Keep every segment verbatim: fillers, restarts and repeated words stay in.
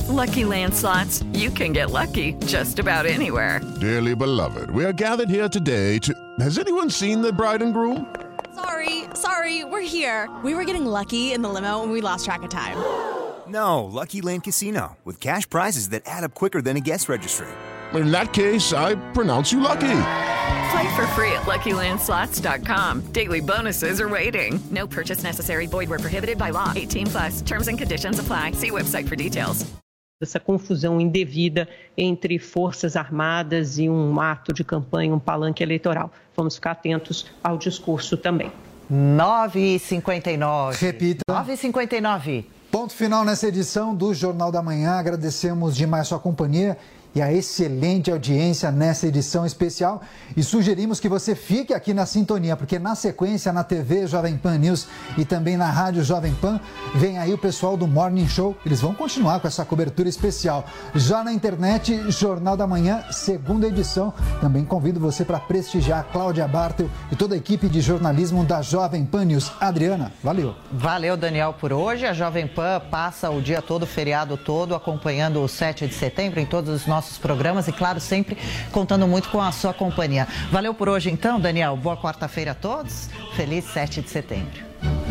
Lucky Land Slots, you can get lucky just about anywhere. Dearly beloved, we are gathered here today to... Has anyone seen the bride and groom? Sorry, sorry, we're here. We were getting lucky in the limo and we lost track of time. No, Lucky Land Casino, with cash prizes that add up quicker than a guest registry. In that case, I pronounce you lucky. Play for free at lucky land slots dot com. Daily bonuses are waiting. No purchase necessary. Void where prohibited by law. eighteen plus. Terms and conditions apply. See website for details. Essa confusão indevida entre forças armadas e um ato de campanha, um palanque eleitoral. Vamos ficar atentos ao discurso também. nove e cinquenta e nove. Repita. nove e cinquenta e nove. Ponto final nessa edição do Jornal da Manhã. Agradecemos demais sua companhia e a excelente audiência nessa edição especial e sugerimos que você fique aqui na sintonia, porque na sequência na T V Jovem Pan News e também na Rádio Jovem Pan vem aí o pessoal do Morning Show, eles vão continuar com essa cobertura especial. Já na internet, Jornal da Manhã, segunda edição, também convido você para prestigiar a Cláudia Bartel e toda a equipe de jornalismo da Jovem Pan News. Adriana, valeu. Valeu, Daniel, por hoje. A Jovem Pan passa o dia todo, o feriado todo, acompanhando o sete de setembro em todos os nossos nossos programas e, claro, sempre contando muito com a sua companhia. Valeu por hoje, então, Daniel. Boa quarta-feira a todos. Feliz sete de setembro.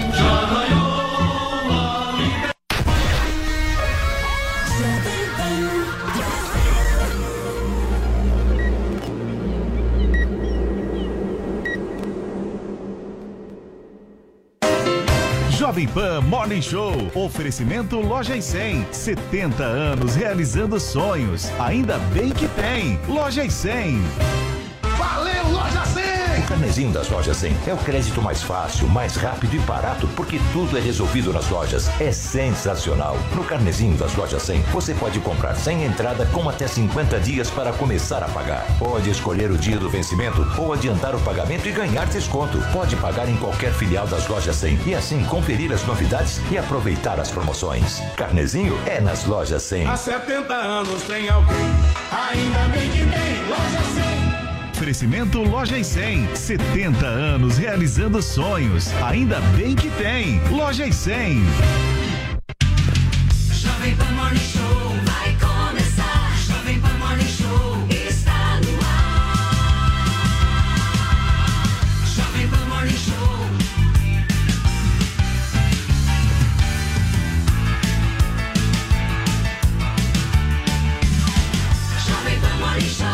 Jovem Pan Morning Show. Oferecimento Loja e cem. setenta anos realizando sonhos. Ainda bem que tem. Loja e cem. Valeu, Loja cem! O carnezinho das Lojas cem é o crédito mais fácil, mais rápido e barato, porque tudo é resolvido nas lojas. É sensacional. No carnezinho das Lojas cem, você pode comprar sem entrada com até cinquenta dias para começar a pagar. Pode escolher o dia do vencimento ou adiantar o pagamento e ganhar desconto. Pode pagar em qualquer filial das Lojas cem e assim conferir as novidades e aproveitar as promoções. Carnezinho é nas Lojas cem. Há setenta anos tem alguém, ainda bem que tem Loja cem. Oferecimento Loja e cem. setenta anos realizando sonhos. Ainda bem que tem. Loja e cem. Jovem Pan Morning Show vai começar. Jovem Pan Morning Show está no ar. Jovem Pan Morning Show. Jovem Pan Morning Show.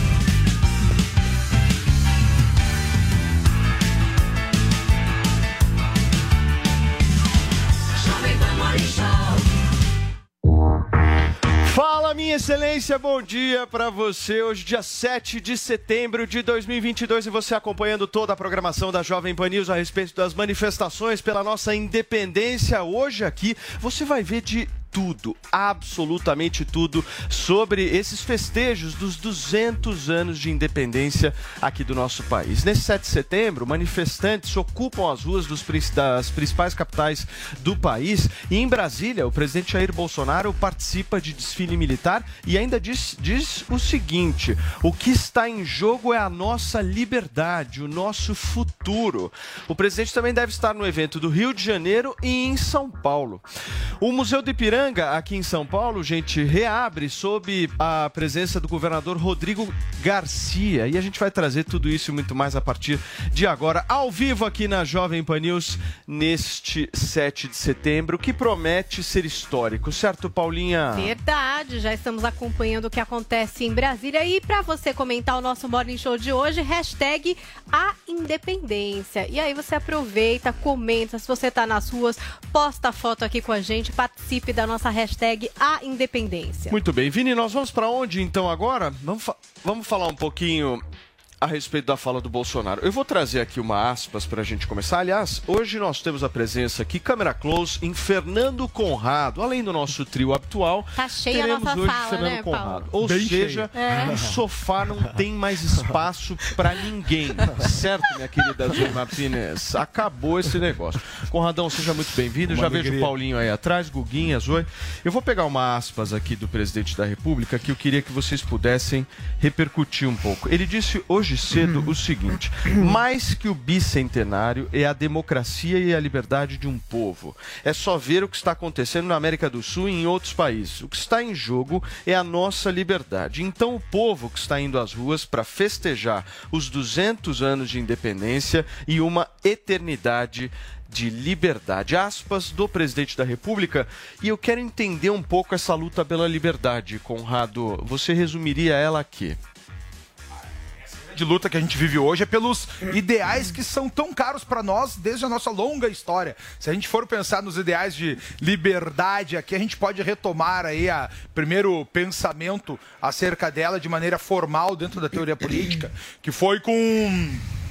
Fala, minha excelência, bom dia pra você. Hoje, dia sete de setembro de dois mil e vinte e dois, e você acompanhando toda a programação da Jovem Pan News a respeito das manifestações pela nossa independência. Hoje aqui você vai ver de tudo, absolutamente tudo, sobre esses festejos dos duzentos anos de independência aqui do nosso país. Nesse sete de setembro, manifestantes ocupam as ruas dos, das principais capitais do país e em Brasília, o presidente Jair Bolsonaro participa de desfile militar e ainda diz, diz o seguinte: o que está em jogo é a nossa liberdade, o nosso futuro. O presidente também deve estar no evento do Rio de Janeiro e em São Paulo. O Museu do Ipiranga, aqui em São Paulo, gente, reabre sob a presença do governador Rodrigo Garcia. E a gente vai trazer tudo isso e muito mais a partir de agora, ao vivo aqui na Jovem Pan News, neste sete de setembro, que promete ser histórico, certo, Paulinha? Verdade, já estamos acompanhando o que acontece em Brasília. E para você comentar o nosso Morning Show de hoje, hashtag a independência. E aí você aproveita, comenta, se você tá nas ruas, posta a foto aqui com a gente, participe da nossa hashtag a independência. Muito bem, Vini, nós vamos para onde então agora? Vamos, fa- vamos falar um pouquinho a respeito da fala do Bolsonaro. Eu vou trazer aqui uma aspas para a gente começar. Aliás, hoje nós temos a presença aqui, câmera close, em Fernando Conrado. Além do nosso trio habitual, tá cheia teremos a nossa hoje sala, Fernando né, Conrado. Paulo? Ou Bem seja, é. o sofá não tem mais espaço para ninguém. Certo, minha querida Zoe Martinez? Acabou esse negócio. Conradão, seja muito bem-vindo. Já alegria. Vejo o Paulinho aí atrás, Guguinha, Zoe. Eu vou pegar uma aspas aqui do presidente da República que eu queria que vocês pudessem repercutir um pouco. Ele disse hoje hoje cedo o seguinte: mais que o bicentenário é a democracia e a liberdade de um povo. É só ver o que está acontecendo na América do Sul e em outros países. O que está em jogo é a nossa liberdade. Então o povo que está indo às ruas para festejar os duzentos anos de independência e uma eternidade de liberdade. Aspas do presidente da República. E eu quero entender um pouco essa luta pela liberdade, Conrado. Você resumiria ela aqui? De luta que a gente vive hoje é pelos ideais que são tão caros para nós desde a nossa longa história. Se a gente for pensar nos ideais de liberdade aqui, a gente pode retomar aí a primeiro pensamento acerca dela de maneira formal dentro da teoria política, que foi com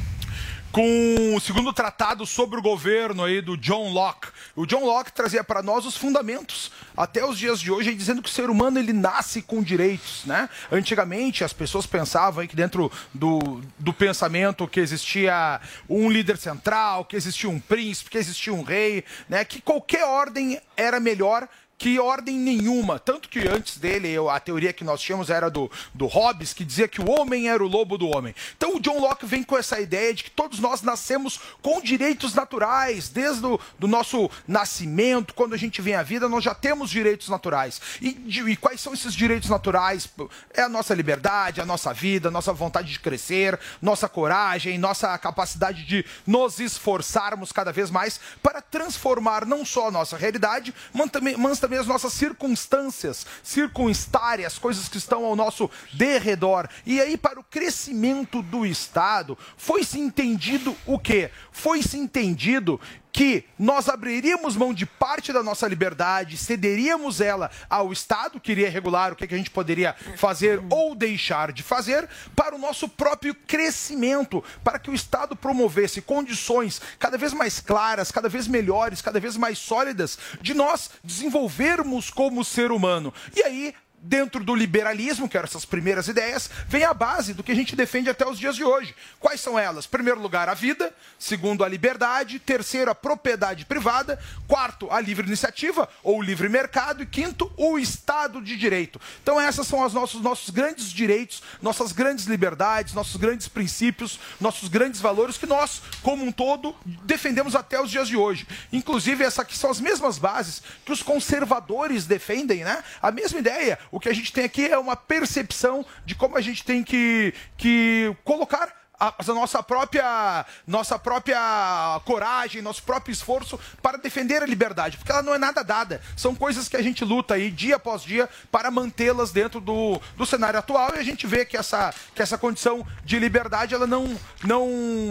com o segundo tratado sobre o governo aí do John Locke. O John Locke trazia para nós os fundamentos até os dias de hoje, aí, dizendo que o ser humano ele nasce com direitos, né? Antigamente as pessoas pensavam aí que dentro do, do pensamento que existia um líder central, que existia um príncipe, que existia um rei, né? Que qualquer ordem era melhor que ordem nenhuma. Tanto que antes dele, a teoria que nós tínhamos era do, do Hobbes, que dizia que o homem era o lobo do homem. Então o John Locke vem com essa ideia de que todos nós nascemos com direitos naturais. Desde o do nosso nascimento, quando a gente vem à vida, nós já temos direitos naturais. E, e quais são esses direitos naturais? É a nossa liberdade, a nossa vida, a nossa vontade de crescer, nossa coragem, nossa capacidade de nos esforçarmos cada vez mais para transformar não só a nossa realidade, mas também, mas também as nossas circunstâncias, circunstárias, coisas que estão ao nosso derredor. E aí, para o crescimento do Estado, foi-se entendido o quê? Foi-se entendido que nós abriríamos mão de parte da nossa liberdade, cederíamos ela ao Estado, que iria regular o que a gente poderia fazer ou deixar de fazer, para o nosso próprio crescimento, para que o Estado promovesse condições cada vez mais claras, cada vez melhores, cada vez mais sólidas, de nós desenvolvermos como ser humano. E aí, dentro do liberalismo, que eram essas primeiras ideias, vem a base do que a gente defende até os dias de hoje. Quais são elas? Primeiro lugar, a vida. Segundo, a liberdade. Terceiro, a propriedade privada. Quarto, a livre iniciativa, ou livre mercado. E quinto, o Estado de Direito. Então essas são os nossos, nossos grandes direitos, nossas grandes liberdades, nossos grandes princípios, nossos grandes valores que nós, como um todo, defendemos até os dias de hoje. Inclusive, essas aqui são as mesmas bases que os conservadores defendem, né? A mesma ideia. O que a gente tem aqui é uma percepção de como a gente tem que, que colocar a, a nossa própria, nossa própria coragem, nosso próprio esforço para defender a liberdade, porque ela não é nada dada. São coisas que a gente luta aí dia após dia para mantê-las dentro do, do cenário atual, e a gente vê que essa, que essa condição de liberdade ela não, não,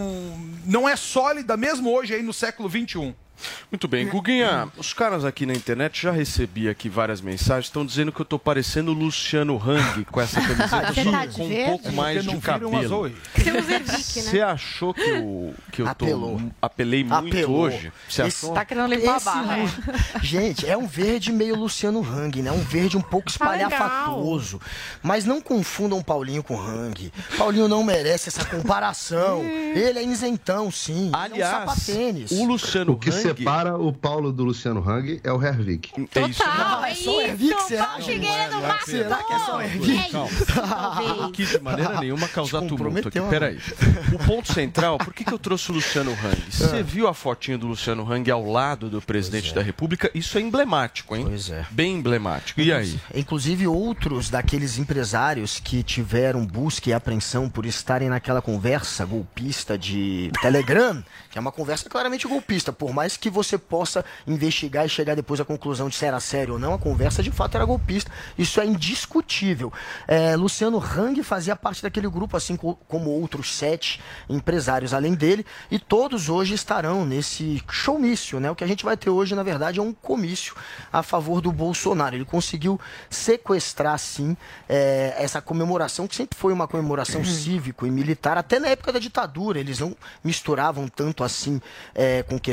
não é sólida mesmo hoje aí no século vinte e um. Muito bem, Guguinha, os caras aqui na internet, já recebi aqui várias mensagens, estão dizendo que eu tô parecendo o Luciano Hang com essa camiseta, só tá com um verde? pouco mais de cabelo. Você achou que eu, que eu tô, Apelou. apelei muito Apelou. hoje? Você Esse- achou? Tá querendo limpar Esse a barra. lu- Gente, é um verde meio Luciano Hang, né? Um verde um pouco espalhafatoso. Mas não confundam Paulinho com Hang. Paulinho não merece essa comparação. Ele é isentão, sim. Aliás, é um sapatênis. o Luciano O que Hang... separa o Paulo do Luciano Hang é o Hervik. É isso. Não, é só o Hervik, você Paulo acha? Figueiredo matou. Será que é só o Hervik? Calma. Não quis de maneira nenhuma causar Te tumulto aqui. comprometeu, Peraí. O ponto central, por que, que eu trouxe o Luciano Hang? Você viu a fotinha do Luciano Hang ao lado do presidente da República? Isso é emblemático, hein? Pois é. Bem emblemático. E aí? Inclusive, outros daqueles empresários que tiveram busca e apreensão por estarem naquela conversa golpista de Telegram, que é uma conversa claramente golpista, por mais que você possa investigar e chegar depois à conclusão de se era sério ou não, a conversa de fato era golpista. Isso é indiscutível. É, Luciano Hang fazia parte daquele grupo, assim co- como outros sete empresários além dele, e todos hoje estarão nesse showmício, né? O que a gente vai ter hoje, na verdade, é um comício a favor do Bolsonaro. Ele conseguiu sequestrar, sim, é, essa comemoração, que sempre foi uma comemoração cívico e militar, até na época da ditadura. Eles não misturavam tanto assim é, com questões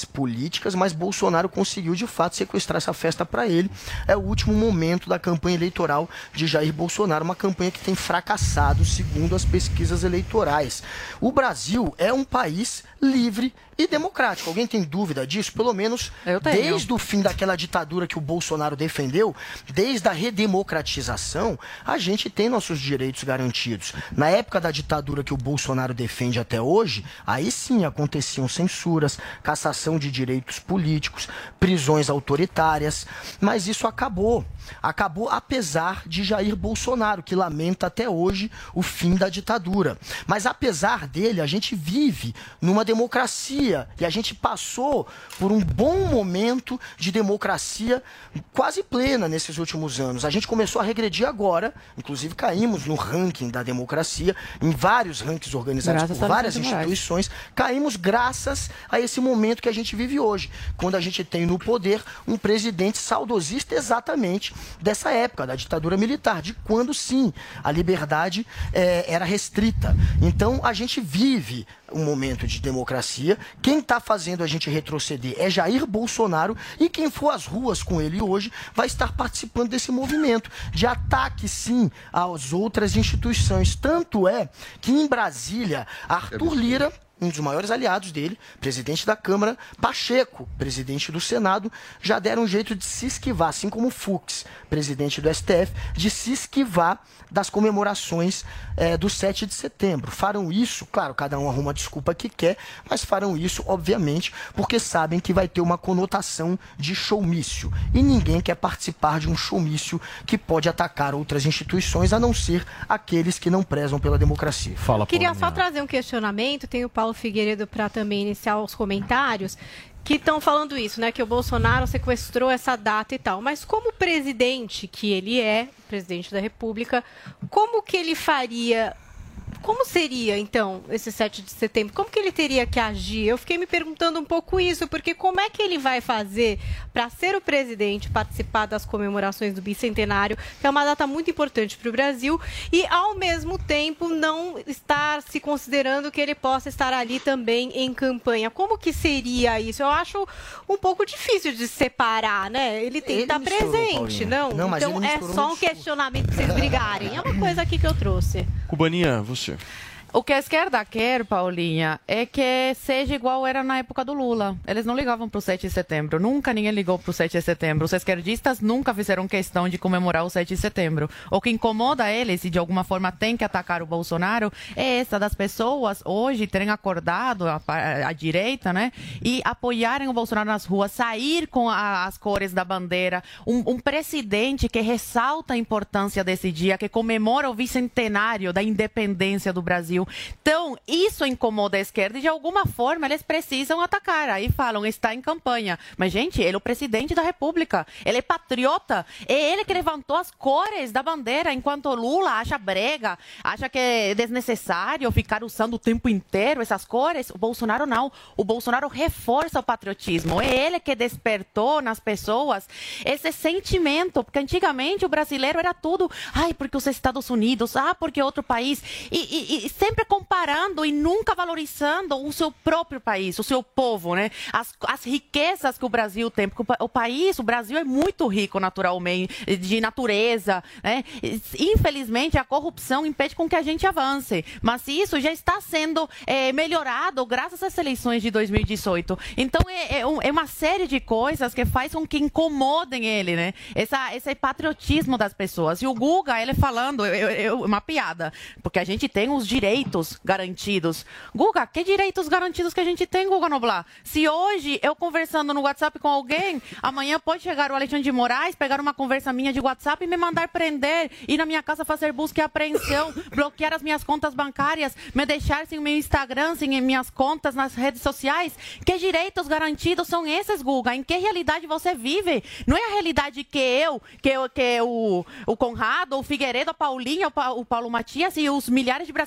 questões políticas, mas Bolsonaro conseguiu de fato sequestrar essa festa para ele. É o último momento da campanha eleitoral de Jair Bolsonaro, uma campanha que tem fracassado segundo as pesquisas eleitorais. O Brasil é um país livre e democrático. Alguém tem dúvida disso? Pelo menos desde o fim daquela ditadura que o Bolsonaro defendeu, desde a redemocratização, a gente tem nossos direitos garantidos. Na época da ditadura que o Bolsonaro defende até hoje, aí sim aconteciam censuras, cassação de direitos políticos, prisões autoritárias, mas isso acabou. Acabou apesar de Jair Bolsonaro, que lamenta até hoje o fim da ditadura. Mas apesar dele, a gente vive numa democracia e a gente passou por um bom momento de democracia quase plena nesses últimos anos. A gente começou a regredir agora, inclusive caímos no ranking da democracia, em vários rankings organizados Graças por várias instituições, caímos graças a esse momento que a gente vive hoje, quando a gente tem no poder um presidente saudosista exatamente dessa época, da ditadura militar, de quando sim, a liberdade é, era restrita. Então a gente vive um momento de democracia. Quem está fazendo a gente retroceder é Jair Bolsonaro, e quem for às ruas com ele hoje vai estar participando desse movimento de ataque, sim, às outras instituições. Tanto é que em Brasília, Arthur Lira, um dos maiores aliados dele, presidente da Câmara, Pacheco, presidente do Senado, já deram um jeito de se esquivar, assim como Fux, presidente do S T F, de se esquivar das comemorações é, do sete de setembro. Farão isso, claro, cada um arruma a desculpa que quer, mas farão isso, obviamente, porque sabem que vai ter uma conotação de showmício. E ninguém quer participar de um showmício que pode atacar outras instituições, a não ser aqueles que não prezam pela democracia. Fala, Queria só trazer um questionamento, tem o Paulo Figueiredo para também iniciar os comentários, que estão falando isso, né, que o Bolsonaro sequestrou essa data e tal, mas como presidente que ele é, presidente da República, como que ele faria, como seria, então, esse sete de setembro? Como que ele teria que agir? Eu fiquei me perguntando um pouco isso, porque como é que ele vai fazer para ser o presidente, participar das comemorações do bicentenário, que é uma data muito importante para o Brasil, e, ao mesmo tempo, não estar se considerando que ele possa estar ali também em campanha? Como que seria isso? Eu acho um pouco difícil de separar, né? Ele tem que estar presente, não? Não, mas então, ele é misturou só no um questionamento para vocês brigarem. É uma coisa aqui que eu trouxe. Cubaninha, você. O que a esquerda quer, Paulinha, é que seja igual era na época do Lula. Eles não ligavam para o sete de setembro. Nunca ninguém ligou para o sete de setembro. Os esquerdistas nunca fizeram questão de comemorar o sete de setembro. O que incomoda eles, e de alguma forma tem que atacar o Bolsonaro, é essa das pessoas hoje terem acordado, a, a, a direita, né, e apoiarem o Bolsonaro nas ruas, sair com a, as cores da bandeira. Um, um presidente que ressalta a importância desse dia, que comemora o bicentenário da independência do Brasil. Então, isso incomoda a esquerda e, de alguma forma, eles precisam atacar. Aí falam, está em campanha. Mas, gente, ele é o presidente da República. Ele é patriota. É ele que levantou as cores da bandeira, enquanto o Lula acha brega, acha que é desnecessário ficar usando o tempo inteiro essas cores. O Bolsonaro não. O Bolsonaro reforça o patriotismo. É ele que despertou nas pessoas esse sentimento. Porque, antigamente, o brasileiro era tudo, ai, porque os Estados Unidos, ah, porque outro país. E, e, e sempre sempre comparando e nunca valorizando o seu próprio país, o seu povo, né? As, as riquezas que o Brasil tem, porque o, o país, o Brasil é muito rico naturalmente, de natureza, né? Infelizmente, a corrupção impede com que a gente avance, mas isso já está sendo é, melhorado graças às eleições de dois mil e dezoito. Então, é, é, um, é uma série de coisas que faz com que incomodem ele, né? Essa, esse patriotismo das pessoas. E o Guga, ele falando, eu, eu, uma piada, porque a gente tem os direitos garantidos. Guga, que direitos garantidos que a gente tem, Guga Noblar? Se hoje eu conversando no WhatsApp com alguém, amanhã pode chegar o Alexandre de Moraes, pegar uma conversa minha de WhatsApp e me mandar prender, ir na minha casa fazer busca e apreensão, bloquear as minhas contas bancárias, me deixar sem o meu Instagram, sem minhas contas nas redes sociais. Que direitos garantidos são esses, Guga? Em que realidade você vive? Não é a realidade que eu, que, eu, que o, o Conrado, o Figueiredo, a Paulinha, o, pa, o Paulo Matias e os milhares de brasileiros que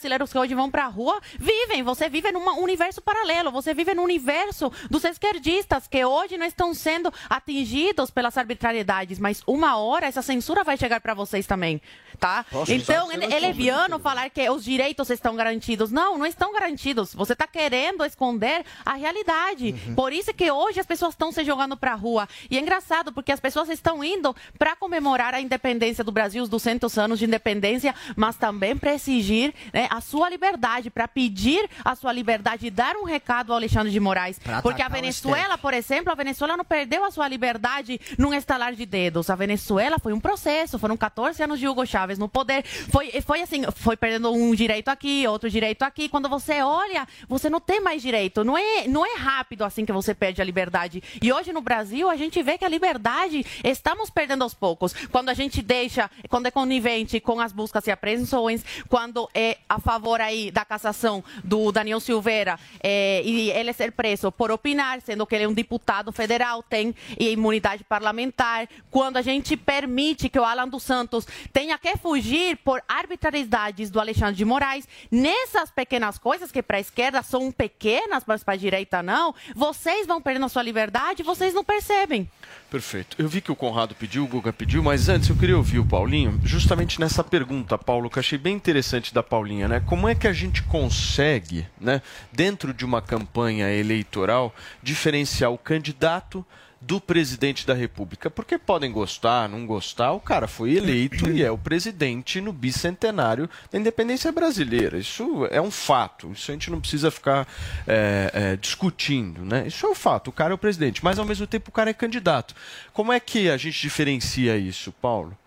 hoje vão pra rua vivem. Você vive num universo paralelo, você vive no universo dos esquerdistas que hoje não estão sendo atingidos pelas arbitrariedades, mas uma hora essa censura vai chegar para vocês também, tá? Nossa, então é, é leviano falar que os direitos estão garantidos. Não, não estão garantidos. Você está querendo esconder a realidade. Uhum. Por isso que hoje as pessoas estão se jogando para a rua. E é engraçado porque as pessoas estão indo para comemorar a independência do Brasil, os duzentos anos de independência, mas também para exigir, né, a sua liberdade, para pedir a sua liberdade e dar um recado ao Alexandre de Moraes. Porque a Venezuela, por exemplo, a Venezuela não perdeu a sua liberdade num estalar de dedos. A Venezuela foi um processo, foram quatorze anos de Hugo Chávez no poder. Foi, foi assim, foi perdendo um direito aqui, outro direito aqui. Quando você olha, você não tem mais direito. Não é, não é rápido assim que você perde a liberdade. E hoje no Brasil a gente vê que a liberdade estamos perdendo aos poucos. Quando a gente deixa, quando é conivente com as buscas e apreensões, quando é a favor aí da cassação do Daniel Silveira é, e ele ser preso por opinar, sendo que ele é um deputado federal, tem imunidade parlamentar, quando a gente permite que o Alan dos Santos tenha que fugir por arbitrariedades do Alexandre de Moraes, nessas pequenas coisas que para a esquerda são pequenas, mas para a direita não, vocês vão perdendo a sua liberdade e vocês não percebem. Perfeito. Eu vi que o Conrado pediu, o Guga pediu, mas antes eu queria ouvir o Paulinho, justamente nessa pergunta, Paulo, que eu achei bem interessante da Paulinha, né? Como é que a gente consegue, né, dentro de uma campanha eleitoral, diferenciar o candidato do presidente da República? Porque podem gostar, não gostar, o cara foi eleito e é o presidente no bicentenário da independência brasileira. Isso é um fato, isso a gente não precisa ficar é, é, discutindo, né? Isso é um fato, o cara é o presidente, mas ao mesmo tempo o cara é candidato. Como é que a gente diferencia isso, Paulo?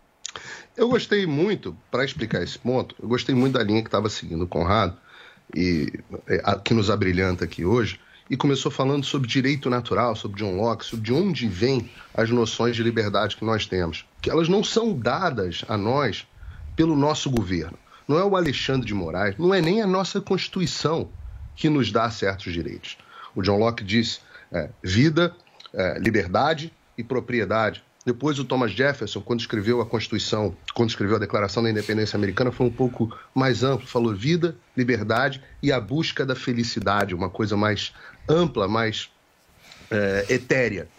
Eu gostei muito, para explicar esse ponto, eu gostei muito da linha que estava seguindo o Conrado, e que nos abrilhanta aqui hoje, e começou falando sobre direito natural, sobre John Locke, sobre de onde vêm as noções de liberdade que nós temos. Que elas não são dadas a nós pelo nosso governo. Não é o Alexandre de Moraes, não é nem a nossa Constituição que nos dá certos direitos. O John Locke disse é, vida, é, liberdade e propriedade. Depois o Thomas Jefferson, quando escreveu a Constituição, quando escreveu a Declaração da Independência Americana, foi um pouco mais amplo. Falou vida, liberdade e a busca da felicidade, uma coisa mais ampla, mais é, etérea.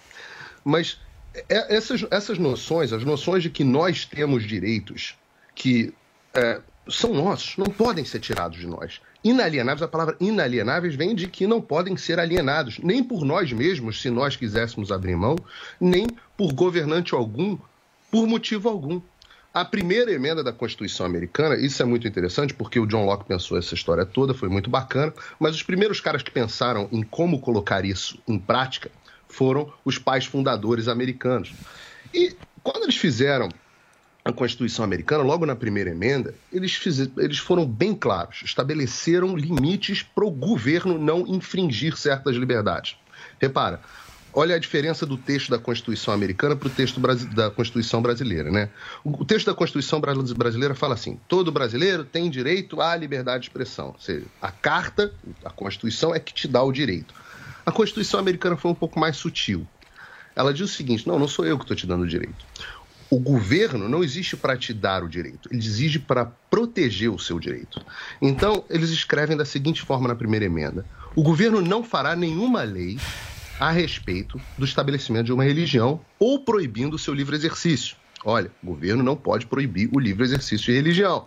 Mas é, essas, essas noções, as noções de que nós temos direitos que é, são nossos, não podem ser tirados de nós. Inalienáveis, a palavra inalienáveis vem de que não podem ser alienados, nem por nós mesmos, se nós quiséssemos abrir mão, nem por governante algum, por motivo algum. A primeira emenda da Constituição americana, isso é muito interessante, porque o John Locke pensou essa história toda, foi muito bacana, mas os primeiros caras que pensaram em como colocar isso em prática foram os pais fundadores americanos. E quando eles fizeram a Constituição americana, logo na primeira emenda, eles, fizeram, eles foram bem claros, estabeleceram limites para o governo não infringir certas liberdades. Repara, olha a diferença do texto da Constituição americana para o texto da Constituição brasileira, né? O texto da Constituição brasileira fala assim: todo brasileiro tem direito à liberdade de expressão. Ou seja, a carta, a Constituição é que te dá o direito. A Constituição americana foi um pouco mais sutil. Ela diz o seguinte: não, não sou eu que estou te dando o direito. O governo não existe para te dar o direito, ele exige para proteger o seu direito. Então, eles escrevem da seguinte forma na primeira emenda: o governo não fará nenhuma lei a respeito do estabelecimento de uma religião ou proibindo o seu livre exercício. Olha, o governo não pode proibir o livre exercício de religião.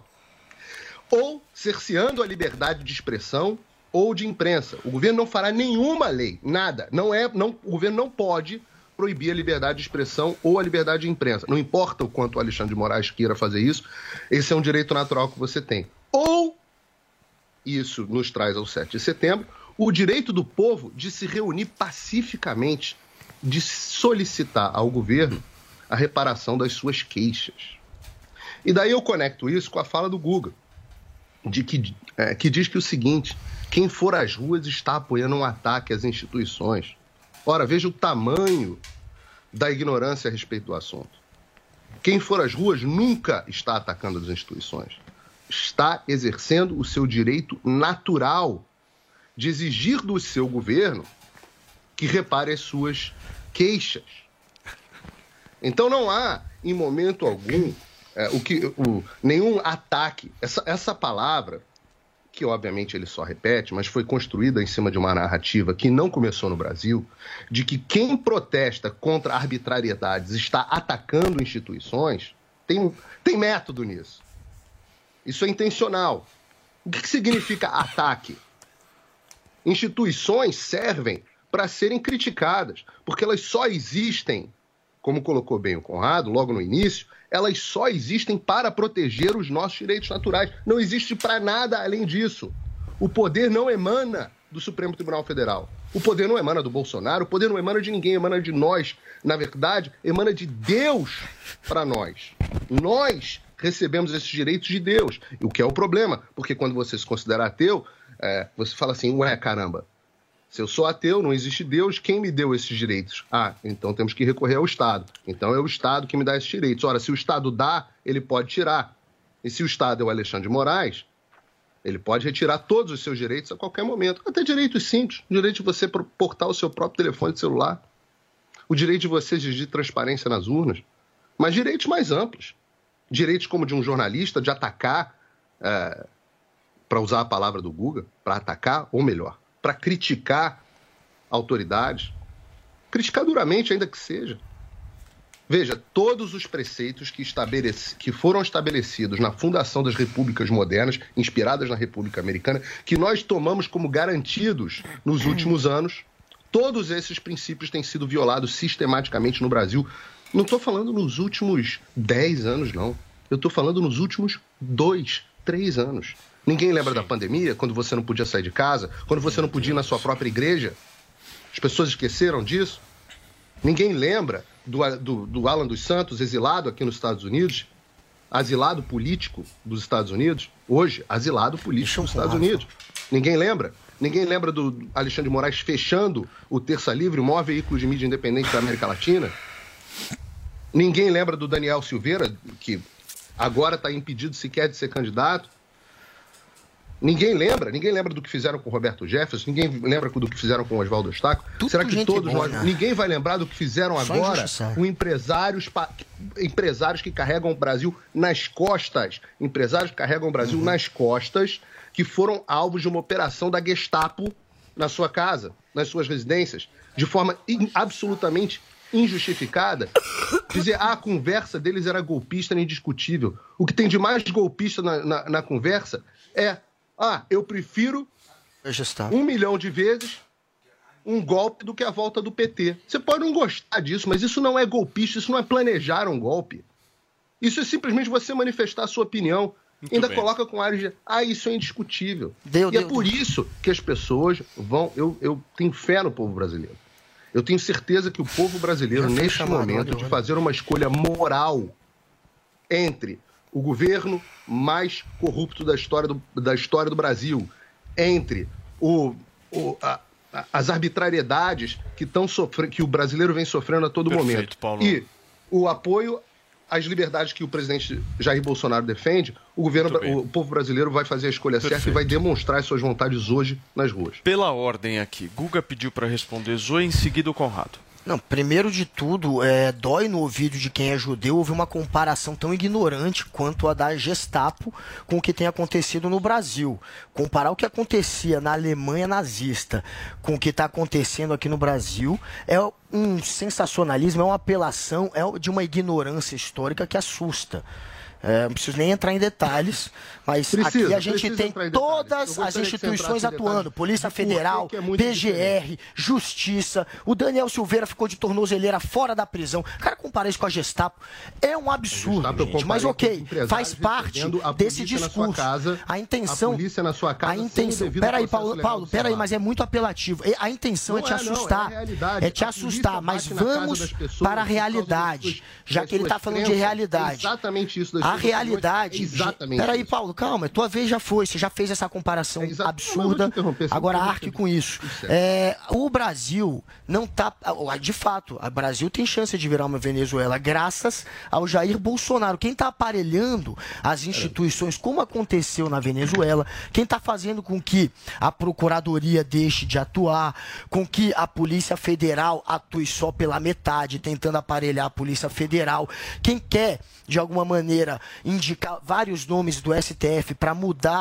Ou cerceando a liberdade de expressão ou de imprensa. O governo não fará nenhuma lei, nada. Não é, não, o governo não pode proibir a liberdade de expressão ou a liberdade de imprensa. Não importa o quanto o Alexandre de Moraes queira fazer isso, esse é um direito natural que você tem. Ou, isso nos traz ao sete de setembro, o direito do povo de se reunir pacificamente, de solicitar ao governo a reparação das suas queixas. E daí eu conecto isso com a fala do Guga, de que, é, que diz que o seguinte: quem for às ruas está apoiando um ataque às instituições. Ora, veja o tamanho da ignorância a respeito do assunto. Quem for às ruas nunca está atacando as instituições. Está exercendo o seu direito natural de exigir do seu governo que repare as suas queixas. Então não há, em momento algum, é, o que, o, nenhum ataque. Essa, essa palavra que obviamente ele só repete, mas foi construída em cima de uma narrativa que não começou no Brasil, de que quem protesta contra arbitrariedades está atacando instituições, tem, tem método nisso. Isso é intencional. O que significa ataque? Instituições servem para serem criticadas, porque elas só existem, como colocou bem o Conrado logo no início, elas só existem para proteger os nossos direitos naturais. Não existe para nada além disso. O poder não emana do Supremo Tribunal Federal. O poder não emana do Bolsonaro, o poder não emana de ninguém, emana de nós. Na verdade, emana de Deus para nós. Nós recebemos esses direitos de Deus. O que é o problema, porque quando você se considera ateu, é, você fala assim, ué, caramba, se eu sou ateu, não existe Deus, quem me deu esses direitos? Ah, então temos que recorrer ao Estado. Então é o Estado que me dá esses direitos. Ora, se o Estado dá, ele pode tirar. E se o Estado é o Alexandre de Moraes, ele pode retirar todos os seus direitos a qualquer momento. Até direitos simples. O direito de você portar o seu próprio telefone celular. O direito de você exigir transparência nas urnas. Mas direitos mais amplos. Direitos como de um jornalista de atacar, é, para usar a palavra do Guga, para atacar, ou melhor, para criticar autoridades, criticar duramente, ainda que seja. Veja, todos os preceitos que, estabeleci, que foram estabelecidos na fundação das repúblicas modernas, inspiradas na República Americana, que nós tomamos como garantidos nos últimos anos, todos esses princípios têm sido violados sistematicamente no Brasil. Não estou falando nos últimos dez anos, não. Eu estou falando nos últimos dois, três anos. Ninguém lembra da pandemia, quando você não podia sair de casa, quando você não podia ir na sua própria igreja? As pessoas esqueceram disso? Ninguém lembra do, do, do Alan dos Santos, exilado aqui nos Estados Unidos? Asilado político dos Estados Unidos? Hoje, asilado político dos Estados Unidos. Ninguém lembra? Ninguém lembra do Alexandre de Moraes fechando o Terça Livre, o maior veículo de mídia independente da América Latina? Ninguém lembra do Daniel Silveira, que agora está impedido sequer de ser candidato? Ninguém lembra, ninguém lembra do que fizeram com o Roberto Jefferson, ninguém lembra do que fizeram com o Oswaldo Eustáquio. Será que todos nós, né? Ninguém vai lembrar do que fizeram Só agora com empresários, empresários que carregam o Brasil nas costas, empresários que carregam o Brasil uhum. nas costas, que foram alvos de uma operação da Gestapo na sua casa, nas suas residências, de forma in, absolutamente injustificada, dizer ah, a conversa deles era golpista, indiscutível. O que tem de mais golpista na, na, na conversa é ah, eu prefiro um milhão de vezes um golpe do que a volta do P T. Você pode não gostar disso, mas isso não é golpista, isso não é planejar um golpe. Isso é simplesmente você manifestar a sua opinião. Muito Ainda bem. Coloca com áreas de ah, isso é indiscutível. Deu, e deu, é por deu. isso que as pessoas vão... Eu, eu tenho fé no povo brasileiro. Eu tenho certeza que o povo brasileiro, neste chamado, momento, de fazer uma escolha moral entre o governo mais corrupto da história do, da história do Brasil, entre o, o, a, a, as arbitrariedades que, tão sofre, que o brasileiro vem sofrendo a todo Perfeito, momento, Paulo. E o apoio às liberdades que o presidente Jair Bolsonaro defende, o, governo, o povo brasileiro vai fazer a escolha Perfeito. certa e vai demonstrar as suas vontades hoje nas ruas. Pela ordem aqui, Guga pediu para responder Zoe, em seguida o Conrado. Não, primeiro de tudo, é, dói no ouvido de quem é judeu ouvir uma comparação tão ignorante quanto a da Gestapo com o que tem acontecido no Brasil. Comparar o que acontecia na Alemanha nazista com o que está acontecendo aqui no Brasil é um sensacionalismo, é uma apelação, é de uma ignorância histórica que assusta. É, não preciso nem entrar em detalhes, mas precisa, aqui a gente tem todas as instituições atuando, Polícia Federal, é P G R, diferente. Justiça, o Daniel Silveira ficou de tornozeleira fora da prisão. O cara compara isso com a Gestapo, é um absurdo, gente, mas ok, faz parte desse discurso. Casa, a intenção, a polícia na sua casa, a intenção, peraí, Paulo, Paulo peraí, mas é muito apelativo. A intenção não é te é, assustar, não, é, é te assustar, mas vamos para a realidade, já que ele está falando de realidade. Exatamente isso das A realidade. É exatamente. Peraí, Paulo, calma. Tua vez já foi. Você já fez essa comparação é absurda. Agora arque com isso. É, o Brasil não tá. De fato, o Brasil tem chance de virar uma Venezuela graças ao Jair Bolsonaro. Quem está aparelhando as instituições, como aconteceu na Venezuela, quem está fazendo com que a Procuradoria deixe de atuar, com que a Polícia Federal atue só pela metade, tentando aparelhar a Polícia Federal, quem quer, de alguma maneira, indicar vários nomes do S T F para mudar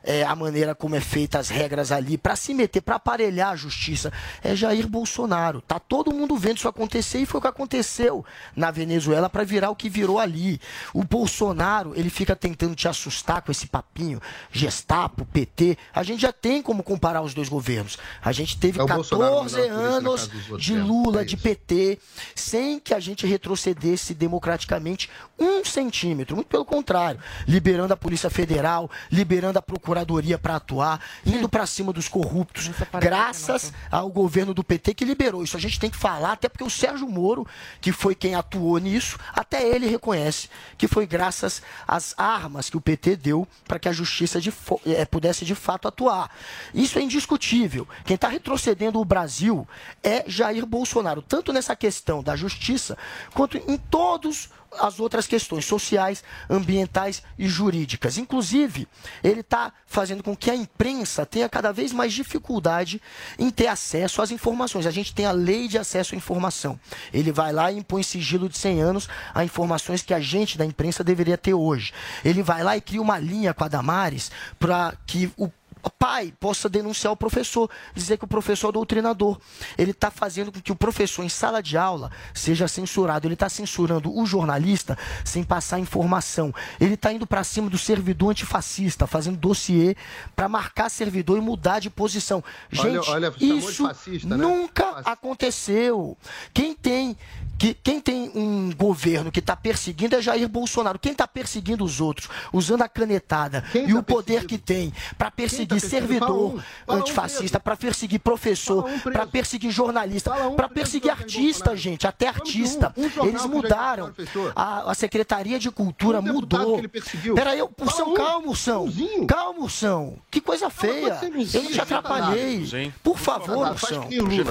é, a maneira como é feita as regras ali, para se meter, para aparelhar a justiça, é Jair Bolsonaro. Tá todo mundo vendo isso acontecer e foi o que aconteceu na Venezuela para virar o que virou ali. O Bolsonaro, ele fica tentando te assustar com esse papinho, Gestapo, P T. A gente já tem como comparar os dois governos. A gente teve É quatorze anos de Lula, de P T, sem que a gente retrocedesse democraticamente um centímetro. Muito pelo contrário, liberando a Polícia Federal, liberando a Procuradoria para atuar, indo para cima dos corruptos, graças ao governo do P T que liberou. Isso a gente tem que falar, até porque o Sérgio Moro, que foi quem atuou nisso, até ele reconhece que foi graças às armas que o P T deu para que a justiça de, é, pudesse de fato atuar. Isso é indiscutível. Quem está retrocedendo o Brasil é Jair Bolsonaro, tanto nessa questão da justiça, quanto em todas as outras questões sociais, ambientais e jurídicas. Inclusive, ele está fazendo com que a imprensa tenha cada vez mais dificuldade em ter acesso às informações. A gente tem a lei de acesso à informação. Ele vai lá e impõe sigilo de cem anos a informações que a gente da imprensa deveria ter hoje. Ele vai lá e cria uma linha com a Damares para que o o pai possa denunciar o professor, dizer que o professor é doutrinador. Ele está fazendo com que o professor em sala de aula seja censurado. Ele está censurando o jornalista sem passar informação. Ele está indo para cima do servidor antifascista, fazendo dossiê para marcar servidor e mudar de posição. Gente, olha, olha, chamou de isso fascista, né? nunca aconteceu. Quem tem... Que, quem tem um governo que está perseguindo é Jair Bolsonaro. Quem está perseguindo os outros, usando a canetada quem e tá o poder que tem para perseguir tá servidor um, antifascista, um para perseguir professor, um para perseguir jornalista, um para perseguir artista, gente, até artista. Um, um Eles mudaram. A, a Secretaria de Cultura mudou. Peraí, Ursão, calma, Ursão. Calma, Ursão. Que coisa feia. Eu não te atrapalhei. Por favor, Ursão.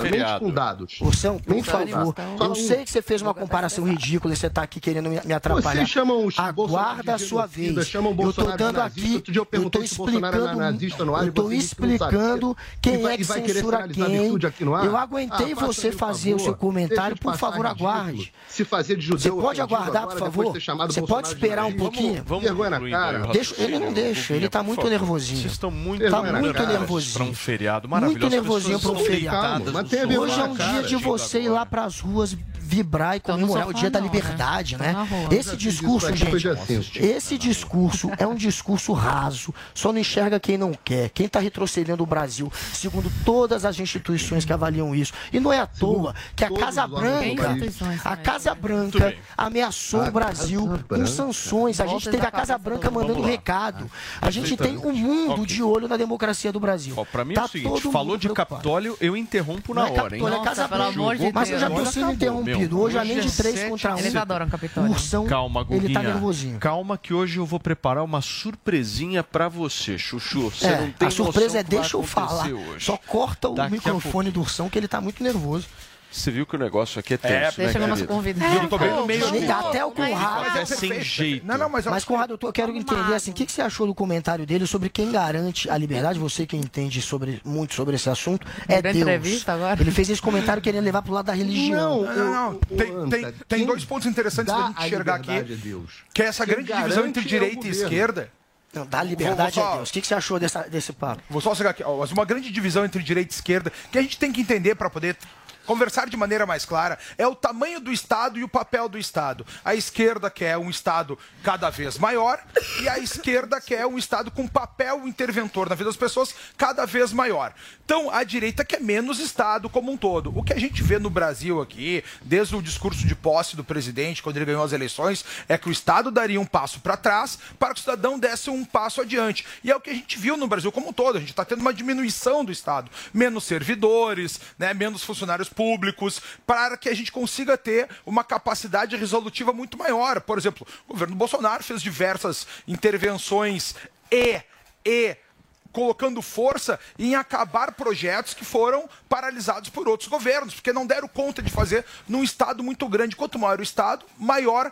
Ursão, por favor. Eu sei que você fez uma comparação ridícula e você está aqui querendo me, me atrapalhar. Vocês chamam os Aguarda a sua vez. Chamam eu estou dando aqui, eu estou explicando, eu estou explicando quem vai, é que censura quem. Eu aguentei ah, você fazer favor. o seu comentário, por favor, aguarde. Se fazer de judeu, você pode aguardar, por favor? Você pode esperar um pouquinho? Vamos, vamos na cara. Deixa, ele não deixa, ele está muito nervosinho. Vocês estão muito, tá muito nervosinho. Para um feriado maravilhoso. Muito nervosinho para um feriado. Hoje é um dia de você ir lá para as ruas vibrar e comemorar o Dia da Liberdade, né? Esse discurso, gente, esse discurso é um discurso raso, só não enxerga quem não quer, quem está retrocedendo o Brasil, segundo todas as instituições que avaliam isso. E não é à toa que a Casa Branca, a Casa Branca ameaçou o Brasil com sanções. A gente teve a Casa Branca mandando recado. A gente tem um mundo de olho na democracia do Brasil. Para mim é o seguinte, falou de Capitólio, eu interrompo na hora, hein? Capitólio é Casa Branca. Mas eu já estou sendo interrompido. Hoje, além de três contra um, eles adoram Capitólio. Ursão, calma, Guguinha, ele tá nervosinho. Calma que hoje eu vou preparar uma surpresinha pra você, Chuchu. Você é, não tem a surpresa é que deixa eu falar. Hoje. Só corta o Daqui microfone do Ursão que ele tá muito nervoso. Você viu que o negócio aqui é tenso, é, né, deixa o nosso convidado. Eu tô bem no meio de... Até o Conrado. É sem jeito. Não, não, mas, mas Conrado, eu, tô, eu quero entender assim, o que, que você achou do comentário dele sobre quem garante a liberdade? Você que entende sobre, muito sobre esse assunto, é Deus. Entrevista agora. Ele fez esse comentário querendo levar pro lado da religião. Não, não, não. Tem, tem, tem dois pontos interessantes pra gente enxergar aqui, que é essa grande divisão entre direita e esquerda. Não, dá liberdade a Deus. O que, que você achou dessa, desse papo? Vou só chegar aqui. Ó, uma grande divisão entre direita e esquerda, que a gente tem que entender para poder conversar de maneira mais clara, é o tamanho do Estado e o papel do Estado. A esquerda quer um Estado cada vez maior e a esquerda quer um Estado com papel interventor na vida das pessoas cada vez maior. Então, a direita quer menos Estado como um todo. O que a gente vê no Brasil aqui, desde o discurso de posse do presidente, quando ele ganhou as eleições, é que o Estado daria um passo para trás para que o cidadão desse um passo adiante. E é o que a gente viu no Brasil como um todo. A gente está tendo uma diminuição do Estado. Menos servidores, né, menos funcionários públicos, para que a gente consiga ter uma capacidade resolutiva muito maior. Por exemplo, o governo Bolsonaro fez diversas intervenções e, e colocando força em acabar projetos que foram paralisados por outros governos, porque não deram conta de fazer num Estado muito grande. Quanto maior o Estado, maior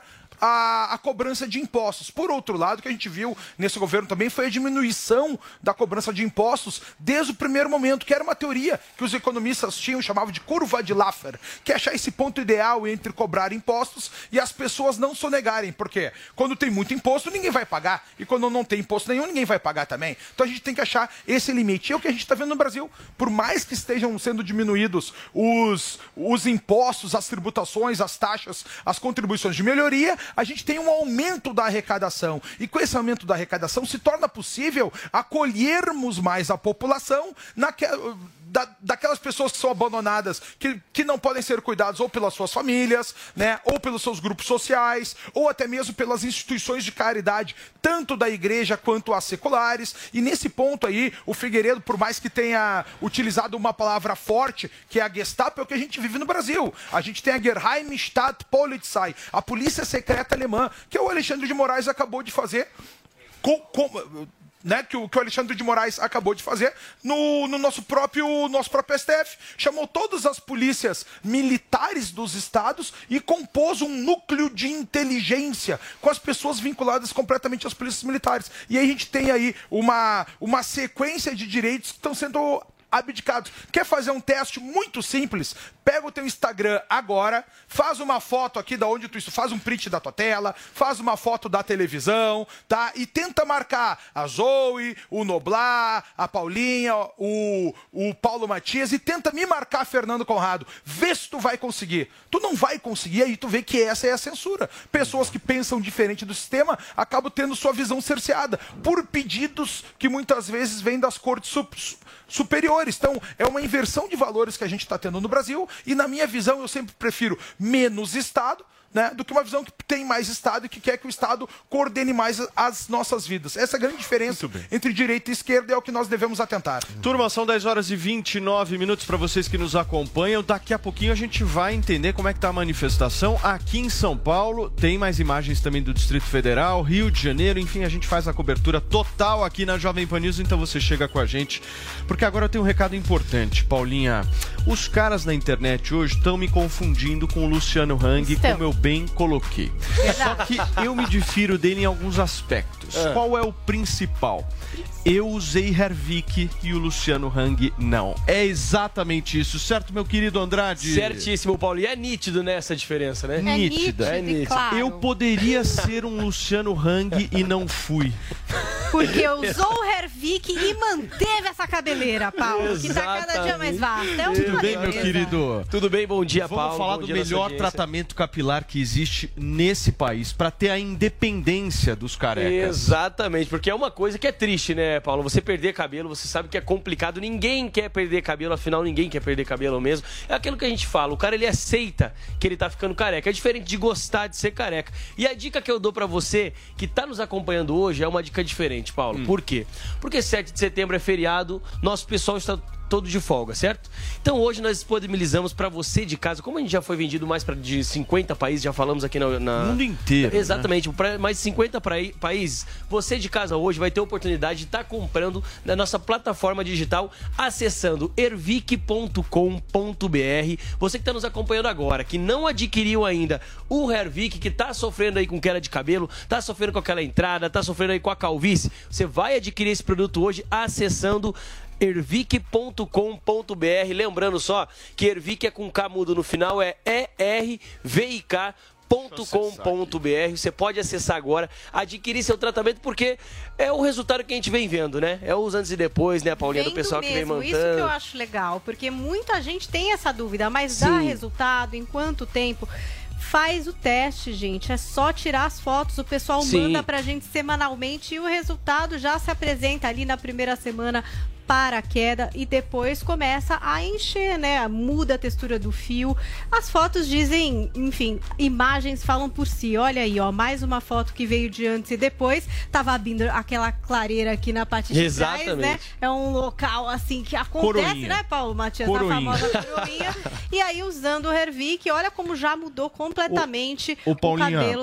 a, a cobrança de impostos. Por outro lado, o que a gente viu nesse governo também foi a diminuição da cobrança de impostos desde o primeiro momento, que era uma teoria que os economistas tinham, chamavam de curva de Laffer, que é achar esse ponto ideal entre cobrar impostos e as pessoas não sonegarem. Por quê? Quando tem muito imposto, ninguém vai pagar. E quando não tem imposto nenhum, ninguém vai pagar também. Então a gente tem que achar esse limite. E é o que a gente está vendo no Brasil. Por mais que estejam sendo diminuídos os, os impostos, as tributações, as taxas, as contribuições de melhoria, a gente tem um aumento da arrecadação. E com esse aumento da arrecadação se torna possível acolhermos mais a população naquela... Da, daquelas pessoas que são abandonadas, que, que não podem ser cuidadas ou pelas suas famílias, né, ou pelos seus grupos sociais, ou até mesmo pelas instituições de caridade, tanto da igreja quanto as seculares. E nesse ponto aí, o Figueiredo, por mais que tenha utilizado uma palavra forte, que é a Gestapo, é o que a gente vive no Brasil. A gente tem a Geheimstaatspolizei, a polícia secreta alemã, que o Alexandre de Moraes acabou de fazer com... com Né, que, o, que o Alexandre de Moraes acabou de fazer no, no nosso, próprio, nosso próprio S T F. Chamou todas as polícias militares dos estados e compôs um núcleo de inteligência com as pessoas vinculadas completamente às polícias militares. E aí a gente tem aí uma, uma sequência de direitos que estão sendo abdicados. Quer fazer um teste muito simples? Pega o teu Instagram agora, faz uma foto aqui da onde tu isso, faz um print da tua tela, faz uma foto da televisão, tá? E tenta marcar a Zoe, o Noblar, a Paulinha, o, o Paulo Matias e tenta me marcar Fernando Conrado. Vê se tu vai conseguir. Tu não vai conseguir, aí tu vê que essa é a censura. Pessoas que pensam diferente do sistema acabam tendo sua visão cerceada por pedidos que muitas vezes vêm das cortes superiores. superiores. Então, é uma inversão de valores que a gente está tendo no Brasil e, na minha visão, eu sempre prefiro menos Estado, né, do que uma visão que tem mais Estado e que quer que o Estado coordene mais as nossas vidas. Essa é a grande diferença entre direita e esquerda, é o que nós devemos atentar. Turma, são dez horas e vinte e nove minutos para vocês que nos acompanham. Daqui a pouquinho a gente vai entender como é que está a manifestação aqui em São Paulo. Tem mais imagens também do Distrito Federal, Rio de Janeiro, enfim, a gente faz a cobertura total aqui na Jovem Pan News, então você chega com a gente. Porque agora eu tenho um recado importante, Paulinha. Os caras na internet hoje estão me confundindo com o Luciano Hang, então. como eu bem coloquei. Só que eu me difiro dele em alguns aspectos. É. Qual é o principal? Eu usei Hervik e o Luciano Hang não. É exatamente isso, certo, meu querido Andrade? Certíssimo, Paulo. E é nítido, né, essa diferença, né? É nítida. É nítido. Claro. Eu poderia ser um Luciano Hang e não fui. Porque usou o Hervik e manteve essa cabeleira, Paulo, que tá cada dia mais vasta. É um Tudo bem, meu querido? Tudo bem, bom dia, Vamos Paulo. Vamos falar bom do melhor tratamento capilar que existe nesse país, para ter a independência dos carecas. Exatamente, porque é uma coisa que é triste, né, Paulo? Você perder cabelo, você sabe que é complicado, ninguém quer perder cabelo, afinal ninguém quer perder cabelo mesmo. É aquilo que a gente fala, o cara ele aceita que ele tá ficando careca, é diferente de gostar de ser careca. E a dica que eu dou pra você, que tá nos acompanhando hoje, é uma dica diferente, Paulo. Hum. Por quê? Porque sete de setembro é feriado, nosso pessoal está todo de folga, certo? Então hoje nós disponibilizamos para você de casa, como a gente já foi vendido mais para de cinquenta países, já falamos aqui na... na... O mundo inteiro. Exatamente, né? Para mais de cinquenta países, você de casa hoje vai ter a oportunidade de estar tá comprando na nossa plataforma digital, acessando hervik ponto com ponto br. Você que está nos acompanhando agora, que não adquiriu ainda o Hervik, que está sofrendo aí com queda de cabelo, está sofrendo com aquela entrada, está sofrendo aí com a calvície, você vai adquirir esse produto hoje acessando hervik ponto com ponto br. Lembrando só que Hervik é com K mudo no final, é E R V I K ponto com ponto br. Você pode acessar agora, adquirir seu tratamento, porque é o resultado que a gente vem vendo, né? É os antes e depois, né, Paulinha, do pessoal mesmo. que vem mantendo. Isso que eu acho legal, porque muita gente tem essa dúvida, mas Sim. dá resultado em quanto tempo? Faz o teste, gente. É só tirar as fotos. O pessoal Sim. manda pra gente semanalmente e o resultado já se apresenta ali na primeira semana para a queda e depois começa a encher, né? Muda a textura do fio. As fotos dizem, enfim, imagens falam por si. Olha aí, ó, mais uma foto que veio de antes e depois. Tava abrindo aquela clareira aqui na parte de Exatamente. trás, né? É um local, assim, que acontece, Coroinha. né, Paulo Matias? Coroinha. A famosa coroinha. E aí, usando o Hervik, olha como já mudou completamente o, o, o Paulinha, cabelo.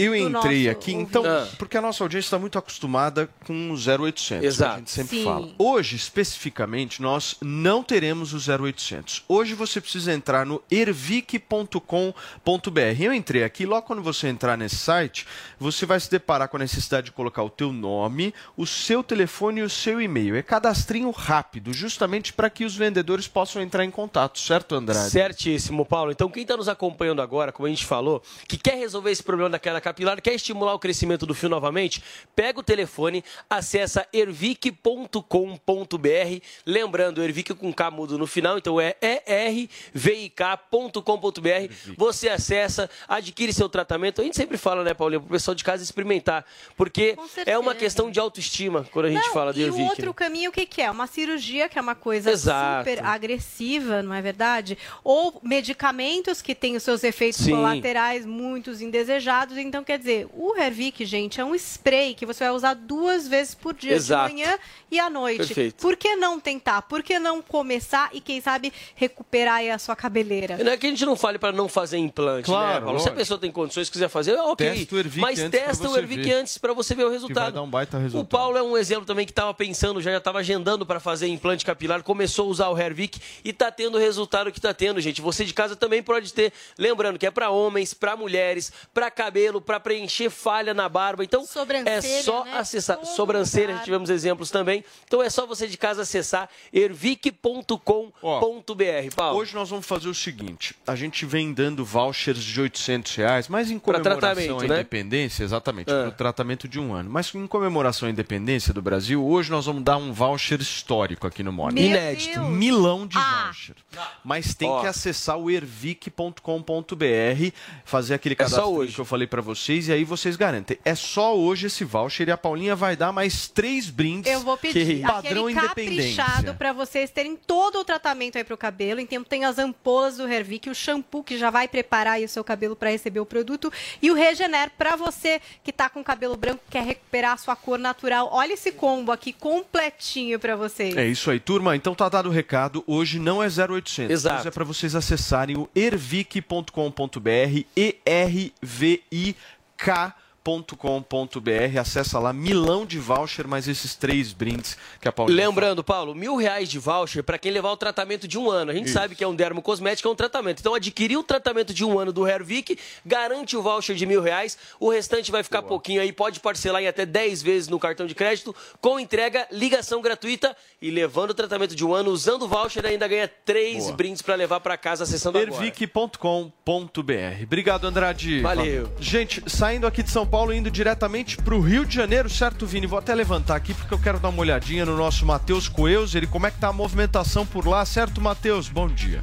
Eu do entrei nosso aqui, ouvinte. então, porque a nossa audiência está muito acostumada com o zero oitocentos, Exato. que a gente sempre Sim. fala. Hoje, especificamente, nós não teremos o zero oitocentos. Hoje você precisa entrar no ervic ponto com ponto br. Eu entrei aqui, logo quando você entrar nesse site, você vai se deparar com a necessidade de colocar o teu nome, o seu telefone e o seu e-mail. É cadastrinho rápido, justamente para que os vendedores possam entrar em contato, certo, Andrade? Certíssimo, Paulo. Então, quem está nos acompanhando agora, como a gente falou, que quer resolver esse problema da queda capilar, quer estimular o crescimento do fio novamente, pega o telefone, acessa ervic ponto com ponto br. Lembrando, Ervic com K mudo no final, então é e r v i k ponto com ponto br. Você acessa, adquire seu tratamento. A gente sempre fala, né, Paulinho, para o pessoal de casa experimentar, porque é uma questão de autoestima quando a gente Não, fala de e Ervic. o outro caminho, o que, que é? Uma cirurgia, que é uma coisa Exato. super agressiva, não é verdade? Ou medicamentos que têm os seus efeitos Sim. colaterais, muitos indesejados. Então, quer dizer, o Hervic, gente, é um spray que você vai usar duas vezes por dia, Exato. de manhã e à noite. Perfeito. Por que não tentar? Por que não começar e, quem sabe, recuperar aí a sua cabeleira? Não é que a gente não fale para não fazer implante, Claro, né, Paulo? Se a lógico. pessoa tem condições e quiser fazer, ok. Testa o Ervic mas antes pra testa o você Ervic ver. antes para você ver o Que resultado. vai dar um baita O resultado. Paulo é um exemplo também que estava pensando, já estava agendando para fazer implante capilar, começou a usar o Hervic e está tendo o resultado que está tendo, gente. Você de casa também pode ter. Lembrando que é para homens, para mulheres, para cabelo, para preencher falha na barba. Então, é só né? acessar. Todo Sobrancelha, lugar. já tivemos exemplos também. Então, é só você de casa acessar ervic ponto com ponto br. Paulo. Hoje nós vamos fazer o seguinte, a gente vem dando vouchers de oitocentos reais, mas em Pra comemoração tratamento, à né? independência, exatamente, Ah. para o tratamento de um ano. Mas em comemoração à independência do Brasil, hoje nós vamos dar um voucher histórico aqui no Morning. Meu Inédito. Um milão de Ah. voucher. Mas tem Ó. que acessar o ervic ponto com ponto br, fazer aquele É só cadastro hoje. que eu falei para vocês e aí vocês garantem. É só hoje esse voucher e a Paulinha vai dar mais três brindes. Eu vou pedir padrão aquele caprichado independência. para vocês terem todo o tratamento aí para o cabelo. Em tempo tem as ampolas do Hervic, o shampoo que já vai preparar aí o seu cabelo para receber o produto e o Regener para você que tá com cabelo branco, quer recuperar a sua cor natural. Olha esse combo aqui completinho para vocês. É isso aí, turma. Então tá dado o recado. Hoje não é zero oitocentos. Exato. Hoje é para vocês acessarem o ervic ponto com ponto br, E R V I K ponto com ponto br. Acessa lá, milão de voucher, mais esses três brindes que a Paulinha Lembrando, Paulo, mil reais de voucher para quem levar o tratamento de um ano. A gente Isso. sabe que é um dermocosmético, é um tratamento. Então, adquirir o tratamento de um ano do Hervic, garante o voucher de mil reais. O restante vai ficar pouquinho aí. Pode parcelar em até dez vezes no cartão de crédito, com entrega, ligação gratuita. E levando o tratamento de um ano, usando o voucher, ainda ganha três Boa. brindes para levar para casa acessando agora. ervic ponto com ponto br. Obrigado, Andrade. Valeu. Gente, saindo aqui de São Paulo, indo diretamente para o Rio de Janeiro, certo, Vini? Vou até levantar aqui porque eu quero dar uma olhadinha no nosso Matheus Coeus. Ele, como é que tá a movimentação por lá, certo, Matheus? Bom dia.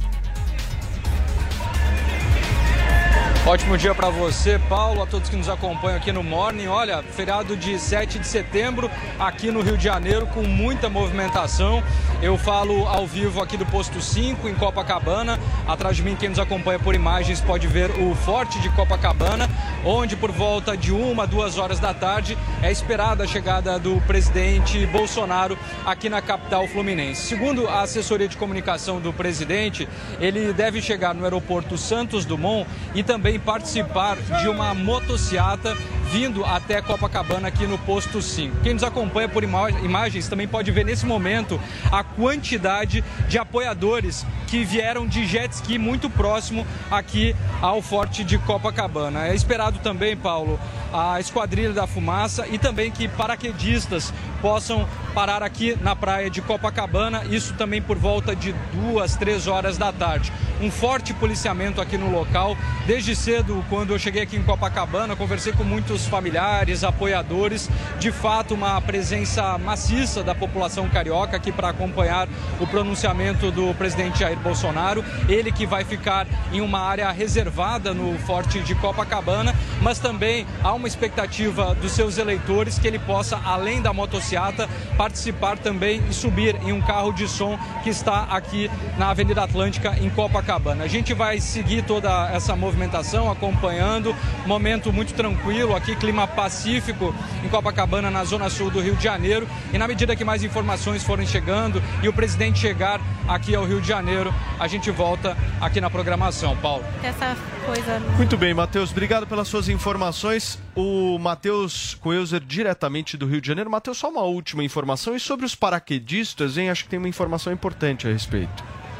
Ótimo dia para você, Paulo, a todos que nos acompanham aqui no Morning. Olha, feriado de sete de setembro aqui no Rio de Janeiro com muita movimentação. Eu falo ao vivo aqui do Posto cinco, em Copacabana. Atrás de mim, quem nos acompanha por imagens pode ver o Forte de Copacabana, onde por volta de uma, duas horas da tarde é esperada a chegada do presidente Bolsonaro aqui na capital fluminense. Segundo a assessoria de comunicação do presidente, ele deve chegar no aeroporto Santos Dumont e também participar de uma motociata vindo até Copacabana aqui no Posto cinco. Quem nos acompanha por ima- imagens também pode ver nesse momento a quantidade de apoiadores que vieram de jet ski muito próximo aqui ao Forte de Copacabana. É esperado também, Paulo, a Esquadrilha da Fumaça e também que paraquedistas possam parar aqui na praia de Copacabana, isso também por volta de duas, três horas da tarde. Um forte policiamento aqui no local. Desde cedo, quando eu cheguei aqui em Copacabana, conversei com muitos familiares, apoiadores. De fato, uma presença maciça da população carioca aqui para acompanhar o pronunciamento do presidente Jair Bolsonaro. Ele que vai ficar em uma área reservada no Forte de Copacabana, mas também há uma expectativa dos seus eleitores que ele possa, além da motociata, participar também e subir em um carro de som que está aqui na Avenida Atlântica, em Copacabana. A gente vai seguir toda essa movimentação, acompanhando, momento muito tranquilo aqui, clima pacífico em Copacabana, na zona sul do Rio de Janeiro, e na medida que mais informações forem chegando e o presidente chegar aqui ao Rio de Janeiro, a gente volta aqui na programação, Paulo. Essa coisa. Muito bem, Matheus, obrigado pelas suas informações. O Matheus Coelzer, diretamente do Rio de Janeiro. Matheus, só uma última informação. E sobre os paraquedistas, hein? Acho que tem uma informação importante a respeito.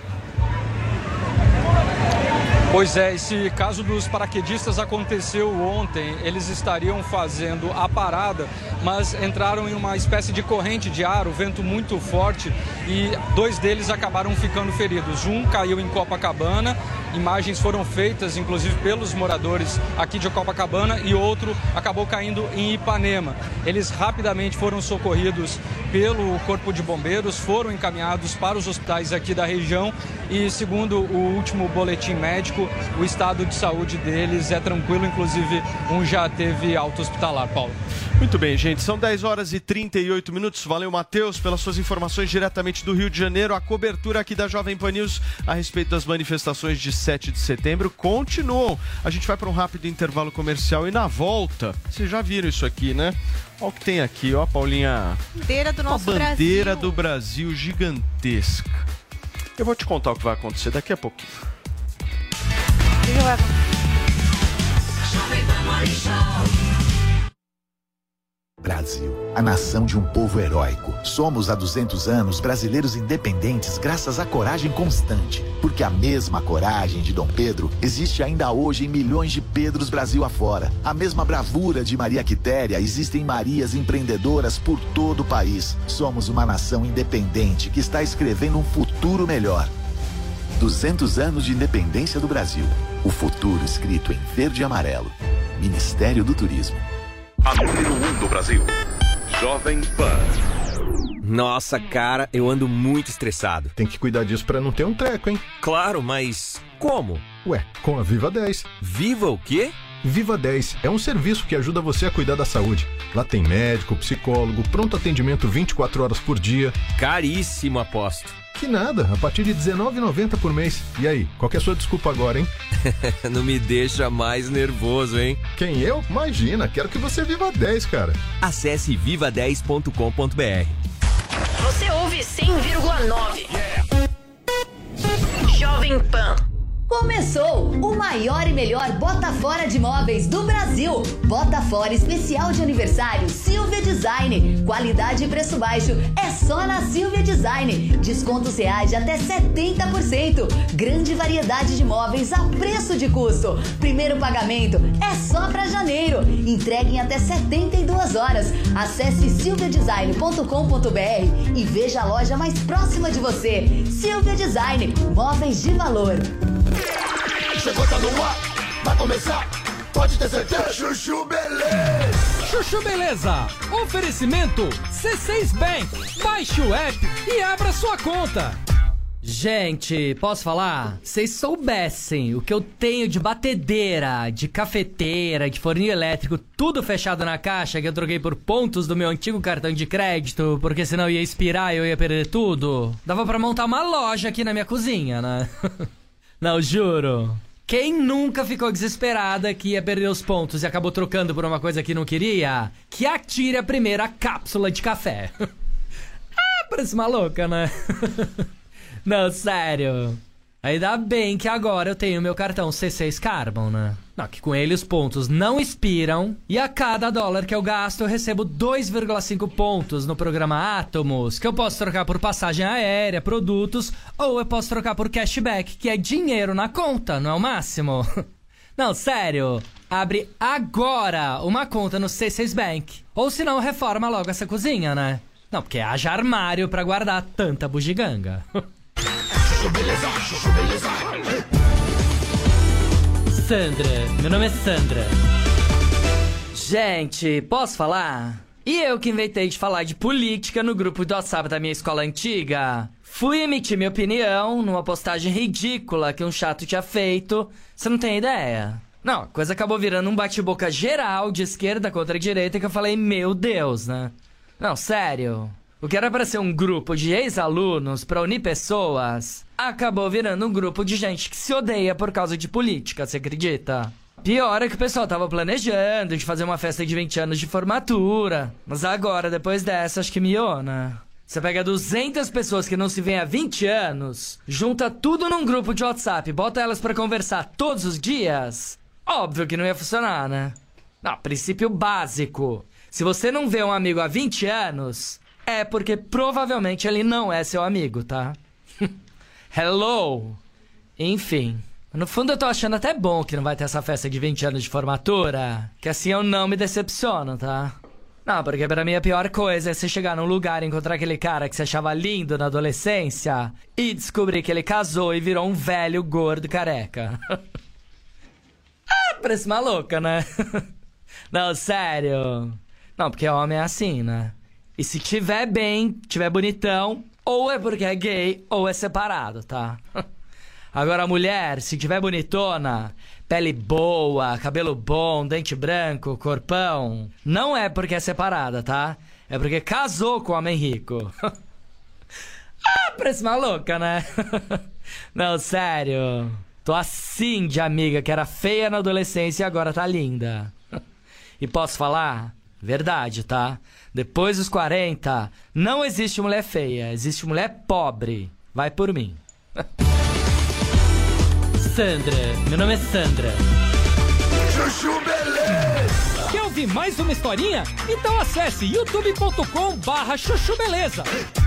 Pois é, esse caso dos paraquedistas aconteceu ontem. Eles estariam fazendo a parada, mas entraram em uma espécie de corrente de ar, o vento muito forte, e dois deles acabaram ficando feridos. Um caiu em Copacabana, imagens foram feitas, inclusive, pelos moradores aqui de Copacabana, e outro acabou caindo em Ipanema. Eles rapidamente foram socorridos pelo Corpo de Bombeiros, foram encaminhados para os hospitais aqui da região e, segundo o último boletim médico, o estado de saúde deles é tranquilo, inclusive um já teve alta hospitalar, Paulo. Muito bem, gente, são dez horas e trinta e oito minutos. Valeu, Matheus, pelas suas informações diretamente do Rio de Janeiro. A cobertura aqui da Jovem Pan News a respeito das manifestações de sete de setembro continuam. A gente vai para um rápido intervalo comercial e na volta, vocês já viram isso aqui, né? Olha o que tem aqui, ó, Paulinha. Bandeira do nosso Brasil. Uma bandeira Brasil. do Brasil gigantesca. Eu vou te contar o que vai acontecer daqui a pouquinho. Brasil, a nação de um povo heróico. Somos há duzentos anos brasileiros independentes graças à coragem constante. Porque a mesma coragem de Dom Pedro existe ainda hoje em milhões de Pedros Brasil afora. A mesma bravura de Maria Quitéria existe em Marias empreendedoras por todo o país. Somos uma nação independente que está escrevendo um futuro melhor. duzentos anos de independência do Brasil. O futuro escrito em verde e amarelo. Ministério do Turismo. A número um do Brasil. Jovem Pan. Nossa, cara, eu ando muito estressado. Tem que cuidar disso pra não ter um treco, hein? Claro, mas como? Ué, com a Viva dez. Viva o quê? Viva dez é um serviço que ajuda você a cuidar da saúde. Lá tem médico, psicólogo, pronto atendimento vinte e quatro horas por dia. Caríssimo, aposto. Que nada, a partir de dezenove reais e noventa centavos por mês. E aí, qual que é a sua desculpa agora, hein? Não me deixa mais nervoso, hein? Quem, eu? Imagina, quero que você viva dez, cara. Acesse viva dez ponto com ponto br. Você ouve cem vírgula nove. Jovem Pan. Começou o maior e melhor Bota Fora de móveis do Brasil. Bota Fora especial de aniversário Silvia Design. Qualidade e preço baixo é só na Silvia Design. Descontos reais de até setenta por cento. Grande variedade de móveis a preço de custo. Primeiro pagamento é só para janeiro. Entregue em até setenta e duas horas. Acesse silvia design ponto com ponto br e veja a loja mais próxima de você. Silvia Design, móveis de valor. Chegou, tá no ar, vai começar, pode ter certeza. Chuchu Beleza. Chuchu Beleza. Oferecimento C seis Bank. Baixe o app e abra sua conta. Gente, posso falar? Vocês soubessem o que eu tenho de batedeira, de cafeteira, de forninho elétrico, tudo fechado na caixa que eu troquei por pontos do meu antigo cartão de crédito, porque senão ia expirar e eu ia perder tudo. Dava pra montar uma loja aqui na minha cozinha, né? Não, juro. Quem nunca ficou desesperada que ia perder os pontos e acabou trocando por uma coisa que não queria? Que atire a primeira cápsula de café. Ah, parece maluca, né? Não, sério. Ainda bem que agora eu tenho meu cartão C seis Carbon, né? Não, que com ele os pontos não expiram e a cada dólar que eu gasto eu recebo dois vírgula cinco pontos no programa Atomos, que eu posso trocar por passagem aérea, produtos, ou eu posso trocar por cashback, que é dinheiro na conta, não é o máximo? Não, sério. Abre agora uma conta no C seis Bank. Ou se não, reforma logo essa cozinha, né? Não, porque haja armário pra guardar tanta bugiganga. Beleza, Chuchu Beleza. Sandra, meu nome é Sandra. Gente, posso falar? E eu que inventei de falar de política no grupo do WhatsApp da minha escola antiga. Fui emitir minha opinião numa postagem ridícula que um chato tinha feito. Você não tem ideia? Não, a coisa acabou virando um bate-boca geral de esquerda contra a direita que eu falei, meu Deus, né? Não, sério. O que era pra ser um grupo de ex-alunos pra unir pessoas, acabou virando um grupo de gente que se odeia por causa de política, você acredita? Pior é que o pessoal tava planejando de fazer uma festa de vinte anos de formatura. Mas agora, depois dessa, acho que miou, né? Você pega duzentas pessoas que não se veem há vinte anos, junta tudo num grupo de WhatsApp, bota elas pra conversar todos os dias. Óbvio que não ia funcionar, né? Não, princípio básico. Se você não vê um amigo há vinte anos, é porque provavelmente ele não é seu amigo, tá? Hello? Enfim. No fundo eu tô achando até bom que não vai ter essa festa de vinte anos de formatura, que assim eu não me decepciono, tá? Não, porque pra mim a pior coisa é você chegar num lugar e encontrar aquele cara que você achava lindo na adolescência e descobrir que ele casou e virou um velho gordo careca. Ah, parece maluca, né? Não, sério. Não, porque homem é assim, né? E se tiver bem, tiver bonitão, ou é porque é gay, ou é separado, tá? Agora a mulher, se tiver bonitona, pele boa, cabelo bom, dente branco, corpão, não é porque é separada, tá? É porque casou com o homem rico. Ah, parece maluca, né? Não, sério. Tô assim de amiga que era feia na adolescência e agora tá linda. E posso falar? Verdade, tá? Depois dos quarenta, não existe mulher feia, existe mulher pobre. Vai por mim. Sandra, meu nome é Sandra. Chuchu Beleza! Quer ouvir mais uma historinha? Então acesse youtube ponto com barra chuchu beleza.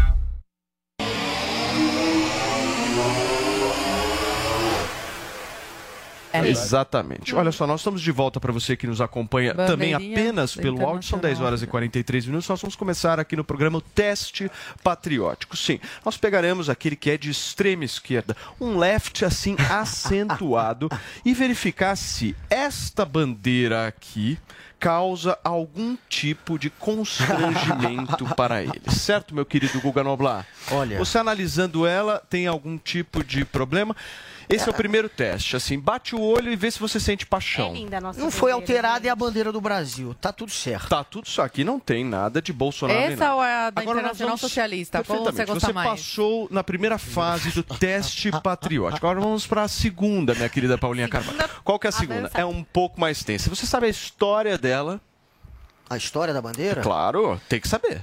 É. Exatamente. Olha só, nós estamos de volta para você que nos acompanha também apenas pelo áudio. São dez horas e quarenta e três minutos. Nós vamos começar aqui no programa o Teste Patriótico. Sim, nós pegaremos aquele que é de extrema esquerda, um left assim acentuado, e verificar se esta bandeira aqui causa algum tipo de constrangimento para ele. Certo, meu querido Guga Noblar? Olha. Você analisando ela, tem algum tipo de problema? Esse é o primeiro teste, assim, bate o olho e vê se você sente paixão. É linda a nossa Não foi bandeira, alterada gente. e a bandeira do Brasil. Tá tudo certo. Tá tudo isso aqui, não tem nada de Bolsonaro. nem Essa nada. ou é a da Agora nós Internacional vamos- Socialista? Qual você Perfeitamente. gosta Você mais? passou na primeira fase do teste patriótico. Agora vamos para a segunda, minha querida Paulinha Carvalho. Qual que é a segunda? avança. É um pouco mais tensa. Você sabe a história dela? A história da bandeira? Claro, tem que saber.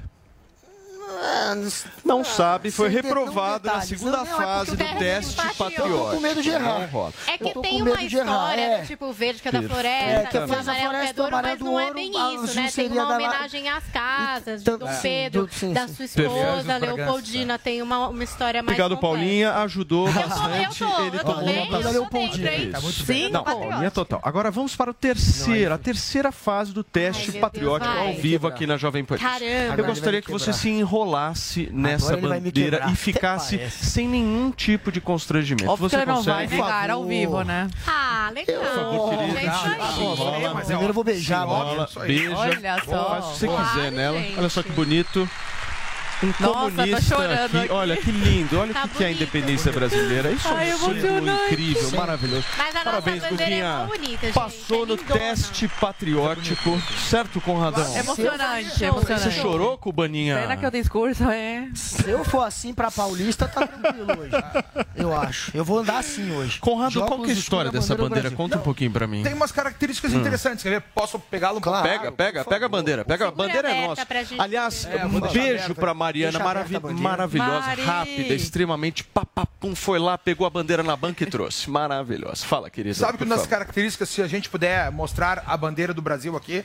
Não sabe, foi sem ter reprovado na detalhes. segunda Não, não, é fase porque do eu tô teste com patriótico. Eu tô com medo de errar. Não rola. É que tô tem com uma medo de errar, história é. do tipo verde que é da Perfeito. floresta, É, que do faz a amarelo que é floresta, do ouro, do mas não é bem amarelo, isso, azul né? Tem seria uma da- homenagem às casas de Então, Dom sim, Pedro, do- sim, da sim. sua Perfeito. esposa, Leopoldina, tem uma, uma história mais Obrigado, complexa. Paulinha. Ajudou Eu tô- bastante. eu tô- Ele eu tô tomou bem, nota eu tô Leopoldina. dentro, hein? Tá muito Sim, bem. Não, patriótico. Paulinha total. Agora vamos para o terceiro, a terceira fase do teste Ai, meu patriótico Deus, vai. ao vivo aqui na Jovem Pan. Caramba. Eu Agora gostaria ele que vai você quebrar. se enrolasse nessa ele vai me bandeira quebrar, e ficasse até parece. sem nenhum tipo de constrangimento. Óbvio que Você ele não vai consegue? negar ao vivo, né? Ah, legal. Por favor, querida. É isso aí. Enrola. Mas primeiro eu vou beijar, Enrola, mano. beija. Olha só. Faz o que você Claro, quiser nela. gente. Olha só que bonito. Um Nossa, tô comunista chorando aqui. aqui. Olha que lindo. Olha o Tá que, que é a bonito. independência brasileira. Isso Ai, é um símbolo emocionante. incrível, maravilhoso. Mas a Parabéns, nossa bandeira é Guguinha. mó bonita, gente. Passou é no lindona. teste patriótico. Certo, Conradão? Emocionante, Você emocionante. chorou com o Baninha? Pena que o discurso é... Se eu for assim pra Paulista, tá tranquilo hoje. Eu acho. Eu vou andar assim hoje. Conrado, De qual que é a óculos história escuros, dessa do bandeira? Brasil. Conta um pouquinho pra mim. Tem umas características Hum. interessantes. Quer ver? Posso pegá-lo um pouco? Pega, pega, pega a bandeira. Pega a Segura bandeira é aberta nossa. pra gente Aliás, ver. É, um vou deixar beijo aberta. pra Mariana, Deixa aberta maravi a bandeira. maravilhosa, Mari. rápida, extremamente papapum. Foi lá, pegou a bandeira na banca e trouxe. Maravilhosa. Fala, querida. Sabe que por uma das favor. características, se a gente puder mostrar a bandeira do Brasil aqui,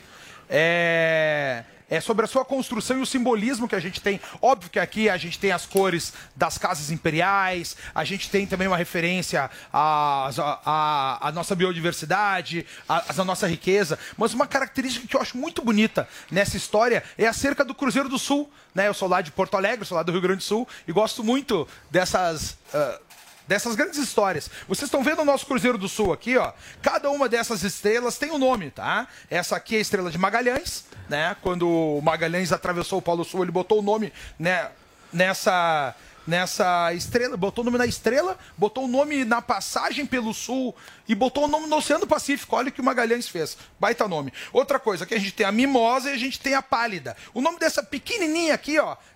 é, é sobre a sua construção e o simbolismo que a gente tem. Óbvio que aqui a gente tem as cores das casas imperiais, a gente tem também uma referência à, à, à nossa biodiversidade, à, à nossa riqueza, mas uma característica que eu acho muito bonita nessa história é acerca do Cruzeiro do Sul. Né? Eu sou lá de Porto Alegre, sou lá do Rio Grande do Sul e gosto muito dessas... ah, dessas grandes histórias. Vocês estão vendo o nosso Cruzeiro do Sul aqui, ó. Cada uma dessas estrelas tem um nome, tá? Essa aqui é a estrela de Magalhães, né? Quando o Magalhães atravessou o Polo Sul, ele botou o nome, né, nessa nessa estrela, botou o nome na estrela, botou o nome na passagem pelo sul e botou o nome no Oceano Pacífico. Olha o que o Magalhães fez. Baita nome. Outra coisa, que a gente tem a mimosa e a gente tem a pálida. O nome dessa pequenininha aqui, ó,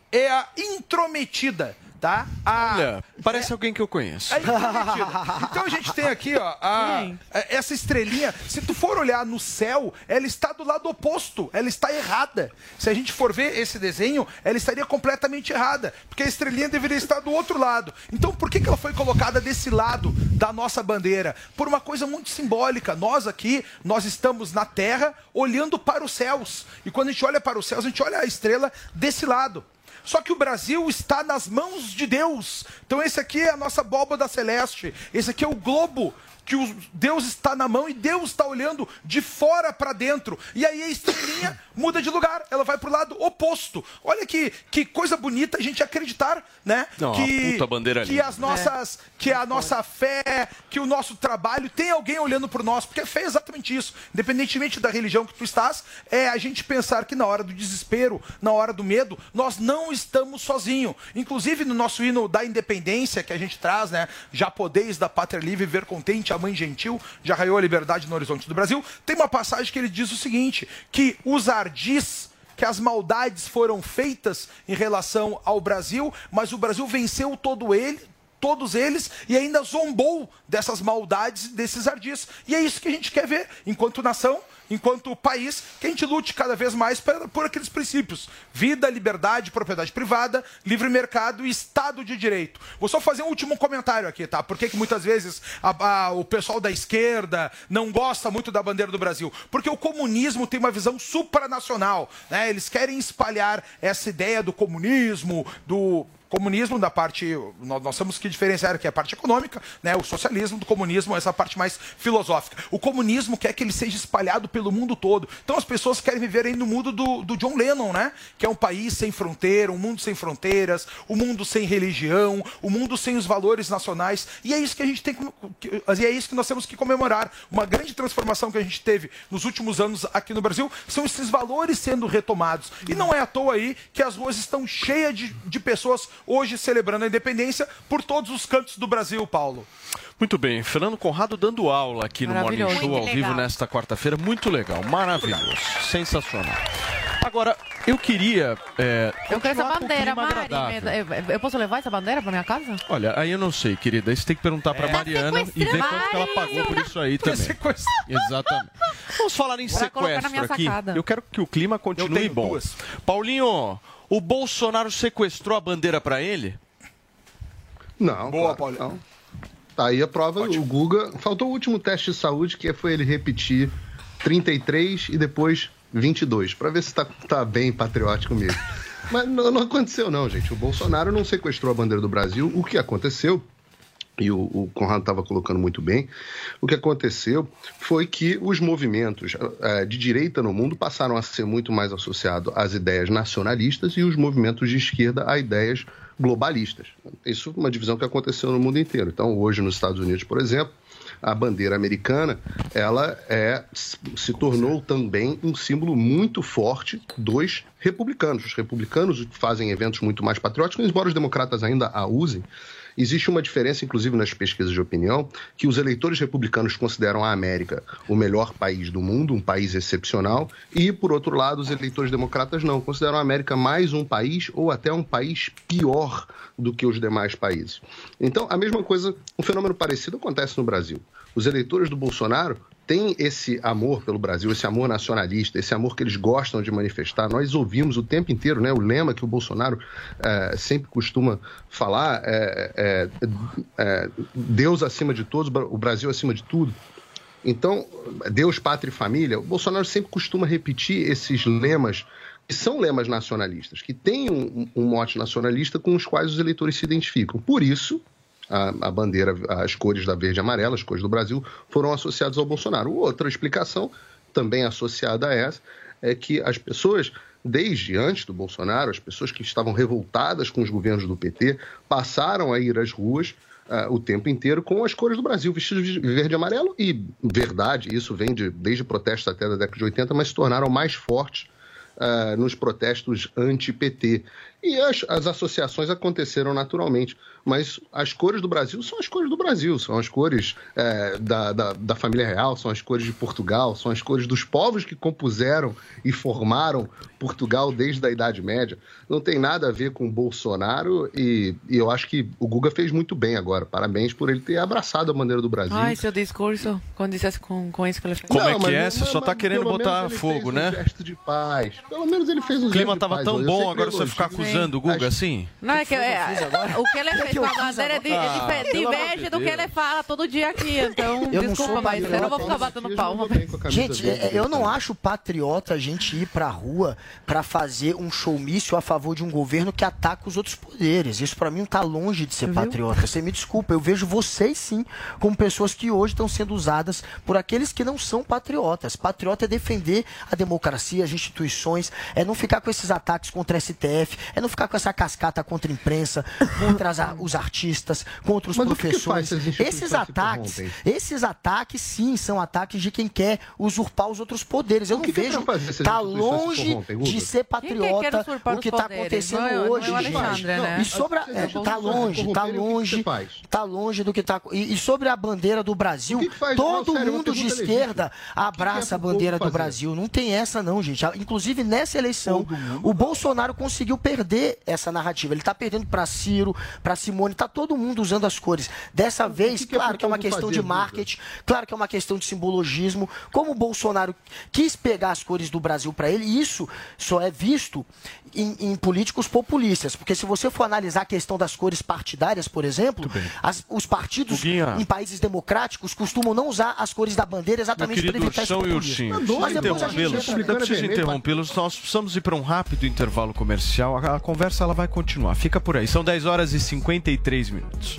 é a intrometida. Tá? A... Olha, parece é... alguém que eu conheço. É então a gente tem aqui, ó, a... essa estrelinha. Se tu for olhar no céu, ela está do lado oposto. Ela está errada. Se a gente for ver esse desenho, ela estaria completamente errada. Porque a estrelinha deveria estar do outro lado. Então por que que ela foi colocada desse lado da nossa bandeira? Por uma coisa muito simbólica. Nós aqui, nós estamos na Terra olhando para os céus. E quando a gente olha para os céus, a gente olha a estrela desse lado. Só que o Brasil está nas mãos de Deus. Então esse aqui é a nossa abóbada celeste. Esse aqui é o globo que o Deus está na mão e Deus está olhando de fora para dentro. E aí a estrelinha muda de lugar, ela vai para o lado oposto. Olha que, que coisa bonita a gente acreditar, né? Não, que, puta bandeira que as nossas, é. que a nossa fé, que o nosso trabalho tem alguém olhando por nós, porque a fé é exatamente isso. Independentemente da religião que tu estás, é a gente pensar que na hora do desespero, na hora do medo, nós não estamos sozinhos. Inclusive no nosso hino da independência que a gente traz, né? Já podeis da pátria livre ver contente a mãe gentil, já raiou a liberdade no horizonte do Brasil. Tem uma passagem que ele diz o seguinte, que os ardis, que as maldades foram feitas em relação ao Brasil, mas o Brasil venceu todo ele, todos eles, e ainda zombou dessas maldades, desses ardis. E é isso que a gente quer ver, enquanto nação, enquanto país, que a gente lute cada vez mais por, por aqueles princípios. Vida, liberdade, propriedade privada, livre mercado e Estado de Direito. Vou só fazer um último comentário aqui, tá? Por que que muitas vezes a, a, o pessoal da esquerda não gosta muito da bandeira do Brasil? Porque o comunismo tem uma visão supranacional, né? Eles querem espalhar essa ideia do comunismo, do... comunismo da parte, nós, nós temos que diferenciar aqui a parte econômica, né, o socialismo do comunismo, essa parte mais filosófica. O comunismo quer que ele seja espalhado pelo mundo todo. Então as pessoas querem viver aí no mundo do, do John Lennon, né, que é um país sem fronteira, um mundo sem fronteiras, um mundo sem religião, um mundo sem os valores nacionais. E é isso que a gente tem que, e é isso que nós temos que comemorar. Uma grande transformação que a gente teve nos últimos anos aqui no Brasil são esses valores sendo retomados. E não é à toa aí que as ruas estão cheias de, de pessoas hoje celebrando a independência por todos os cantos do Brasil, Paulo. Muito bem, Fernando Conrado dando aula aqui no Morning Show Muito ao legal. vivo nesta quarta-feira. Muito legal, maravilhoso, sensacional. Agora, eu queria... É, Eu quero essa continuar com o bandeira, clima Mari. agradável. Eu, eu posso levar essa bandeira pra minha casa? Olha, aí eu não sei, querida. Aí você tem que perguntar pra É. Mariana Tá e ver quanto que ela sequestrando. pagou por isso aí também. Exatamente. Vamos falar em Bora colocar na sequestro minha aqui. sacada. Eu quero que o clima continue tenho bom. duas. Paulinho, o Bolsonaro sequestrou a bandeira pra ele? Não, Boa, claro, Paulinho. não. Tá aí a prova, o Guga... Faltou o último teste de saúde, que foi ele repetir trinta e três e depois vinte e dois, para ver se tá, tá bem patriótico mesmo. Mas não, não aconteceu não, gente. O Bolsonaro não sequestrou a bandeira do Brasil. O que aconteceu, e o, o Conrado estava colocando muito bem, o que aconteceu foi que os movimentos uh, de direita no mundo passaram a ser muito mais associados às ideias nacionalistas e os movimentos de esquerda a ideias globalistas. Isso é uma divisão que aconteceu no mundo inteiro. Então, hoje nos Estados Unidos, por exemplo, a bandeira americana, ela é, se tornou também um símbolo muito forte dos republicanos. Os republicanos fazem eventos muito mais patrióticos, embora os democratas ainda a usem. Existe uma diferença, inclusive nas pesquisas de opinião, que os eleitores republicanos consideram a América o melhor país do mundo, um país excepcional, e, por outro lado, os eleitores democratas não, consideram a América mais um país ou até um país pior do que os demais países. Então, a mesma coisa, um fenômeno parecido acontece no Brasil. Os eleitores do Bolsonaro têm esse amor pelo Brasil, esse amor nacionalista, esse amor que eles gostam de manifestar. Nós ouvimos o tempo inteiro, né, o lema que o Bolsonaro é, sempre costuma falar, é, é, é, Deus acima de todos, o Brasil acima de tudo. Então, Deus, pátria e família, o Bolsonaro sempre costuma repetir esses lemas, que são lemas nacionalistas, que têm um, um mote nacionalista com os quais os eleitores se identificam. Por isso, A, a bandeira, as cores da verde e amarela, as cores do Brasil, foram associadas ao Bolsonaro. Outra explicação, também associada a essa, é que as pessoas, desde antes do Bolsonaro, as pessoas que estavam revoltadas com os governos do P T, passaram a ir às ruas uh, o tempo inteiro com as cores do Brasil, vestidos de verde e amarelo, e verdade, isso vem de, desde protestos até da década de oitenta, mas se tornaram mais fortes uh, nos protestos anti-P T. E as, as associações aconteceram naturalmente, mas as cores do Brasil são as cores do Brasil, são as cores é, da, da, da família real, são as cores de Portugal, são as cores dos povos que compuseram e formaram Portugal desde a Idade Média. Não tem nada a ver com Bolsonaro e, e eu acho que o Guga fez muito bem agora. Parabéns por ele ter abraçado a bandeira do Brasil. Ai, seu discurso, quando dissesse com, com isso que ele fez. Como Não, é que mas- é? Você mas- só tá mas querendo pelo botar menos ele fogo, fez né? um gesto de paz. Pelo menos ele fez um O clima gesto de tava paz. tão Eu bom, sei que agora você elogio. ficar acusando o Guga assim? Não, é que é, o que ele fez com a bandeira é, di- é Ah, dife- pelo amor diverge de do que Deus. ele fala todo dia aqui. Então, Eu não desculpa, sou mas eu não vou ficar patriota. batendo palma. Gente, é- eu não acho patriota a gente ir pra rua pra fazer um showmício a favor de um governo que ataca os outros poderes. Isso pra mim tá longe de ser patriota. Você me desculpa, eu vejo vocês sim como pessoas que hoje estão sendo usadas por aqueles que não são patriotas. Patriota é defender a democracia, as instituições, é não ficar com esses ataques contra a S T F, é não ficar com essa cascata contra a imprensa, contra as a- os artistas, contra os Mas o que que professores. faz se as instituições Esses se ataques, corrompem? esses ataques sim são ataques de quem quer usurpar os outros poderes. Eu O não que que é vejo, pra fazer se as tá instituições se longe corrompem, Guga? de ser Quem que quer patriota usurpar o que os está poderes? acontecendo Não é- não é hoje, o gente. Alexandre, né? E sobre a, As é, tá instituições longe, tá corromperem, o que que longe, você faz? tá longe do que tá e, e sobre a bandeira do Brasil, O que que faz? Não, todo sério, uma mundo de pergunta esquerda legítima. abraça O a que que é pro bandeira povo do fazer? Brasil. Não tem essa não, gente. Inclusive nessa eleição, o Bolsonaro conseguiu perder essa narrativa. Ele tá perdendo para Ciro, para Simone, tá todo mundo usando as cores. Dessa vez, que é claro pro que é uma povo questão fazer, de marketing, claro que é uma questão de simbologismo. Como o Bolsonaro quis pegar as cores do Brasil para ele, e isso só é visto em, em políticos populistas. Porque se você for analisar a questão das cores partidárias, por exemplo, as- os partidos Guguinha. em países democráticos costumam não usar as cores da bandeira Meu exatamente para querido evitar esse Ursão e populismo. Ursinho, Mas preciso depois a gente interrompê-los. entra Eu preciso interrompê-los. Nós precisamos ir para um rápido intervalo comercial. A, a conversa ela vai continuar. Fica por aí. São dez horas e cinquenta e três minutos.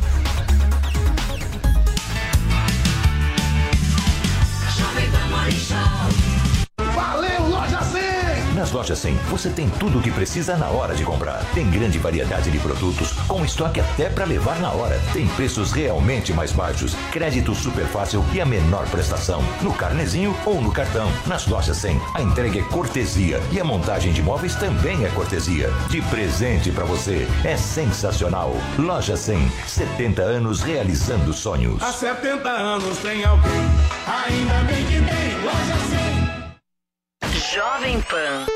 Valeu, Loja cem! Nas Lojas cem, você tem tudo o que precisa na hora de comprar. Tem grande variedade de produtos, com estoque até para levar na hora. Tem preços realmente mais baixos, crédito super fácil e a menor prestação. No carnezinho ou no cartão. Nas Lojas cem, a entrega é cortesia e a montagem de móveis também é cortesia. De presente para você, é sensacional. Loja cem, setenta anos realizando sonhos. Há setenta anos tem alguém, ainda bem que tem Loja cem. Jovem Pan.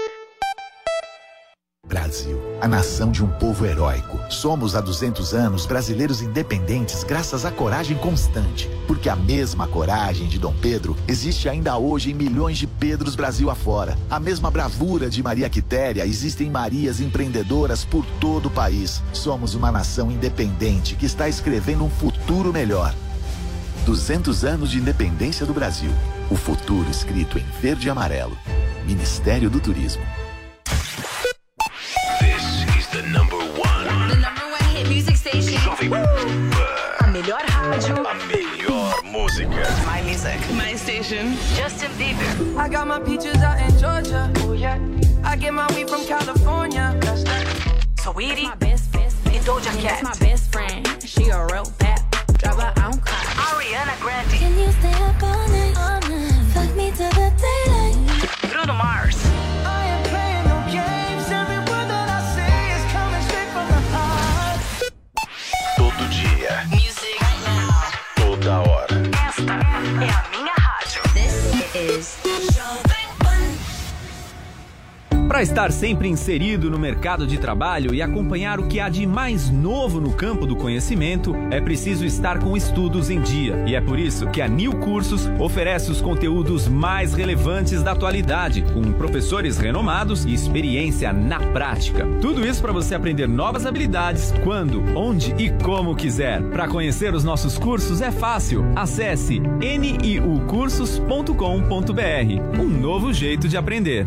Brasil, a nação de um povo heróico. Somos há duzentos anos brasileiros independentes graças à coragem constante. Porque a mesma coragem de Dom Pedro existe ainda hoje em milhões de Pedros Brasil afora. A mesma bravura de Maria Quitéria existe em Marias empreendedoras por todo o país. Somos uma nação independente que está escrevendo um futuro melhor. duzentos anos de independência do Brasil. O futuro escrito em verde e amarelo. Ministério do Turismo. This is the number one. The number one hit music station. Jovem Pan. A melhor rádio. A melhor música. My music. My station. Justin Bieber. I got my peaches out in Georgia. Oh yeah. I get my weed from California. That's that. Sweetie. My best, best, best. And Doja Cat. That's my best friend. She a real bad. Drop her own car. Ariana Grande. Can you stay up all night? All night. Fuck me to the daylight. Bruno Mars. I ain't playing no games. Every word that I say is coming straight from the heart. Todo dia. Music. Toda hora. Esta é a minha rádio. This is Jovem Pan. Para estar sempre inserido no mercado de trabalho e acompanhar o que há de mais novo no campo do conhecimento, é preciso estar com estudos em dia. E é por isso que a New Cursos oferece os conteúdos mais relevantes da atualidade, com professores renomados e experiência na prática. Tudo isso para você aprender novas habilidades, quando, onde e como quiser. Para conhecer os nossos cursos é fácil. Acesse N I U cursos ponto com ponto B R. Um novo jeito de aprender.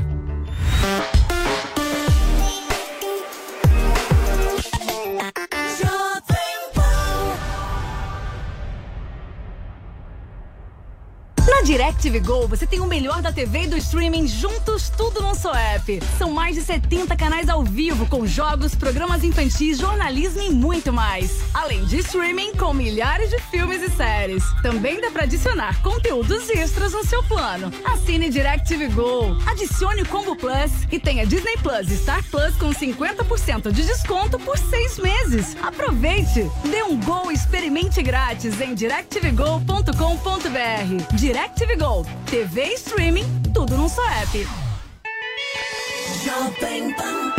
Na DirecTV Go, você tem o melhor da T V e do streaming juntos, tudo num só app. São mais de setenta canais ao vivo, com jogos, programas infantis, jornalismo e muito mais. Além de streaming, com milhares de filmes e séries. Também dá pra adicionar conteúdos extras no seu plano. Assine DirecTV Go, adicione o Combo Plus e tenha Disney Plus e Star Plus com cinquenta por cento de desconto por seis meses. Aproveite! Dê um Go e experimente grátis em direct v go ponto com ponto b r. DirecTV Go, T V e streaming, tudo num só app. Jovem Pan.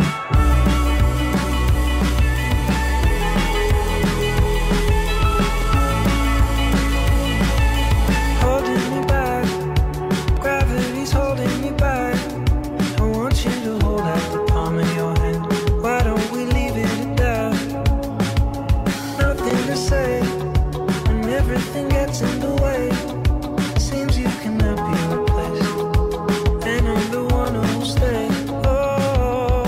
Holding me back, gravity's holding me back. I want you to hold out the palm of your hand. Why don't we leave it at that? Nothing to say, and everything gets in the way. Seems you cannot be replaced, and I'm the one who'll stay. Oh,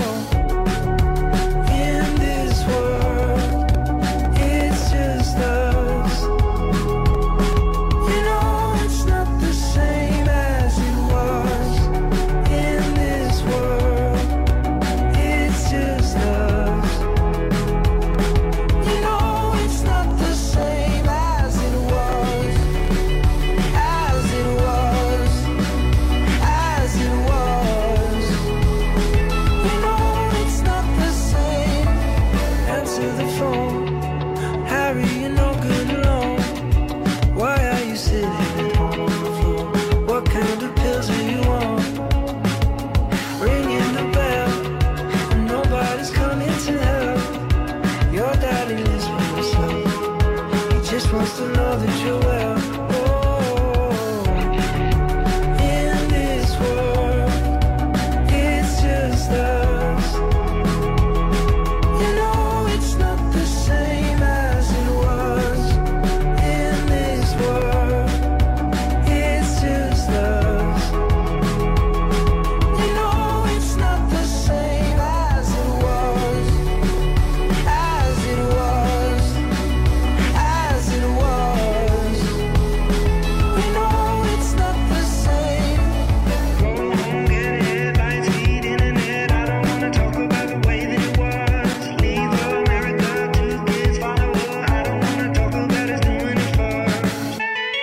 in this world, it's just us. You know it's not the same as it was. In this world, it's just us. You know it's not the same as it was. As it was. As it was. You know it's not the same. Answer the phone. Harry, you're no good alone. Why are you sitting at home on the floor? What kind of pills do you want? Ringing the bell, and nobody's coming to help. Your daddy lives by himself. He just wants to know that you're well. Oh, in this world, it's just us. You know it's not the same as it was. In this world, it's just us. You know it's not the same as it was. As it was. As it was. You know it's not the same. Go home, get headlines, feed internet. I don't wanna talk about the way that it was. Leave America, two kids follow her. I don't wanna talk about us doing it first.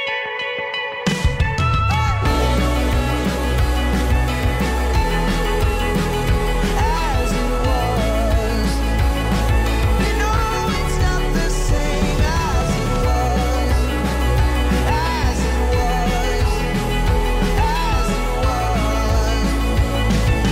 As it was. You know it's not the same as it was. As it was. As it was.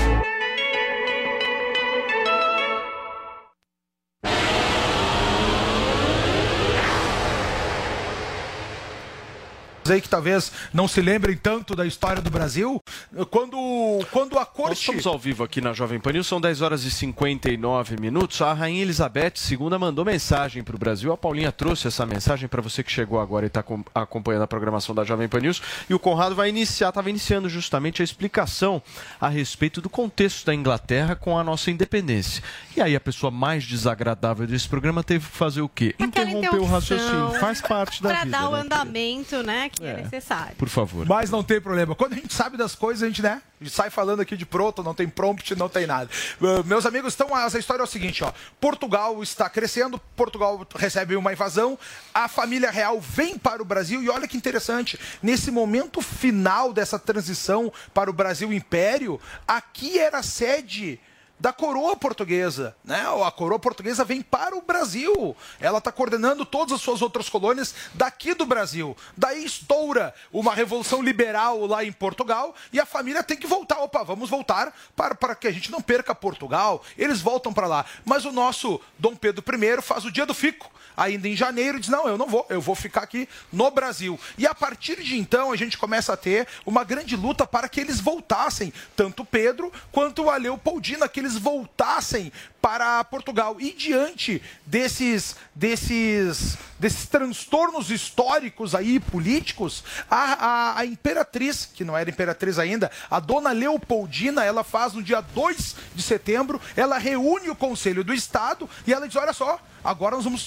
Aí que talvez não se lembrem tanto da história do Brasil, quando, quando a Nós corte... estamos ao vivo aqui na Jovem Pan News, são dez horas e cinquenta e nove minutos. A Rainha Elizabeth segunda mandou mensagem para o Brasil. A Paulinha trouxe essa mensagem para você que chegou agora e está acompanhando a programação da Jovem Pan News. E o Conrado vai iniciar, estava iniciando justamente a explicação a respeito do contexto da Inglaterra com a nossa independência. E aí a pessoa mais desagradável desse programa teve que fazer o quê? Aquela Interromper o raciocínio. Faz parte da Pra vida. dar o né? andamento, né, que é, É. necessário. Por favor. Mas não tem problema. Quando a gente sabe das coisas, a gente, né? A gente sai falando aqui de pronto, não tem prompt, não tem nada. Uh, meus amigos, então a história é o seguinte, ó. Portugal está crescendo, Portugal recebe uma invasão, a família real vem para o Brasil e olha que interessante, nesse momento final dessa transição para o Brasil Império, aqui era a sede da coroa portuguesa, né? A coroa portuguesa vem para o Brasil. Ela está coordenando todas as suas outras colônias daqui do Brasil. Daí estoura uma revolução liberal lá em Portugal e a família tem que voltar. Opa, vamos voltar para, para que a gente não perca Portugal. Eles voltam para lá. Mas o nosso Dom Pedro I faz o dia do fico. Ainda em janeiro, diz, não, eu não vou, eu vou ficar aqui no Brasil. E a partir de então, a gente começa a ter uma grande luta para que eles voltassem, tanto Pedro quanto a Leopoldina, que eles voltassem para Portugal. E diante desses, desses, desses transtornos históricos aí, políticos, a, a, a imperatriz, que não era imperatriz ainda, a dona Leopoldina, ela faz no dia dois de setembro, ela reúne o Conselho do Estado e ela diz, olha só, agora nós vamos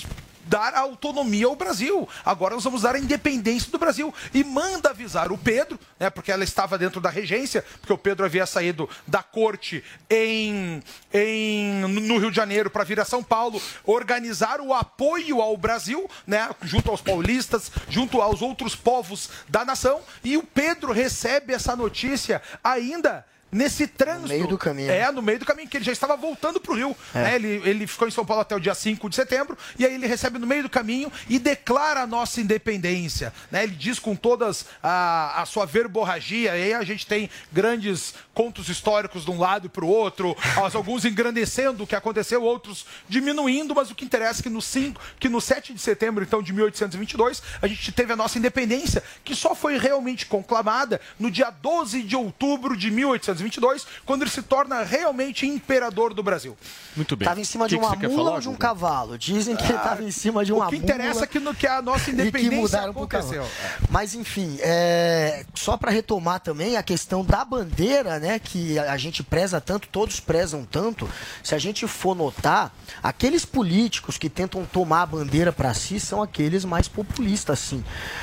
dar a autonomia ao Brasil. Agora nós vamos dar a independência do Brasil. E manda avisar o Pedro, né, porque ela estava dentro da regência, porque o Pedro havia saído da corte em, em, no Rio de Janeiro para vir a São Paulo, organizar o apoio ao Brasil, né, junto aos paulistas, junto aos outros povos da nação. E o Pedro recebe essa notícia ainda nesse trânsito. No meio do caminho. É, no meio do caminho, que ele já estava voltando para o Rio. É. Né? Ele, ele ficou em São Paulo até o dia cinco de setembro, e aí ele recebe no meio do caminho e declara a nossa independência. Né? Ele diz com todas a, a sua verborragia, e aí a gente tem grandes contos históricos de um lado e para o outro, alguns engrandecendo o que aconteceu, outros diminuindo, mas o que interessa é que no, cinco, que no sete de setembro, então, de mil oitocentos e vinte e dois, a gente teve a nossa independência, que só foi realmente conclamada no dia doze de outubro de mil oitocentos e vinte e dois, quando ele se torna realmente imperador do Brasil. Muito bem. Estava em cima de uma mula ou de um cavalo? Dizem que ele estava em cima de uma mula. O que interessa é que, no, que a nossa independência aconteceu. Mas, enfim, é, só para retomar também a questão da bandeira, né, que a gente preza tanto, todos prezam tanto. Se a gente for notar, aqueles políticos que tentam tomar a bandeira para si são aqueles mais populistas, sim.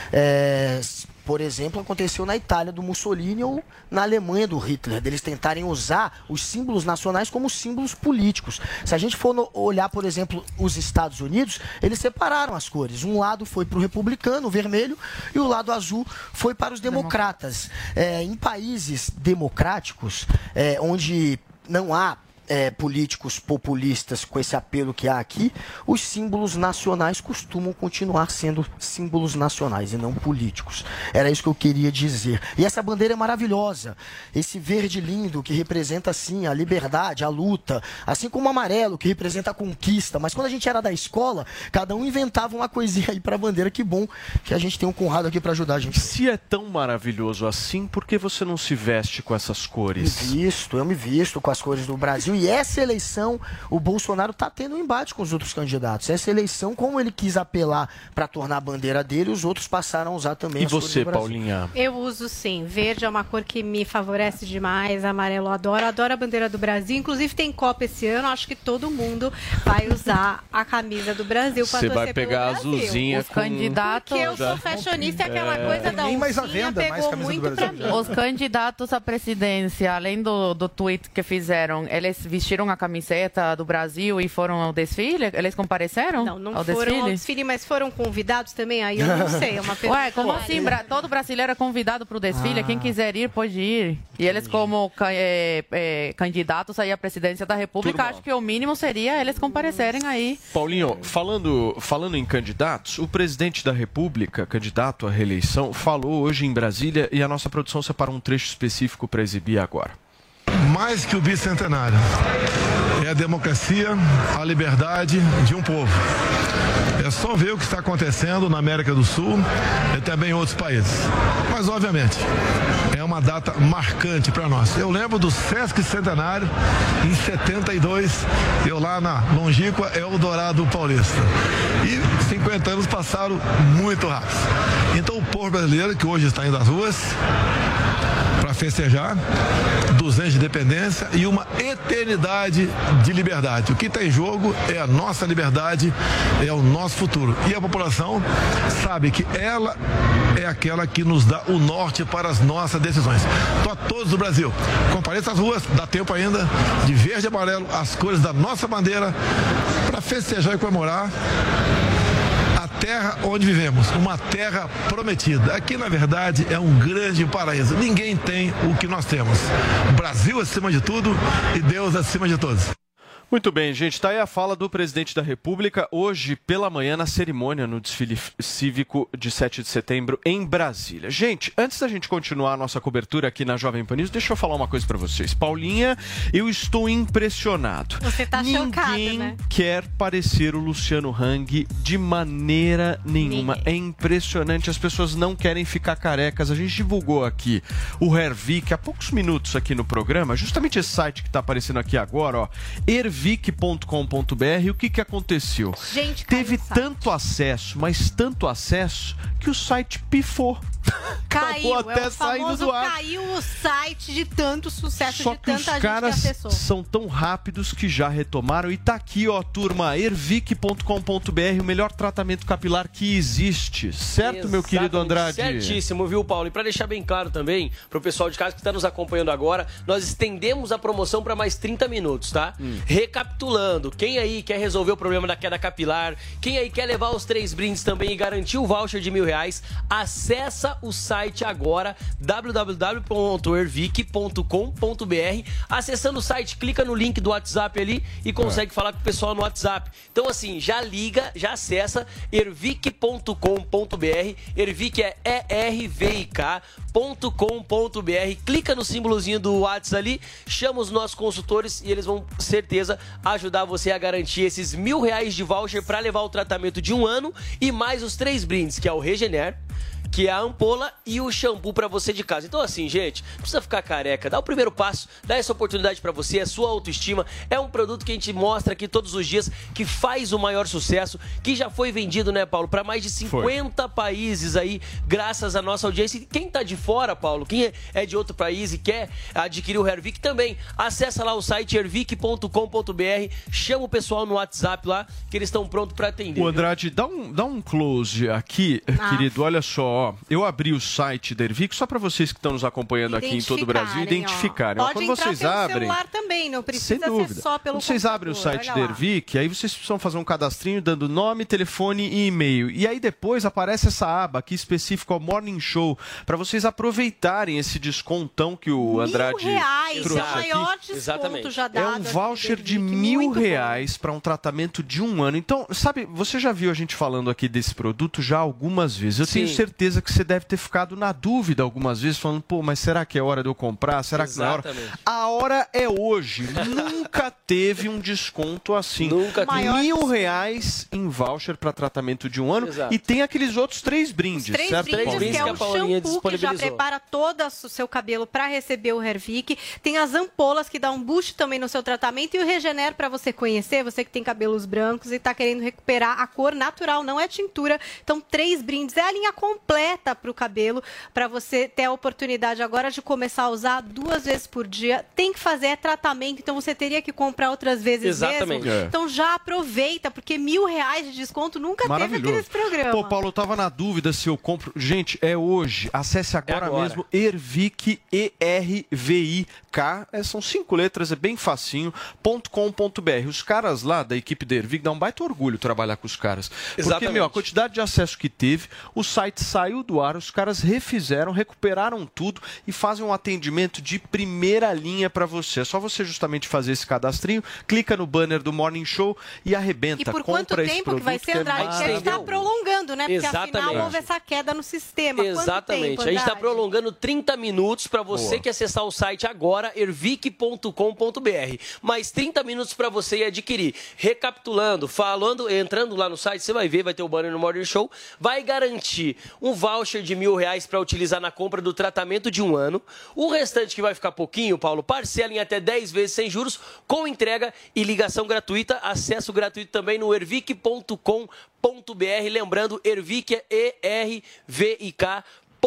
É, por exemplo, aconteceu na Itália do Mussolini ou na Alemanha do Hitler, deles tentarem usar os símbolos nacionais como símbolos políticos. Se a gente for no, olhar, por exemplo, os Estados Unidos, eles separaram as cores. Um lado foi para o republicano, o vermelho, e o lado azul foi para os democratas. É, em países democráticos, é, onde não há É, políticos populistas com esse apelo que há aqui, os símbolos nacionais costumam continuar sendo símbolos nacionais e não políticos. Era isso que eu queria dizer. E essa bandeira é maravilhosa. Esse verde lindo que representa, assim, a liberdade, a luta, assim como o amarelo que representa a conquista. Mas quando a gente era da escola, cada um inventava uma coisinha aí para a bandeira. Que bom que a gente tem um Conrado aqui para ajudar a gente. Se é tão maravilhoso assim, por que você não se veste com essas cores? Me visto, eu me visto com as cores do Brasil. E essa eleição, o Bolsonaro está tendo um embate com os outros candidatos. Essa eleição, como ele quis apelar para tornar a bandeira dele, os outros passaram a usar também e as cores você, do Brasil. Paulinha? Eu uso sim. Verde é uma cor que me favorece demais. Amarelo eu adoro. Adoro a bandeira do Brasil. Inclusive tem Copa esse ano. Acho que todo mundo vai usar a camisa do Brasil para torcer pelo Brasil. Você vai pegar a azulzinha Os com... candidatos... Porque eu sou fashionista e aquela é. coisa da Nem mais à oncinha venda, mais pegou camisa do muito Brasil. pra mim. Os candidatos à presidência, além do, do tweet que fizeram, eles vestiram a camiseta do Brasil e foram ao desfile? Eles compareceram Não, não ao foram desfile? ao desfile, mas foram convidados também? Aí eu não sei, é uma pergunta. Ué, como assim? Bra- Todo brasileiro é convidado para o desfile, Ah. quem quiser ir pode ir. E eles como ca- é, é, candidatos aí à presidência da República, Turma. acho que o mínimo seria eles comparecerem aí. Paulinho, falando, falando em candidatos, o presidente da República, candidato à reeleição, falou hoje em Brasília e a nossa produção separou um trecho específico para exibir agora. Mais que o bicentenário, é a democracia, a liberdade de um povo. É só ver o que está acontecendo na América do Sul e também em outros países. Mas, obviamente, é uma data marcante para nós. Eu lembro do Sesc Centenário, em setenta e dois, eu lá na longínqua Eldorado Paulista. E cinquenta anos passaram muito rápido. Então, o povo brasileiro, que hoje está indo às ruas para festejar duzentos anos de independência e uma eternidade de liberdade. O que está em jogo é a nossa liberdade, é o nosso futuro. E a população sabe que ela é aquela que nos dá o norte para as nossas decisões. Então, a todos do Brasil, compareçam às ruas, dá tempo ainda, de verde e amarelo, as cores da nossa bandeira, para festejar e comemorar a terra onde vivemos, uma terra prometida. Aqui, na verdade, é um grande paraíso. Ninguém tem o que nós temos. Brasil acima de tudo e Deus acima de todos. Muito bem, gente. Está aí a fala do presidente da República hoje pela manhã na cerimônia no desfile cívico de sete de setembro em Brasília. Gente, antes da gente continuar a nossa cobertura aqui na Jovem Pan News, deixa eu falar uma coisa para vocês. Paulinha, eu estou impressionado. Você tá Ninguém chocada, né? quer parecer o Luciano Hang de maneira nenhuma. Ninguém. É impressionante, as pessoas não querem ficar carecas. A gente divulgou aqui o Hervik há poucos minutos aqui no programa, justamente esse site que está aparecendo aqui agora, ó, hervik ponto com ponto br. O que que aconteceu? Gente, teve tanto acesso, mas tanto acesso, que o site pifou. Caiu, até é o saindo famoso do ar. caiu o site de tanto sucesso, Só de que tanta os gente caras que acessou. são tão rápidos que já retomaram. E tá aqui, ó, turma, ervic ponto com ponto br, o melhor tratamento capilar que existe. Certo, meu querido Andrade? Certíssimo, viu, Paulo? E para deixar bem claro também, pro pessoal de casa que está nos acompanhando agora, nós estendemos a promoção para mais trinta minutos, tá? Hum. Recapitulando, quem aí quer resolver o problema da queda capilar, quem aí quer levar os três brindes também e garantir o voucher de mil reais, acessa o site agora, w w w ponto ervic ponto com ponto br. Acessando o site, clica no link do WhatsApp ali e consegue é. falar com o pessoal no WhatsApp. Então, assim, já liga, já acessa ervic ponto com ponto br. Ervic é E R V I K ponto com ponto br. Clica no símbolozinho do WhatsApp ali, chama os nossos consultores e eles vão, certeza, ajudar você a garantir esses mil reais de voucher para levar o tratamento de um ano e mais os três brindes, que é o Regener, que é a ampola e o shampoo pra você de casa. Então assim, gente, não precisa ficar careca, dá o primeiro passo, dá essa oportunidade pra você, a sua autoestima. É um produto que a gente mostra aqui todos os dias, que faz o maior sucesso, que já foi vendido, né, Paulo, pra mais de cinquenta foi. países aí, graças à nossa audiência. E quem tá de fora, Paulo, quem é de outro país e quer adquirir o Hervic também, acessa lá o site ervic ponto com ponto br, chama o pessoal no WhatsApp lá, que eles estão prontos pra atender. O Andrade, dá um, dá um close aqui, ah. querido, olha só. Ó, eu abri o site da Ervic só para vocês que estão nos acompanhando aqui em todo o Brasil identificarem. Ó. Pode Quando entrar vocês pelo abrem, celular também, não precisa sem dúvida. ser só pelo Quando vocês abrem o site da Ervic, aí vocês precisam fazer um cadastrinho dando nome, telefone e e-mail. E aí depois aparece essa aba aqui específica, o Morning Show, para vocês aproveitarem esse descontão que o Andrade mil reais, trouxe é o maior aqui. desconto Exatamente. já dado. É um voucher de mil reais para um tratamento de um ano. Então, sabe, você já viu a gente falando aqui desse produto já algumas vezes. Eu Sim. tenho certeza que você deve ter ficado na dúvida algumas vezes, falando, pô, mas será que é hora de eu comprar? Será Exatamente. que não é hora? A hora é hoje. Nunca teve um desconto assim. Nunca teve. Mil reais em voucher para tratamento de um ano. Exato. E tem aqueles outros três brindes, Os três certo? brindes, Paulinha? que é o shampoo que já prepara todo o seu cabelo para receber o Hervic. Tem as ampolas que dá um boost também no seu tratamento e o Regener para você conhecer, você que tem cabelos brancos e está querendo recuperar a cor natural, não é tintura. Então, três brindes. É a linha completa para o cabelo, para você ter a oportunidade agora de começar a usar duas vezes por dia. Tem que fazer é tratamento, então você teria que comprar outras vezes Exatamente. mesmo. É. Então já aproveita, porque mil reais de desconto nunca teve aqui nesse programa. Pô, Paulo, eu tava na dúvida se eu compro. Gente, é hoje. Acesse agora, é agora. mesmo. Ervic, E R V I K. É, são cinco letras, é bem facinho. .com.br. Os caras lá da equipe da Ervic dá um baita orgulho trabalhar com os caras. Porque, Exatamente. meu, a quantidade de acesso que teve, o site saiu do ar, os caras refizeram, recuperaram tudo e fazem um atendimento de primeira linha para você. É só você justamente fazer esse cadastrinho, clica no banner do Morning Show e arrebenta. E por Compra quanto esse tempo produto, que vai ser, que é Andrade? Porque a gente está prolongando, né? Porque Exatamente. afinal houve essa queda no sistema. Exatamente. Quanto tempo, a gente está Andrade? prolongando trinta minutos para você Boa. que acessar o site agora, ervic ponto com ponto br. Mais trinta minutos para você ir adquirir. Recapitulando, falando, entrando lá no site, você vai ver, vai ter o banner no Morning Show, vai garantir um voucher de mil reais para utilizar na compra do tratamento de um ano. O restante que vai ficar pouquinho, Paulo, parcela em até dez vezes sem juros, com entrega e ligação gratuita. Acesso gratuito também no ervic ponto com ponto br. Lembrando, Ervic é E R V I K.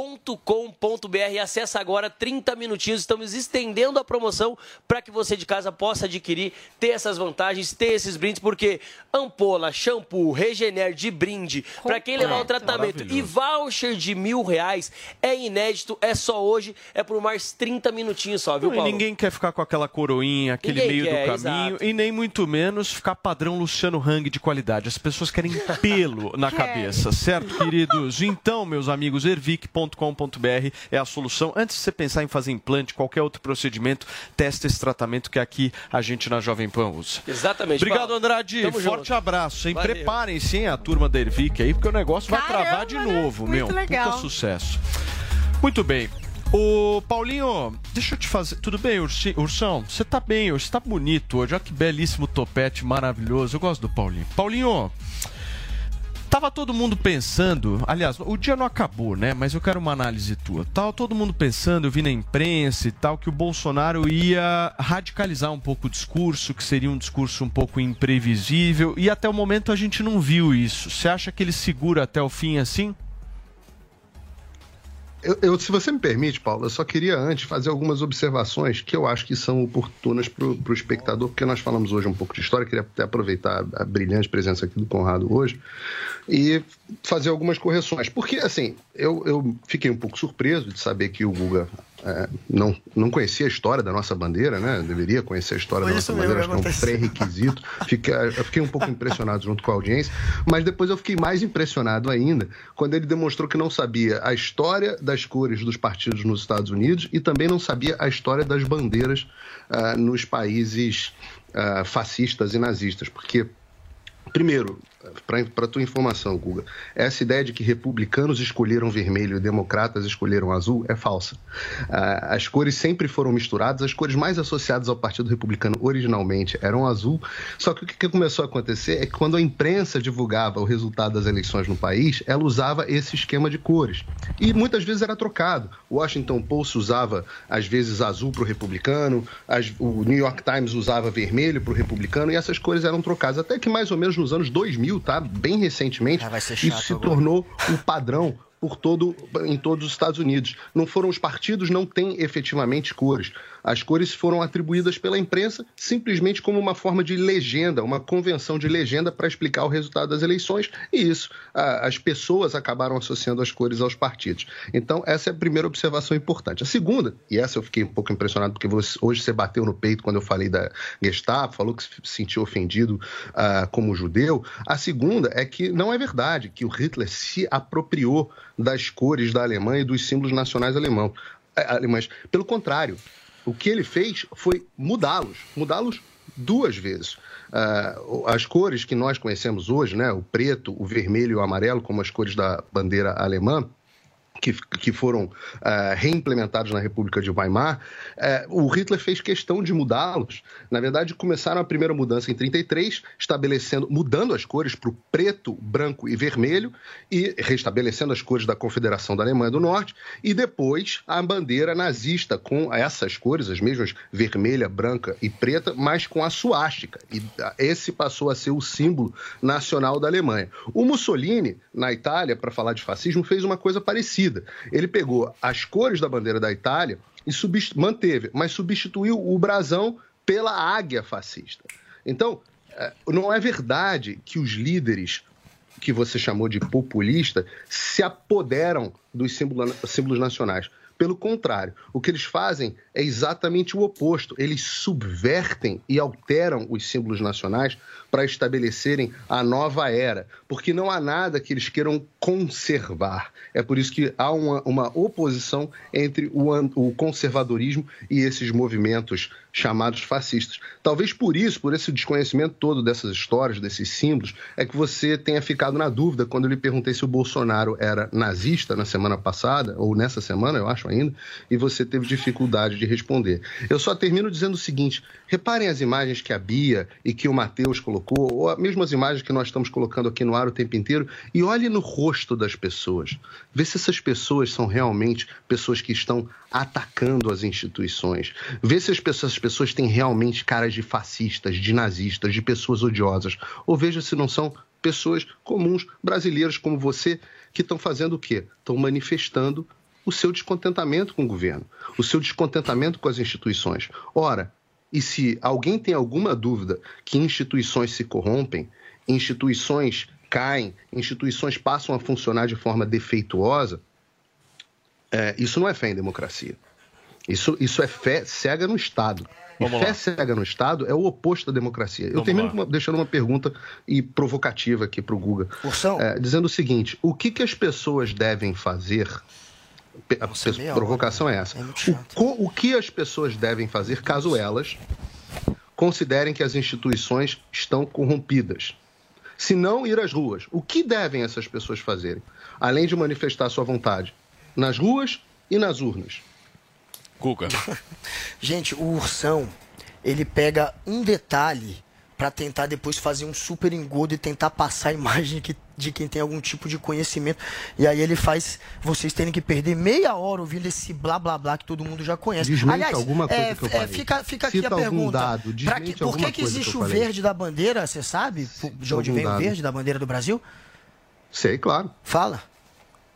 .com.br. Acessa agora, trinta minutinhos. Estamos estendendo a promoção para que você de casa possa adquirir, ter essas vantagens, ter esses brindes, porque ampola, shampoo, Regener de brinde, para quem levar o tratamento e voucher de mil reais é inédito, é só hoje, é por mais trinta minutinhos só, viu, Não, Paulo? e ninguém quer ficar com aquela coroinha, aquele Ninguém meio quer, do caminho, exato. e nem muito menos ficar padrão Luciano Hang de qualidade. As pessoas querem pelo na cabeça, certo, queridos? Então, meus amigos, ervic ponto com ponto br é a solução. Antes de você pensar em fazer implante, qualquer outro procedimento, testa esse tratamento que aqui a gente na Jovem Pan usa. Exatamente. Obrigado, Paulo. Andrade. Tamo Forte junto. abraço, hein? Valeu. Preparem-se, hein, a turma da Ervic aí, porque o negócio vai Caramba, travar de né? novo, Muito meu. legal. Puta sucesso. Muito bem. Ô, Paulinho, deixa eu te fazer... Tudo bem, Ursi... Ursão? Você tá bem hoje, você tá bonito hoje. Olha que belíssimo topete maravilhoso. Eu gosto do Paulinho. Paulinho... Tava todo mundo pensando, aliás, o dia não acabou, né? Mas eu quero uma análise tua. Tava todo mundo pensando, eu vi na imprensa e tal, que o Bolsonaro ia radicalizar um pouco o discurso, que seria um discurso um pouco imprevisível, e até o momento a gente não viu isso. Você acha que ele segura até o fim assim? Eu, eu, se você me permite, Paulo, eu só queria antes fazer algumas observações que eu acho que são oportunas para o espectador, porque nós falamos hoje um pouco de história, queria até aproveitar a brilhante presença aqui do Conrado hoje e fazer algumas correções. Porque, assim, eu, eu fiquei um pouco surpreso de saber que o Guga é, não, não conhecia a história da nossa bandeira, né? Deveria conhecer a história Foi da nossa bandeira, acho que é um pré-requisito. Fiquei, eu fiquei um pouco impressionado junto com a audiência, mas depois eu fiquei mais impressionado ainda quando ele demonstrou que não sabia a história das cores dos partidos nos Estados Unidos e também não sabia a história das bandeiras uh, nos países uh, fascistas e nazistas, porque, primeiro, para a tua informação, Guga, essa ideia de que republicanos escolheram vermelho e democratas escolheram azul é falsa. Ah, as cores sempre foram misturadas, as cores mais associadas ao Partido Republicano originalmente eram azul, só que o que começou a acontecer é que quando a imprensa divulgava o resultado das eleições no país, ela usava esse esquema de cores. E muitas vezes era trocado. O Washington Post usava, às vezes, azul para o republicano, as, o New York Times usava vermelho para o republicano, e essas cores eram trocadas. Até que mais ou menos nos anos dois mil, tá? Bem recentemente, ah, isso se agora. tornou um padrão por todo, em todos os Estados Unidos. Não foram os partidos, não têm efetivamente cores. As cores foram atribuídas pela imprensa simplesmente como uma forma de legenda, uma convenção de legenda para explicar o resultado das eleições, e isso, a, as pessoas acabaram associando as cores aos partidos. Então, essa é a primeira observação importante. A segunda, e essa eu fiquei um pouco impressionado, porque você, hoje você bateu no peito quando eu falei da Gestapo, falou que se sentiu ofendido uh, como judeu. A segunda é que não é verdade que o Hitler se apropriou das cores da Alemanha e dos símbolos nacionais alemão, alemães. Pelo contrário, o que ele fez foi mudá-los, mudá-los duas vezes. Uh, as cores que nós conhecemos hoje, né, o preto, o vermelho e o amarelo, como as cores da bandeira alemã, que, que foram uh, reimplementados na República de Weimar, uh, o Hitler fez questão de mudá-los. Na verdade, começaram a primeira mudança em trinta e três, estabelecendo, mudando as cores para o preto, branco e vermelho, e restabelecendo as cores da Confederação da Alemanha do Norte, e depois a bandeira nazista com essas cores, as mesmas vermelha, branca e preta, mas com a suástica. E esse passou a ser o símbolo nacional da Alemanha. O Mussolini, na Itália, para falar de fascismo, fez uma coisa parecida. Ele pegou as cores da bandeira da Itália e manteve, mas substituiu o brasão pela águia fascista. Então, não é verdade que os líderes que você chamou de populista se apoderam dos símbolos nacionais. Pelo contrário, o que eles fazem é exatamente o oposto. Eles subvertem e alteram os símbolos nacionais para estabelecerem a nova era, porque não há nada que eles queiram conservar. É por isso que há uma, uma oposição entre o, o conservadorismo e esses movimentos chamados fascistas. Talvez por isso, por esse desconhecimento todo dessas histórias, desses símbolos, é que você tenha ficado na dúvida quando eu lhe perguntei se o Bolsonaro era nazista na semana passada, ou nessa semana, eu acho ainda, e você teve dificuldade de responder. Eu só termino dizendo o seguinte: reparem as imagens que a Bia e que o Matheus colocou, ou mesmo as imagens que nós estamos colocando aqui no ar o tempo inteiro, e olhe no rosto das pessoas. Vê se essas pessoas são realmente pessoas que estão atacando as instituições. Vê se as pessoas, as pessoas têm realmente caras de fascistas, de nazistas, de pessoas odiosas. Ou veja se não são pessoas comuns, brasileiros como você, que estão fazendo o quê? Estão manifestando o seu descontentamento com o governo, o seu descontentamento com as instituições. Ora, e se alguém tem alguma dúvida que instituições se corrompem, instituições caem, instituições passam a funcionar de forma defeituosa, é, isso não é fé em democracia. Isso, isso é fé cega no Estado. E Vamos fé lá. cega no Estado é o oposto da democracia. Vamos Eu termino uma, deixando uma pergunta e provocativa aqui para o Guga. É, dizendo o seguinte: o que, que as pessoas devem fazer? A Nossa, pe- provocação hora. é essa. É o, o que as pessoas devem fazer caso elas considerem que as instituições estão corrompidas? Se não ir às ruas, o que devem essas pessoas fazerem? Além de manifestar sua vontade nas ruas e nas urnas. Cuca. Gente, o Ursão, ele pega um detalhe para tentar depois fazer um super engodo e tentar passar a imagem que, de quem tem algum tipo de conhecimento. E aí ele faz vocês terem que perder meia hora ouvindo esse blá blá blá que todo mundo já conhece. Desmente Aliás, alguma coisa é, que eu falei. É, fica fica aqui Cita a pergunta. Dado, pra que, por que, que existe que o verde da bandeira, você sabe? De onde vem dado. o verde da bandeira do Brasil? Sei, claro. Fala.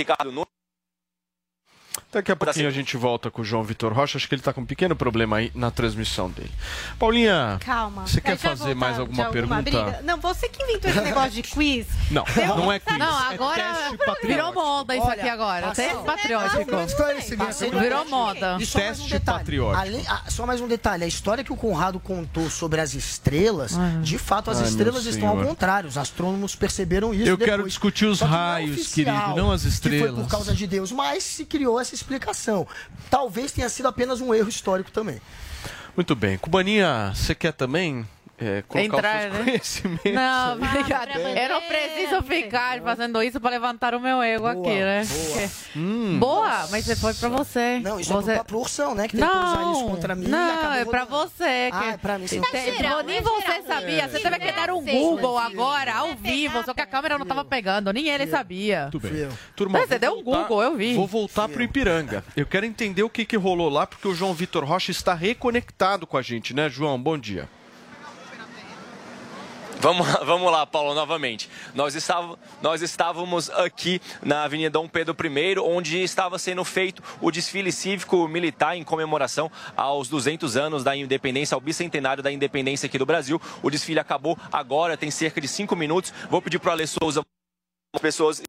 Ricardo Nunes. Daqui a pouquinho a gente volta com o João Vitor Rocha. Acho que ele está com um pequeno problema aí na transmissão dele. Paulinha, Calma. você quer Vai já fazer voltar mais de alguma, alguma pergunta? briga? Não, você que inventou esse negócio de quiz. Não, não é quiz. Não, é agora teste patriótico. virou moda isso Olha, aqui agora. passou. Teste patriótico. Um esclarecimento. Virou moda. E só mais um Teste detalhe. patriótico. Além- ah, só mais um detalhe. A história que o Conrado contou sobre as estrelas, de fato, as Ai, estrelas meu estão ao senhor. contrário. Os astrônomos perceberam isso Eu depois. quero discutir os Só que não é raios, oficial, querido, não as Que foi estrelas. por causa de Deus, mas se criou essa explicação. Talvez tenha sido apenas um erro histórico também. Muito bem. Cubaninha, você quer também é, colocar Entrar, os seus né? conhecimentos? Não, aí? brincadeira. Eu não preciso ficar fazendo isso para levantar o meu ego Boa, aqui, né? boa. Hum. Boa, mas você foi pra você. Não, isso você... é pro, pro Ursão, né? Que tentou usar isso contra mim. e Não, acabou é pra rodando. você. Ah, que... é pra mim. Você Tem- tá Pô, nem você sabia. Você teve que dar um Google agora, ao vivo, só que a câmera não tava pegando. Nem ele sabia. Tudo bem. Turma, Mas você vou deu um voltar- Google, eu vi. Vou voltar pro Ipiranga. Eu quero entender o que, que rolou lá, porque o João Vitor Rocha está reconectado com a gente, né, João? Bom dia. Vamos, vamos lá, Paulo, novamente. Nós estávamos, nós estávamos aqui na Avenida Dom Pedro I, onde estava sendo feito o desfile cívico-militar em comemoração aos duzentos anos da independência, ao bicentenário da independência aqui do Brasil. O desfile acabou agora, tem cerca de cinco minutos. Vou pedir para o Ale Souza, pessoas...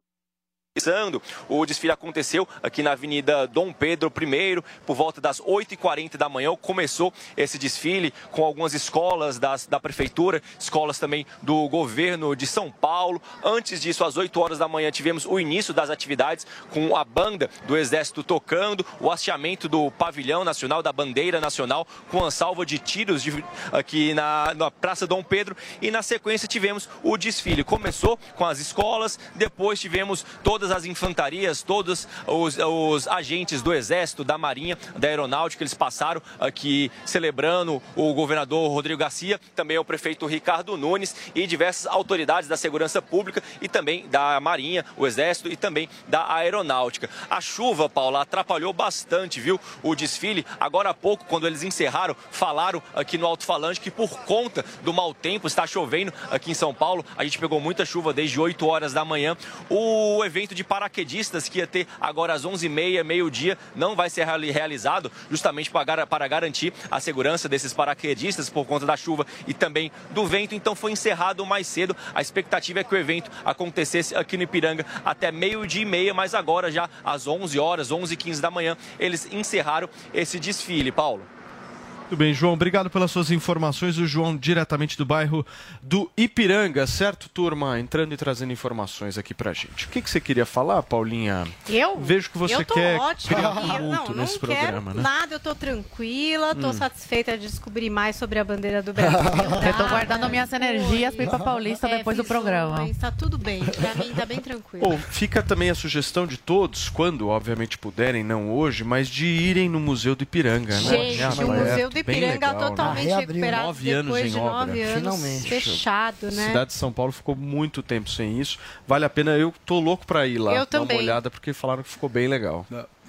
O desfile aconteceu aqui na Avenida Dom Pedro I, por volta das oito e quarenta da manhã. Começou esse desfile com algumas escolas das, da Prefeitura, escolas também do governo de São Paulo. Antes disso, às oito horas da manhã, tivemos o início das atividades com a banda do Exército tocando, o hasteamento do Pavilhão Nacional, da Bandeira Nacional, com a salva de tiros de, aqui na, na Praça Dom Pedro. E na sequência tivemos o desfile. Começou com as escolas, depois tivemos todas as infantarias, todos os, os agentes do Exército, da Marinha, da Aeronáutica, eles passaram aqui celebrando o governador Rodrigo Garcia, também o prefeito Ricardo Nunes e diversas autoridades da segurança pública e também da Marinha, o Exército e também da Aeronáutica. A chuva, Paula, atrapalhou bastante, viu, o desfile. Agora há pouco, quando eles encerraram, falaram aqui no alto-falante que por conta do mau tempo, está chovendo aqui em São Paulo, a gente pegou muita chuva desde oito horas da manhã. O evento de paraquedistas que ia ter agora às onze e meia, meio-dia, não vai ser realizado, justamente para, para garantir a segurança desses paraquedistas por conta da chuva e também do vento. Então foi encerrado mais cedo. A expectativa é que o evento acontecesse aqui no Ipiranga até meio-dia e meia, mas agora já às onze horas, onze e quinze da manhã, eles encerraram esse desfile, Paulo. Muito bem, João, obrigado pelas suas informações. O João, diretamente do bairro do Ipiranga, certo, turma? Entrando e trazendo informações aqui pra gente. O que, que você queria falar, Paulinha? Eu? Vejo que você eu tô quer ótima. criar Eu tumulto não, nesse não programa, quero né? nada, eu tô tranquila, tô Hum. satisfeita de descobrir mais sobre a bandeira do Brasil. Eu tô guardando minhas energias pra ir pra Paulista É, depois do programa. Tá tudo bem, pra mim tá bem tranquilo. Bom, fica também a sugestão de todos, quando obviamente puderem, não hoje, mas de irem no Museu do Ipiranga, né? Gente, É, o Museu do bem Ipiranga legal, totalmente né? recuperado Nove anos depois em de obra. nove anos Finalmente. fechado, A né? cidade de São Paulo ficou muito tempo sem isso. Vale a pena, eu tô louco pra ir lá, Eu dar também. uma olhada, porque falaram que ficou bem legal.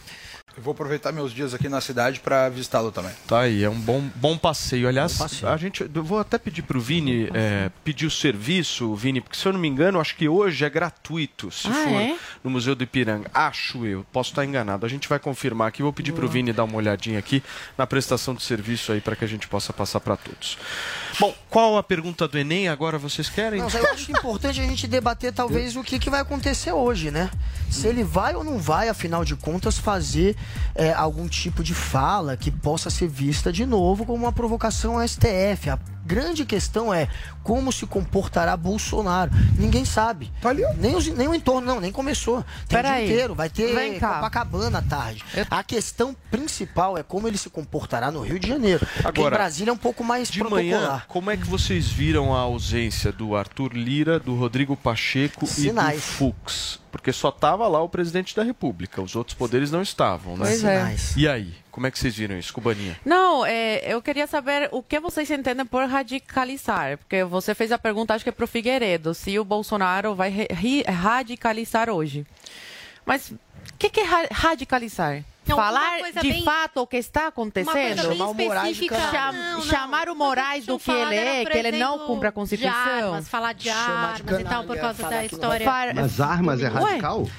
Eu vou aproveitar meus dias aqui na cidade para visitá-lo também. Tá aí, é um bom, bom passeio. Aliás, Bom passeio. a gente, eu vou até pedir pro Vini é, pedir o serviço, Vini, porque se eu não me engano, acho que hoje é gratuito, se Ah, for é? no Museu do Ipiranga. Acho eu, posso estar enganado. A gente vai confirmar aqui. Vou pedir pro Vini dar uma olhadinha aqui na prestação de serviço aí para que a gente possa passar para todos. Bom, qual a pergunta do Enem agora vocês querem? Não, eu acho importante a gente debater talvez o que, que vai acontecer hoje, né? Se ele vai ou não vai, afinal de contas, fazer é, algum tipo de fala que possa ser vista de novo como uma provocação ao S T F. A grande questão é como se comportará Bolsonaro. Ninguém sabe. Nem, os, nem o entorno, não, nem começou. Tem o dia Peraí. inteiro, vai ter Vem cá. Copacabana à tarde. A questão principal é como ele se comportará no Rio de Janeiro. Porque em Agora, Brasília é um pouco mais de protocolar. manhã, como é que vocês viram a ausência do Arthur Lira, do Rodrigo Pacheco Sinais. e do Fux? Porque só estava lá o presidente da República, os outros poderes não estavam, né? Pois é. Sinais. E aí, como é que vocês viram isso, Cubaninha? Não, é, eu queria saber o que vocês entendem por radicalizar, porque você fez a pergunta, acho que é para o Figueiredo, se o Bolsonaro vai re- ri- radicalizar hoje. Mas o que, que é ra- radicalizar? Não, uma Falar coisa de bem- fato o que está acontecendo? Uma coisa bem específica. Cham- Não, não. chamar o Moraes do que Falar ele era, é, por que ele não exemplo, cumpre a de Constituição? armas, falar de Chamar de armas e tal, por canalha, causa falar da que não história. vai- Mas armas é Ué? radical? Não, não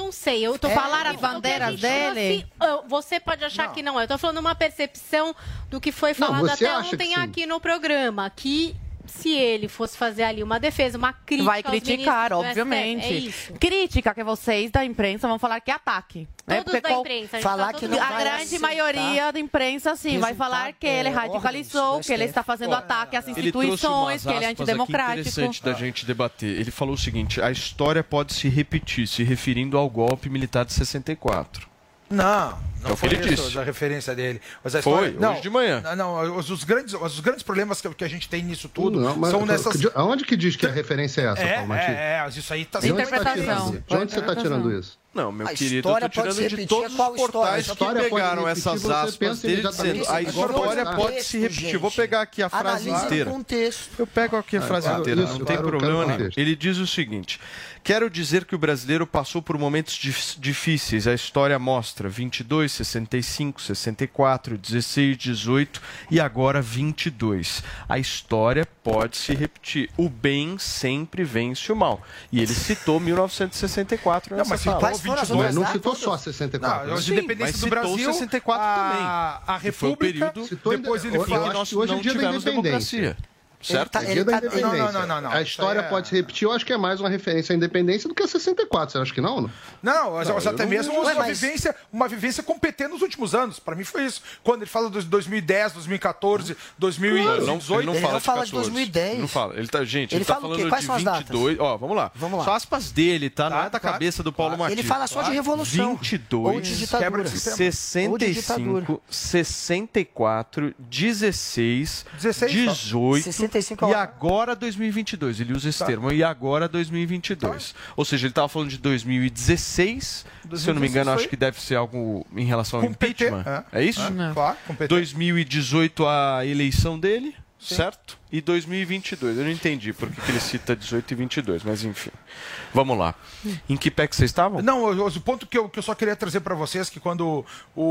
não sei. Eu tô É, falar as o que a bandeiras gente dele? trouxe, eu- você pode achar que não. Eu tô falando uma percepção do que foi Não, falado você até acha que ontem sim. aqui no programa. Que se ele fosse fazer ali uma defesa, uma crítica Vai aos criticar, ministros do obviamente. S T F, é isso. Crítica que vocês da imprensa vão falar que é ataque. né? Todos Porque da qual- imprensa, a gente Falar tá que todo não mundo- A vai grande aceitar maioria da imprensa, sim, vai resultado, falar que ele é, radicalizou, órgãos que ele do está S T F. fazendo Ó, ataque às Ele trouxe instituições, umas que ele é aspas aqui antidemocrático. interessante da gente debater. Ele falou o seguinte: a história pode se repetir, se referindo ao golpe militar de sessenta e quatro. Não, não É o que foi ele isso disse. a referência dele. Mas a Foi, história, não, hoje de manhã. Não, não, os, os grandes, os grandes problemas que, que a gente tem nisso tudo Não, mas são nessas... de- Aonde que diz que a referência é essa, É, Paulo Martins? é, é, mas isso aí tá De onde você tá Interpretação. tirando? De onde você está tirando isso? Não, meu A querido, eu história tô pode tirando se de repetir, todos é qual os portais história? que A história pode pegaram repetir, essas você aspas pensa dele imediatamente. dizendo a Isso, história contexto, pode se repetir. Eu vou gente. pegar aqui a frase Analise inteira. o contexto. Eu pego aqui a frase claro, inteira, isso, não tem claro, problema claro, nenhum. contexto. Ele diz o seguinte: quero dizer que o brasileiro passou por momentos dif- difíceis. A história mostra vinte e dois, sessenta e cinco, sessenta e quatro, dezesseis, dezoito e agora vinte e dois. A história pode se repetir. O bem sempre vence o mal. E ele citou mil novecentos e sessenta e quatro nessa mas fala. citou Quais foram as Mas outras não datas? citou só sessenta e quatro. Não, né? de independência mas do citou Brasil, sessenta e quatro a, a Que foi o República, período Citou depois ainda- ele eu fala... acho nós que hoje é não dia da tivemos independência. democracia. Certo? tá- É dia ele da tá- independência. Não, não, não, não, A isso história aí é- pode se repetir. Eu acho que é mais uma referência à independência do que a sessenta e quatro. Você acha que não? não? Não, mas, Não, mas eu até não- mesmo Ué, uma, mas- vivência, uma vivência com o P T nos últimos anos. Pra mim foi isso. Quando ele fala de dois mil e dez, dois mil e quatorze, dois mil e Não, ele não, dezoito... ele não Ele fala não de fala de quatorze. dois mil e dez. Não fala. Ele tá, gente, ele, Ele tá fala o quê? falando Quais de são as vinte e dois. Ó, vamos lá. Vamos lá. Só aspas dele, tá? Não Tá, é da claro, cabeça do Paulo claro. Martins. Ele fala só de revolução. vinte e dois, Ou de ditadura. Quebra de sistema. sessenta Ou de e ditadura. cinco, sessenta e quatro, dezesseis, dezesseis só. dezoito sessenta e cinco e a- agora dois mil e vinte e dois. Ele usa esse Tá. termo. E agora dois mil e vinte e dois. Ou seja, ele estava falando de dois mil e dezesseis. Se eu não me engano, foi. acho que deve ser algo em relação ao Com o P T, impeachment. é. É isso? É, claro, com o P T. dois mil e dezoito a eleição dele, certo? E dois mil e vinte e dois. Eu não entendi por que que ele cita dezoito e vinte e dois, mas enfim. Vamos lá. Em que pé que vocês estavam? Não, o, o ponto que eu, que eu só queria trazer para vocês que quando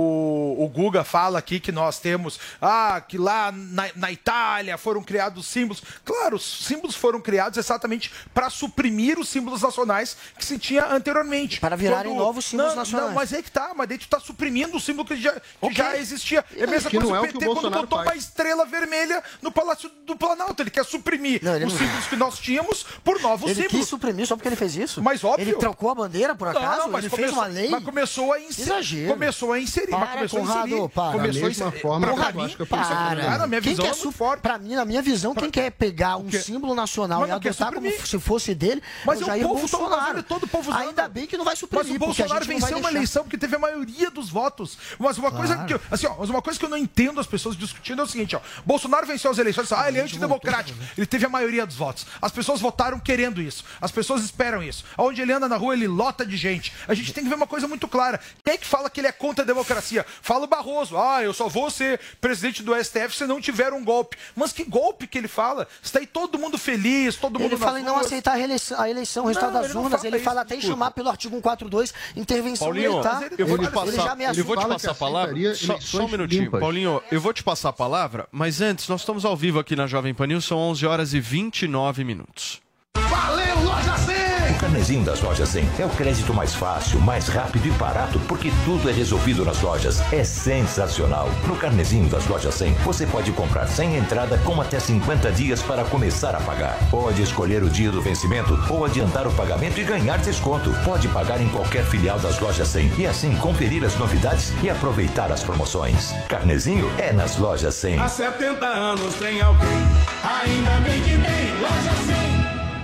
o, o Guga fala aqui que nós temos, ah, que lá na, na Itália foram criados símbolos. Claro, os símbolos foram criados exatamente para suprimir os símbolos nacionais que se tinha anteriormente. Para virarem novos símbolos não, nacionais. Não, mas é que tá, mas daí tu tá suprimindo o símbolo que já, que Ok. já existia. É a mesma que coisa não é o o P que T o quando Bolsonaro botou faz. uma estrela vermelha no Palácio do Planalto. Ele quer suprimir Não, ele os não- símbolos que nós tínhamos por novos Ele símbolos. quis suprimir só porque ele fez isso? Mas óbvio. Ele trocou a bandeira, por acaso? Não, mas ele começou, fez uma lei? Mas começou a inserir. Exagero. Começou a inserir. mas Para, começou Conrado, a inserir. para. Começou Da a mesma inserir. forma pra, que pra eu mim, acho que a polícia Para. federal- Ah, na minha Quem visão quer é muito su- forte. Pra mim, na minha visão, quem quer pegar um quê? símbolo nacional Mas e não quer adotar como suprimir. se fosse dele, Mas é o o Jair povo todo Bolsonaro. usando, todo o povo usando. Ainda bem que não vai suprimir, Mas o porque a Bolsonaro gente não vai venceu uma deixar. eleição porque teve a maioria dos votos. Mas uma coisa Claro. que eu, assim, ó, mas uma coisa que eu não entendo as pessoas discutindo é o seguinte, ó. Bolsonaro venceu as eleições, ah, ele é antidemocrático. Ele teve a maioria dos votos. As pessoas votaram querendo isso. As pessoas esperam isso. Onde ele anda na rua, ele lota de gente. A gente tem que ver uma coisa muito clara. Quem é que fala que ele é contra a democracia? Fala o Barroso. Ah, eu só vou ser presidente do S T F se não tiver um golpe. Mas que golpe que ele fala? Está aí todo mundo feliz, todo mundo Ele nas fala em não ruas. aceitar a eleição, a eleição o resultado Não, das ele não urnas. fala Ele isso, fala até em desculpa. chamar pelo artigo cento e quarenta e dois intervenção Paulinho, militar. eu vou te Ele já passar, ameaçou. eu vou te Fala passar a que palavra. aceitaria Só, eleições só um minutinho, limpas. Paulinho, eu vou te passar a palavra, mas antes, nós estamos ao vivo aqui na Jovem Pan News, são onze horas e vinte e nove minutos. Valeu, Loja cem! O Carnezinho das Lojas cem é o crédito mais fácil, mais rápido e barato, porque tudo é resolvido nas lojas. É sensacional. No Carnezinho das Lojas cem, você pode comprar sem entrada com até cinquenta dias para começar a pagar. Pode escolher o dia do vencimento ou adiantar o pagamento e ganhar desconto. Pode pagar em qualquer filial das Lojas cem e assim conferir as novidades e aproveitar as promoções. Carnezinho é nas Lojas cem. Há setenta anos tem alguém, ainda bem que tem Loja cem.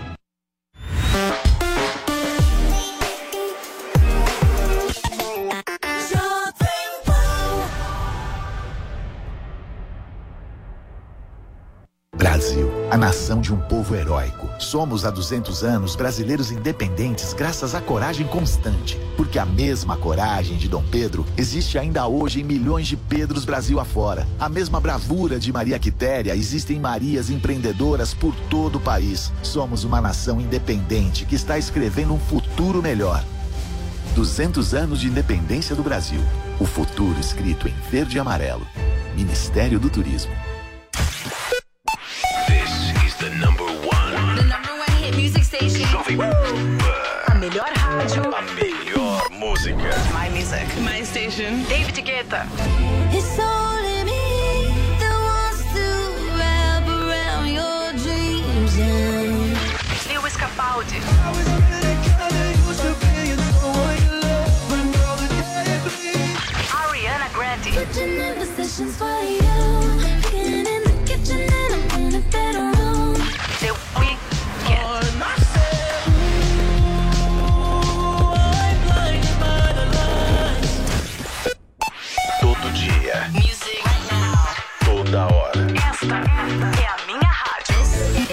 Brasil, a nação de um povo heróico. Somos há duzentos anos brasileiros independentes graças à coragem constante. Porque a mesma coragem de Dom Pedro existe ainda hoje em milhões de Pedros Brasil afora. A mesma bravura de Maria Quitéria existe em Marias empreendedoras por todo o país. Somos uma nação independente que está escrevendo um futuro melhor. duzentos anos de independência do Brasil. O futuro escrito em verde e amarelo. Ministério do Turismo. The number one. The number one hit music station. Jovem Pan. A melhor rádio. A melhor My station. David Guetta. It's only me that wants to wrap around your dreams and Lewis Capaldi. Ariana Grande. Kitchen and positions for you. Getting in the kitchen and I'm in a better room. The Weeknd. Todo dia. Music. Toda hora. Esta é a minha rádio.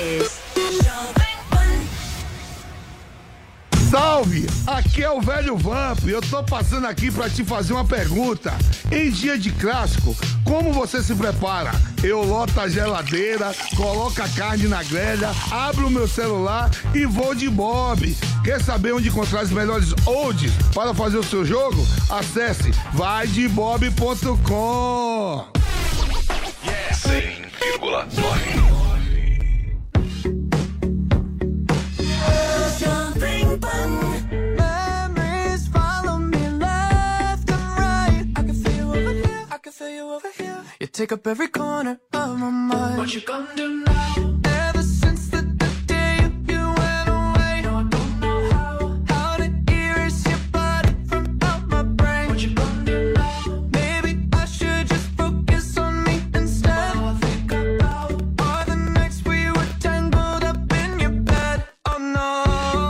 Salve! Aqui é o velho Vamp e eu tô passando aqui pra te fazer uma pergunta. Em dia de clássico, como você se prepara? Eu loto a geladeira, coloco a carne na grelha, abro o meu celular e vou de Bob. Quer saber onde encontrar os melhores odds para fazer o seu jogo? Acesse vai de bob ponto com. cem vírgula nove. Memories follow me left and right. I can feel you over here, I can feel you over here. You take up every corner of my mind. What you gonna do now? Ever since the, the day you went away, no, I don't know how, how to erase your body from out my brain. What you gonna do now? Maybe I should just focus on me instead. All I think about are the nights we were tangled up in your bed. Oh no.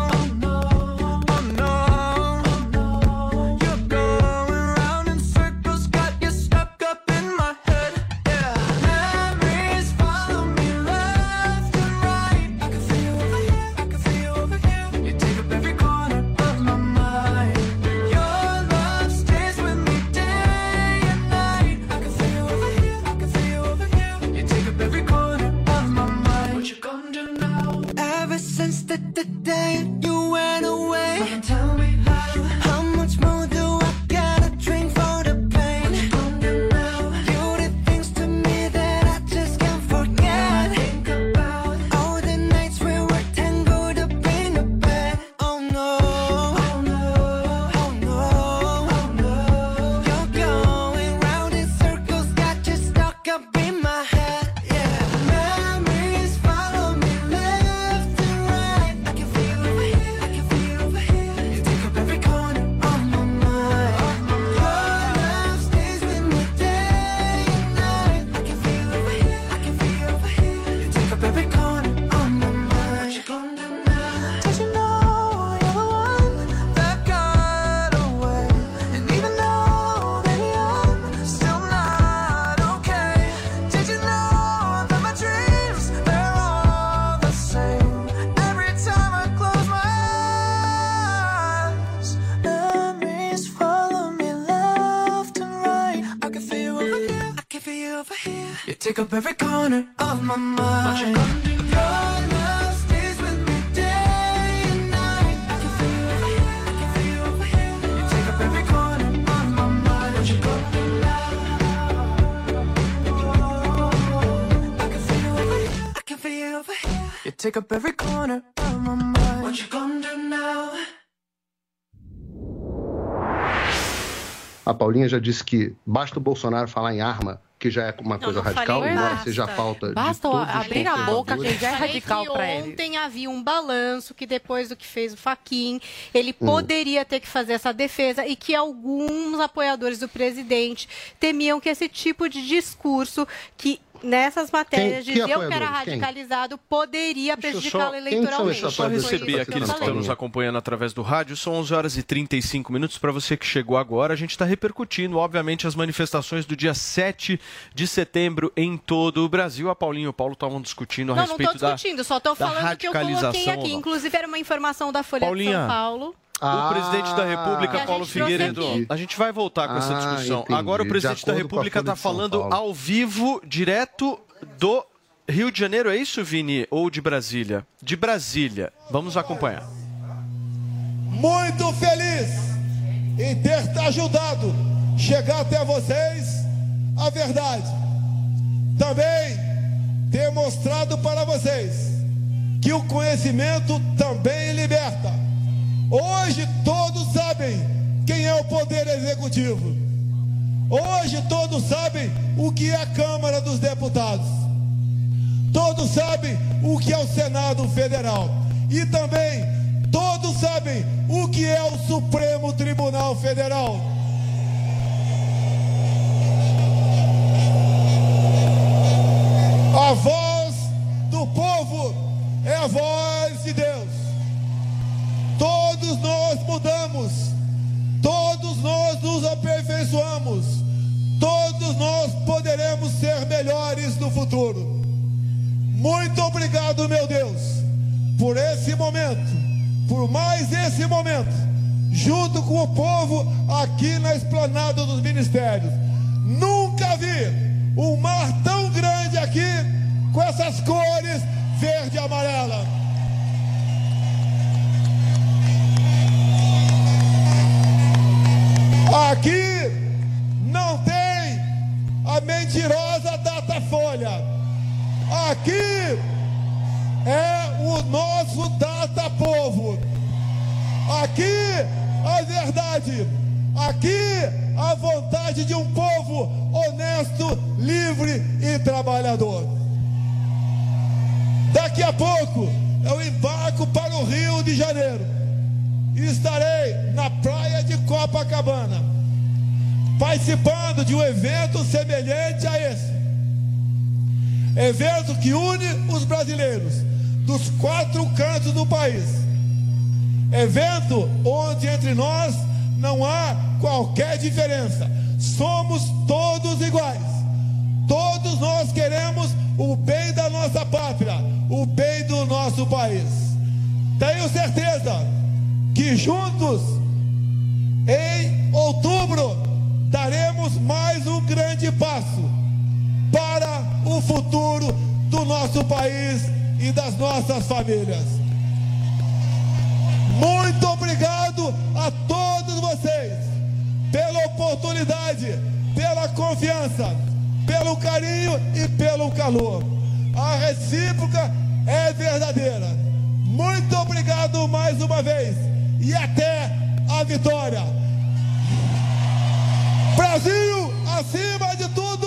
The day you went away, tell me how, how much more do I gotta drink for the pain? You did things to me that I just can't forget. Think about all the nights we were tangled up in the bed. Oh no, oh no, oh no, oh no. You're going round in circles, got you stuck up in my head. Yeah, memories follow me left and right. I can feel over here, I can feel over here. You take up every corner of my mind. Your love stays with me day and night. I can feel over here, I can feel over here. You take up every corner of my mind. What you gonna do now? Did you know you're the one that got away? And even though, baby, I'm still not okay. Did you know that my dreams, they're all the same? Every time I close my eyes, memories follow me left and right. I can feel you over here, I can feel you over here. You take up every corner of my mind. What you gonna do? Your love stays with me day and night. I can feel you over here, I can feel you over here. You take up every corner of my mind. What you gonna do now? I can feel you over here, I can feel you over here. You take up every corner of my mind. What you gonna do now? A Paulinha já disse que basta o Bolsonaro falar em arma, que já é uma coisa radical, embora seja a pauta Basta de todos os abrir a boca que já é Falei radical que pra ele. ontem havia um balanço que depois do que fez o Fachin, ele Hum. poderia ter que fazer essa defesa e que alguns apoiadores do presidente temiam que esse tipo de discurso que nessas matérias Quem- que diziam que era apoiadores? Quem? radicalizado poderia prejudicá-lo Só, eleitoralmente. só Foi isso receber que aqueles eu que falei. estão nos acompanhando através do rádio. São onze horas e trinta e cinco minutos. Para você que chegou agora, a gente está repercutindo, obviamente, as manifestações do dia sete de setembro em todo o Brasil. A Paulinha e o Paulo estavam discutindo a Não, não respeito estou discutindo, só estou da falando que eu coloquei radicalização aqui. ou não. Inclusive, era uma informação da Folha Paulinha, de São Paulo. O presidente da República, Que a Paulo gente trouxe Figueiredo, aqui. a gente vai voltar com essa Ah, discussão. entendi. Agora o De presidente da acordo com a República Folha está de São falando Paulo. ao vivo, direto do Rio de Janeiro. É isso, Vini? Ou de Brasília? De Brasília. Vamos acompanhar. Muito feliz em ter te ajudado chegar até vocês a verdade. Também ter mostrado para vocês que o conhecimento também liberta. Hoje todos sabem quem é o Poder Executivo. Hoje todos sabem o que é a Câmara dos Deputados. Todos sabem o que é o Senado Federal. E também todos sabem o que é o Supremo Tribunal Federal. A voz do povo é a voz de Deus. Todos nós mudamos, todos nós nos aperfeiçoamos, todos nós poderemos ser melhores no futuro. Muito obrigado, meu Deus, por esse momento, por mais esse momento, junto com o povo aqui na esplanada dos ministérios. Nunca vi um mar tão grande aqui com essas cores verde e amarela. Aqui não tem a mentirosa Datafolha. Aqui é o nosso Datapovo. Aqui a verdade. Aqui a vontade de um povo honesto, livre e trabalhador. Daqui a pouco eu embarco para o Rio de Janeiro e estarei na praia de Copacabana, participando de um evento semelhante a esse. Evento que une os brasileiros dos quatro cantos do país. Evento onde entre nós não há qualquer diferença. Somos todos iguais. Todos nós queremos o bem da nossa pátria, o bem do nosso país. Tenho certeza que juntos, em outubro, daremos mais um grande passo para o futuro do nosso país e das nossas famílias. Muito obrigado a todos vocês pela oportunidade, pela confiança, pelo carinho e pelo calor. A recíproca é verdadeira. Muito obrigado mais uma vez e até a vitória. Brasil, acima de tudo!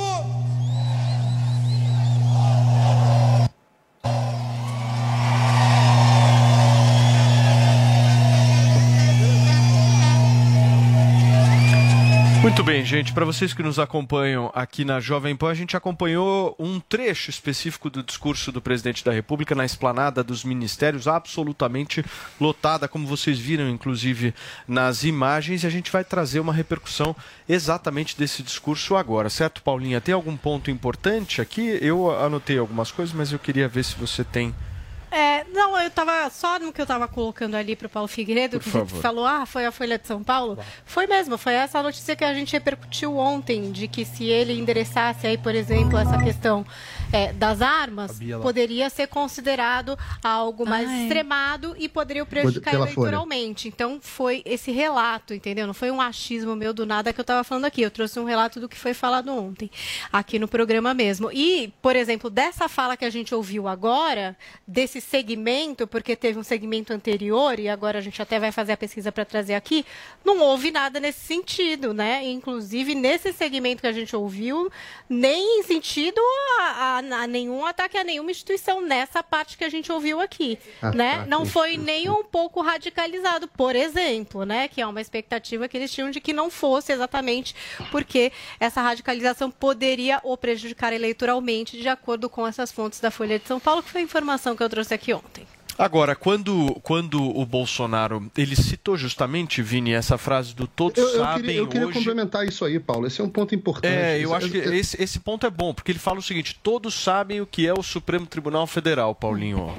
Muito bem, gente. Para vocês que nos acompanham aqui na Jovem Pan, a gente acompanhou um trecho específico do discurso do presidente da República na esplanada dos ministérios, absolutamente lotada, como vocês viram, inclusive, nas imagens, e a gente vai trazer uma repercussão exatamente desse discurso agora, certo, Paulinha? Tem algum ponto importante aqui? Eu anotei algumas coisas, mas eu queria ver se você tem... É, não, eu estava só no que eu estava colocando ali para o Paulo Figueiredo, que falou, ah, foi a Folha de São Paulo. Foi mesmo, foi essa notícia que a gente repercutiu ontem, de que se ele endereçasse aí, por exemplo, essa questão é, das armas, poderia ser considerado algo mais ah, é. extremado e poderia o prejudicar Pela eleitoralmente. Folha. Então, foi esse relato, entendeu? Não foi um achismo meu do nada que eu estava falando aqui. Eu trouxe um relato do que foi falado ontem, aqui no programa mesmo. E, por exemplo, dessa fala que a gente ouviu agora, desse segmento, porque teve um segmento anterior e agora a gente até vai fazer a pesquisa para trazer aqui, não houve nada nesse sentido, né? Inclusive, nesse segmento que a gente ouviu, nem em sentido a, a, a nenhum ataque a nenhuma instituição nessa parte que a gente ouviu aqui, ah, né? Tá, não foi nem um pouco radicalizado, por exemplo, né? Que é uma expectativa que eles tinham de que não fosse exatamente porque essa radicalização poderia o prejudicar eleitoralmente, de acordo com essas fontes da Folha de São Paulo, que foi a informação que eu trouxe aqui ontem. Agora, quando, quando o Bolsonaro, ele citou justamente, Vini, essa frase do todos eu, eu sabem queria, Eu queria hoje... complementar isso aí, Paulo. Esse é um ponto importante. É, eu isso, acho que eu... esse, esse ponto é bom, porque ele fala o seguinte, todos sabem o que é o Supremo Tribunal Federal, Paulinho.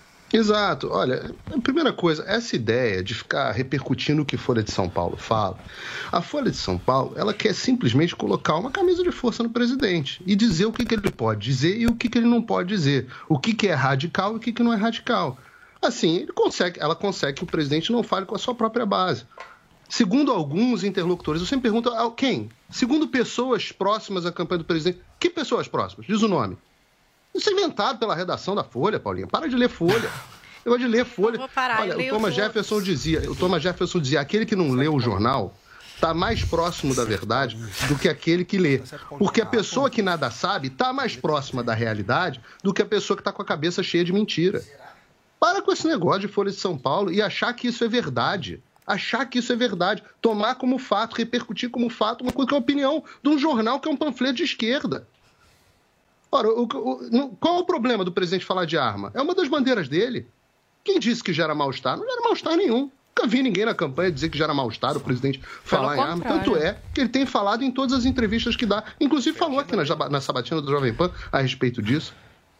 Exato. Olha, a primeira coisa, essa ideia de ficar repercutindo o que a Folha de São Paulo fala, a Folha de São Paulo, ela quer simplesmente colocar uma camisa de força no presidente e dizer o que, que ele pode dizer e o que, que ele não pode dizer, o que, que é radical e o que, que não é radical. Assim, ele consegue, ela consegue que o presidente não fale com a sua própria base. Segundo alguns interlocutores, eu sempre pergunto a quem? Segundo pessoas próximas à campanha do presidente. Que pessoas próximas? Diz o nome. Isso é inventado pela redação da Folha, Paulinha. Para de ler Folha. Eu gosto de ler Folha. Vou parar, Olha, eu o Thomas Jefferson dizia, o Thomas Jefferson dizia, aquele que não lê o jornal está mais próximo da verdade do que aquele que lê. Porque a pessoa que nada sabe está mais próxima da realidade do que a pessoa que está com a cabeça cheia de mentira. Para com esse negócio de Folha de São Paulo e achar que isso é verdade. Achar que isso é verdade. Tomar como fato, repercutir como fato uma coisa que é a opinião de um jornal que é um panfleto de esquerda. Ora, o, o, qual é o problema do presidente falar de arma? É uma das bandeiras dele. Quem disse que gera mal-estar? Não gera mal-estar nenhum. Nunca vi ninguém na campanha dizer que gera mal-estar o presidente falar em arma. Tanto é que ele tem falado em todas as entrevistas que dá. Inclusive falou aqui na, na sabatina do Jovem Pan a respeito disso.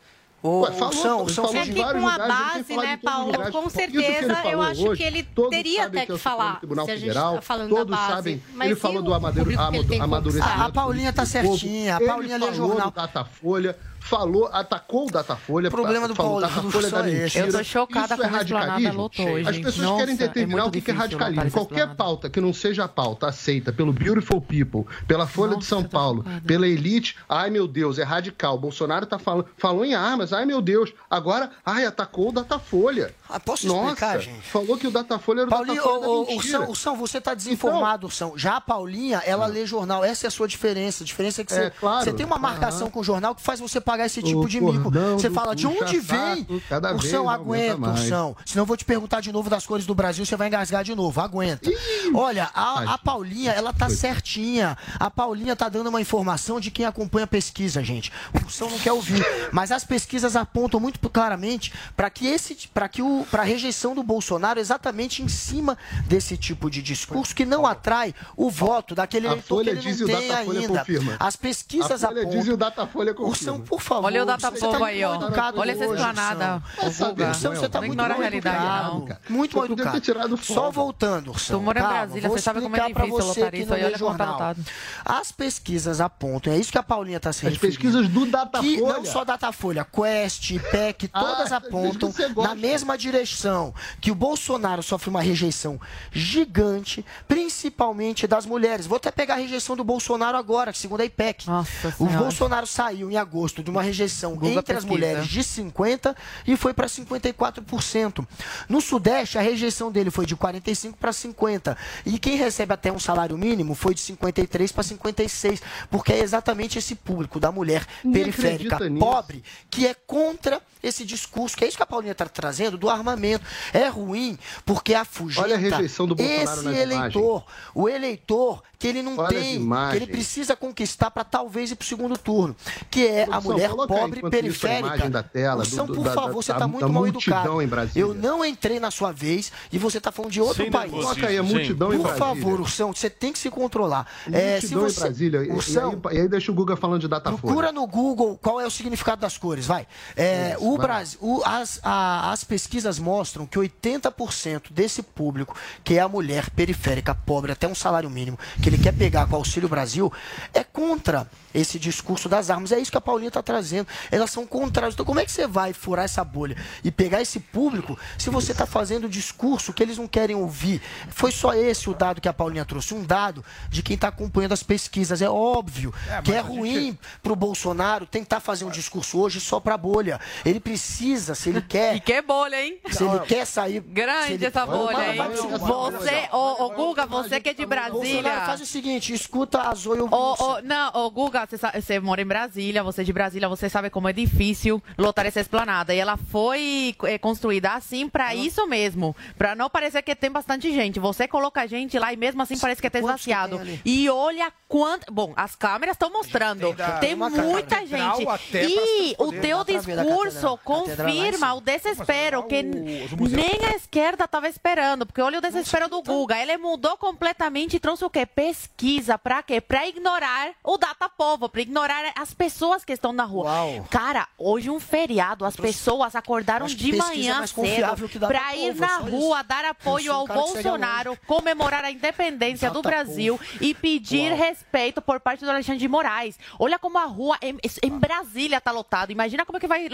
O Ué, falou, São, ele São, falou É de que vários com a lugares, ele tem base, falado né, em todos os Paulo? lugares. Com Isso que ele certeza, falou eu acho hoje, que ele todos teria sabem até que é que o Supremo falar, Tribunal se a gente Federal, tá falando todos da base. sabem, Mas ele e falou o do amadu- público que ele tem amadurecimento. A Paulinha tá político do povo. certinha, a Ele Paulinha lê falou jornal. do Datafolha, falou, atacou o Datafolha. O problema do falou Paulo Datafolha da é esse. mentira. Eu tô chocada Isso é como a Esplanada radicalismo? lotou hoje. As pessoas Nossa, querem determinar é o que que é muito radicalismo. difícil lotar essa Qualquer pauta que não seja a pauta aceita pelo Beautiful People, pela Folha de São Paulo, pela elite, ai meu Deus, é radical. Bolsonaro tá falando, falou em armas, ai meu Deus. Agora, ai, atacou o Datafolha. Ah, posso Nossa, explicar, gente? falou que o Datafolha era o Paulinho, Datafolha da o, o, mentira. Ursão, Ursão, você tá desinformado, Ursão. Já a Paulinha, ela lê jornal. Essa é a sua diferença. A diferença é que você, É, claro. você tem uma marcação Aham. com o jornal que faz você pagar esse tipo O de mico. cordão Você do fala, de onde vem? puxa-saco, cada vez Ursão, aumenta aguenta, mais. Ursão. Senão eu vou te perguntar de novo das cores do Brasil, você vai engasgar de novo. Aguenta. Olha, a, a Paulinha, ela tá certinha. A Paulinha tá dando uma informação de quem acompanha a pesquisa, gente. O Ursão não quer ouvir. Mas as pesquisas apontam muito claramente para que esse, para que o, para a rejeição do Bolsonaro exatamente em cima desse tipo de discurso que não atrai o voto daquele A eleitor que Folha ele diz e não o tem Datafolha ainda. confirma. As pesquisas A Folha apontam. diz e o Datafolha confirma. Ursão, por favor. Olha o você Datapovo tá aí, ó. muito mal educado Olha essa hoje, esplanada. Ursão. Ô, Guga. Ursão, você tá Não muito ignora mal a realidade, educado. não. Muito Só mal podia educado. ter tirado Só folga. voltando, Ursão. Tu mora em Calma, Brasília, vou você sabe como é explicar pra difícil você lotar que isso não aí. lê Olha como tá jornal. lotado. As pesquisas apontam, é isso que a Paulinha está se As referindo. pesquisas do Que Datafolha. não só Datafolha, Quest, I P E C, todas Ah, apontam você gosta. na mesma direção, que o Bolsonaro sofre uma rejeição gigante, principalmente das mulheres. Vou até pegar a rejeição do Bolsonaro agora, que segundo a I P E C. Nossa O Senhora. Bolsonaro saiu em agosto de uma rejeição Google entre as pesquisa. mulheres de cinquenta por cento e foi para cinquenta e quatro por cento. No Sudeste, a rejeição dele foi de quarenta e cinco para cinquenta. E quem recebe até um salário mínimo foi de cinquenta e três para cinquenta e seis, porque é exatamente esse público da mulher Ninguém periférica acredita nisso. pobre que é contra esse discurso, que é isso que a Paulinha está trazendo, do armamento. É ruim porque afugenta Olha a rejeição do Bolsonaro esse nas eleitor, o eleitor que ele não Olha as tem, que ele imagens. precisa conquistar para talvez ir para o segundo turno, que é a Produção, mulher coloca aí, pobre enquanto isso, a periférica. imagem da tela, Ursão, do- do- por da- favor, da- você da- está muito da mal multidão educado. em Brasília. Eu não entrei na sua vez e você está falando de outro Sem país. nervosismo, Coloca aí a multidão em Por Brasília. favor, Ursão, você tem que se controlar. É, se Multidão em você, Brasília. E- Ursão, e, aí, e aí deixa o Guga falando de Datafolha. procura no Google qual é o significado das cores, vai. É, Isso, o vai. Brasil, o- as, a- as pesquisas mostram que oitenta por cento desse público, que é a mulher periférica, pobre, até um salário mínimo, que ele quer pegar com o Auxílio Brasil, é contra esse discurso das armas. É isso que a Paulinha está trazendo. Elas são contrárias. Então, como é que você vai furar essa bolha e pegar esse público se você está fazendo o discurso que eles não querem ouvir? Foi só esse o dado que a Paulinha trouxe. Um dado de quem está acompanhando as pesquisas. É óbvio É, que mas é a gente- ruim para o Bolsonaro tentar fazer um discurso hoje só para bolha. Ele precisa, se ele quer... E que bolha, hein? Se ele quer sair... se Grande ele- essa bolha, Vai- hein? vai- vai- Você, ô, ô Guga, você que é de Bolsonaro Brasília. faz o seguinte, escuta a Zoe Ô, ô, não, ô, Guga, você, sa- você mora em Brasília, você é de Brasília, você sabe como é difícil lotar essa esplanada. E ela foi é, construída assim pra isso mesmo, pra não parecer que tem bastante gente. Você coloca a gente lá e mesmo assim parece que tá Quantos que esvaziado. tem ali? E olha quanto... Bom, as câmeras estão mostrando. da- Tem uma muita catedral gente. até pra E se o poder- teu Dá pra ver da discurso catedral. Catedral lá em confirma cima. o desespero que o- o museu. nem a esquerda estava esperando. Porque olha o desespero do Guga. Ele mudou completamente e trouxe o quê? Pesquisa. Pra quê? Pra ignorar o Datapovo, pra ignorar as pessoas que estão na rua. Uau. Cara, hoje um feriado, as pessoas acordaram Acho que de pesquisa é manhã mais confiável que cedo Datapovo, pra ir é na só rua, isso. dar Eu apoio sou um ao cara que segue a Bolsonaro, comemorar a independência do Datapovo. Brasil e pedir Uau. respeito por parte do Alexandre de Moraes. Olha como a rua em, em Brasília tá lotada. Imagina como é que vai lotar em,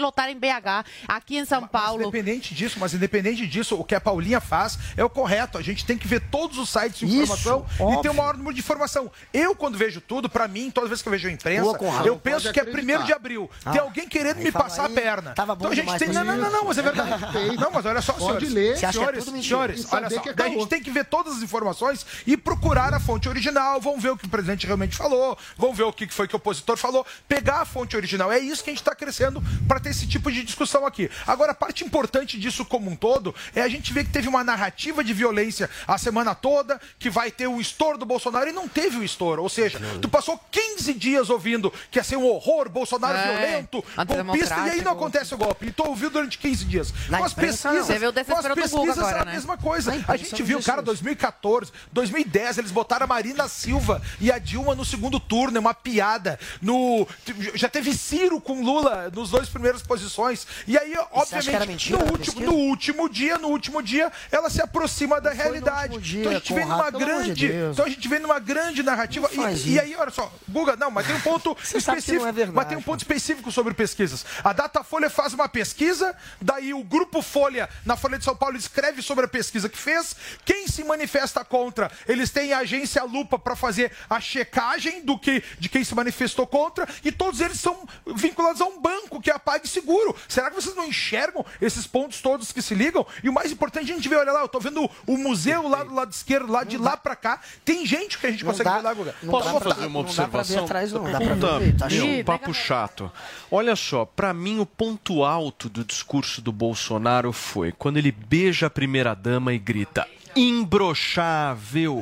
B H, aqui em São Paulo. Mas independente disso, mas independente disso, o que a Paulinha faz é o correto. A gente tem que ver todos os sites de informação Isso, e óbvio. ter o maior número de informação. Eu, quando vejo tudo, pra mim, toda vez que eu vejo a imprensa, Boa, Conrado. eu penso Pode que é acreditar. primeiro de abril. Ah, tem alguém querendo aí me fala passar aí, a perna. tava bom então a gente demais tem. pra Não, não, não, não, mas é verdade. Não, mas olha só, Pode senhores. ler. Você acha que é senhores, tudo mentira? senhores, E olha saber só. que é Daí a caô. gente tem que ver todas as informações e procurar a fonte original. Vamos ver o que o presidente realmente falou. Vamos ver o que foi que o opositor falou. Pegar a fonte original. É isso que a gente está crescendo para ter esse tipo de discussão aqui. Agora, a parte importante disso como um todo é a gente ver que teve uma narrativa de violência a semana toda, que vai ter o estouro do Bolsonaro e não teve o estouro. Ou seja, tu passou quinze dias ouvindo que ia ser um horror, Bolsonaro É, violento, golpista, e aí não antidemocrático. acontece o golpe. E tu ouviu durante quinze dias. Na Com as imprensa, pesquisas, Você viu o com as desespero do Google pesquisas agora, é a né? mesma coisa. Na A imprensa gente não viu, diz cara, isso. dois mil e quatorze, dois mil e dez, eles botaram a Marina Silva e a Dilma no segundo turno, é uma piada. No, já teve Ciro com Lula nos dois primeiras posições. E aí, Você acha que era obviamente, mentira no a último, pesquisa? no último dia, no último dia, ela se aproxima da realidade. dia, então a gente vem Conrado, numa pelo amor de grande. Deus. Então a gente vem numa grande narrativa. Não faz E, e isso. aí, olha só, Guga, não, mas tem um ponto Você sabe que não específico. é verdade, mas tem um ponto específico sobre pesquisas. A Datafolha faz uma pesquisa, daí o Grupo Folha, na Folha de São Paulo, escreve sobre a pesquisa que fez. Quem se manifesta contra, eles têm a agência Lupa para fazer a checagem do que, de quem se manifestou contra, e todos eles são vinculados a um banco, que é a PagSeguro. Será que vocês não enxergam esses pontos todos que se ligam? E o mais importante, a gente vê, olha lá, eu tô vendo o museu lá do lado esquerdo, lá de lá pra cá. Tem gente que a gente Não consegue dá- ver lá, Guga. não Posso dá mostrar? fazer uma observação? dá pra Puta, ver, tá meu, show. papo chato. Olha só, pra mim o ponto alto do discurso do Bolsonaro foi quando ele beija a primeira-dama e grita: imbrochável,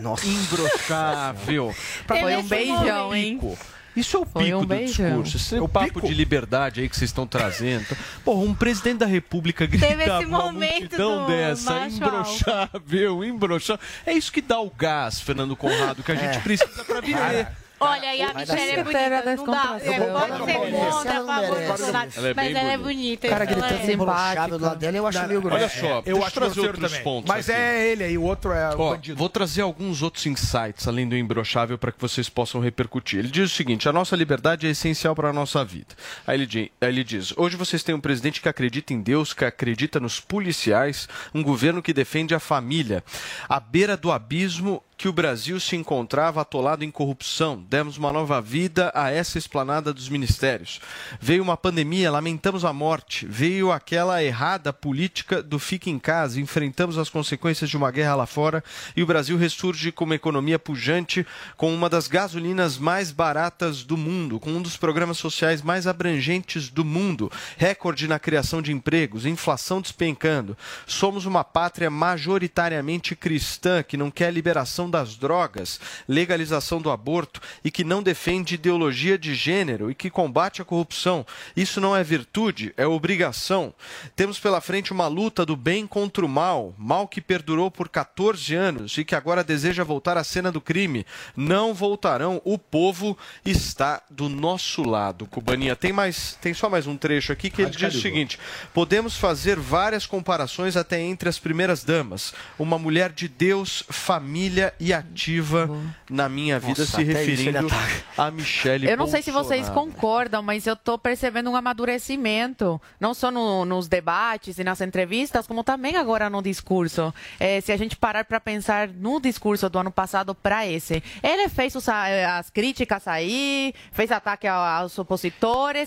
imbrochável. Pra Foi mim, um isso é beijão, o hein? pico. Isso é o Foi pico um do beijão. discurso. Esse é O o papo pico? de liberdade aí que vocês estão trazendo. Porra, um presidente da República grita Teve esse pra uma momento multidão do dessa, macho imbrochável, imbrochável. É isso que dá o gás, Fernando Conrado, que a gente É. precisa pra viver. Olha, e a Vai dar Michelle é certo. bonita. Não dá. É, Eu vou- pode eu ser vou- contra, a ela não favor do merece. Bolsonaro. Ela é Mas bem ela é bonita. bonita. O cara então gritando ela é- embroxável do lado dela, eu acho meio grosso. Olha só, Eu deixa eu acho trazer grosseiro outros também. pontos Mas aqui. é ele aí, o outro é o Ó, bandido. vou trazer alguns outros insights além do imbrochável para que vocês possam repercutir. Ele diz o seguinte: a nossa liberdade é essencial para a nossa vida. Aí ele, di- aí ele diz: hoje vocês têm um presidente que acredita em Deus, que acredita nos policiais, um governo que defende a família. À beira do abismo que o Brasil se encontrava atolado em corrupção. Demos uma nova vida a essa esplanada dos ministérios. Veio uma pandemia, lamentamos a morte. Veio aquela errada política do fique em casa. Enfrentamos as consequências de uma guerra lá fora e o Brasil ressurge com uma economia pujante, com uma das gasolinas mais baratas do mundo, com um dos programas sociais mais abrangentes do mundo, recorde na criação de empregos, inflação despencando. Somos uma pátria majoritariamente cristã que não quer a liberação das drogas, legalização do aborto e que não defende ideologia de gênero e que combate a corrupção. Isso não é virtude, é obrigação. Temos pela frente uma luta do bem contra o mal, mal que perdurou por quatorze anos e que agora deseja voltar à cena do crime. Não voltarão, o povo está do nosso lado. Cubaninha, tem mais, tem só mais um trecho aqui que ele diz o seguinte: podemos fazer várias comparações até entre as primeiras damas. Uma mulher de Deus, família e ativa na minha vida, Nossa, se até isso ele referindo ataca. a Michele Eu não sei se vocês Bolsonaro. concordam, mas eu estou percebendo um amadurecimento, não só no- nos debates e nas entrevistas, como também agora no discurso. É, se a gente parar para pensar no discurso do ano passado para esse, ele fez os- as críticas aí, fez ataque ao- aos opositores,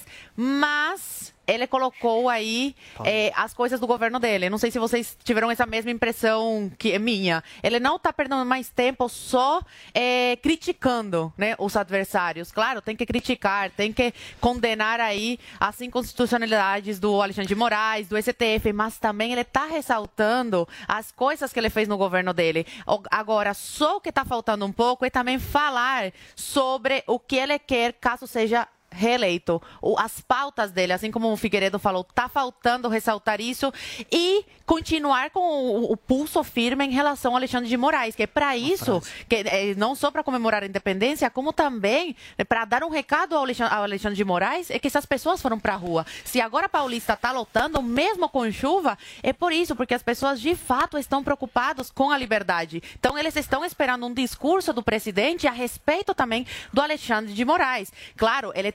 mas ele colocou aí é, as coisas do governo dele. Não sei se vocês tiveram essa mesma impressão que é minha. Ele não está perdendo mais tempo só é, criticando, né, os adversários. Claro, tem que criticar, tem que condenar aí as inconstitucionalidades do Alexandre de Moraes, do S T F, mas também ele está ressaltando as coisas que ele fez no governo dele. O- Agora, só o que está faltando um pouco é também falar sobre o que ele quer caso seja reeleito. O- As pautas dele, assim como o Figueiredo falou, tá faltando ressaltar isso e continuar com o, o pulso firme em relação ao Alexandre de Moraes, que é para isso, que é, não só para comemorar a independência, como também para dar um recado ao Alexandre, ao Alexandre de Moraes, é que essas pessoas foram para a rua. Se agora a Paulista está lotando, mesmo com chuva, é por isso, porque as pessoas de fato estão preocupadas com a liberdade. Então eles estão esperando um discurso do presidente a respeito também do Alexandre de Moraes. Claro, ele tem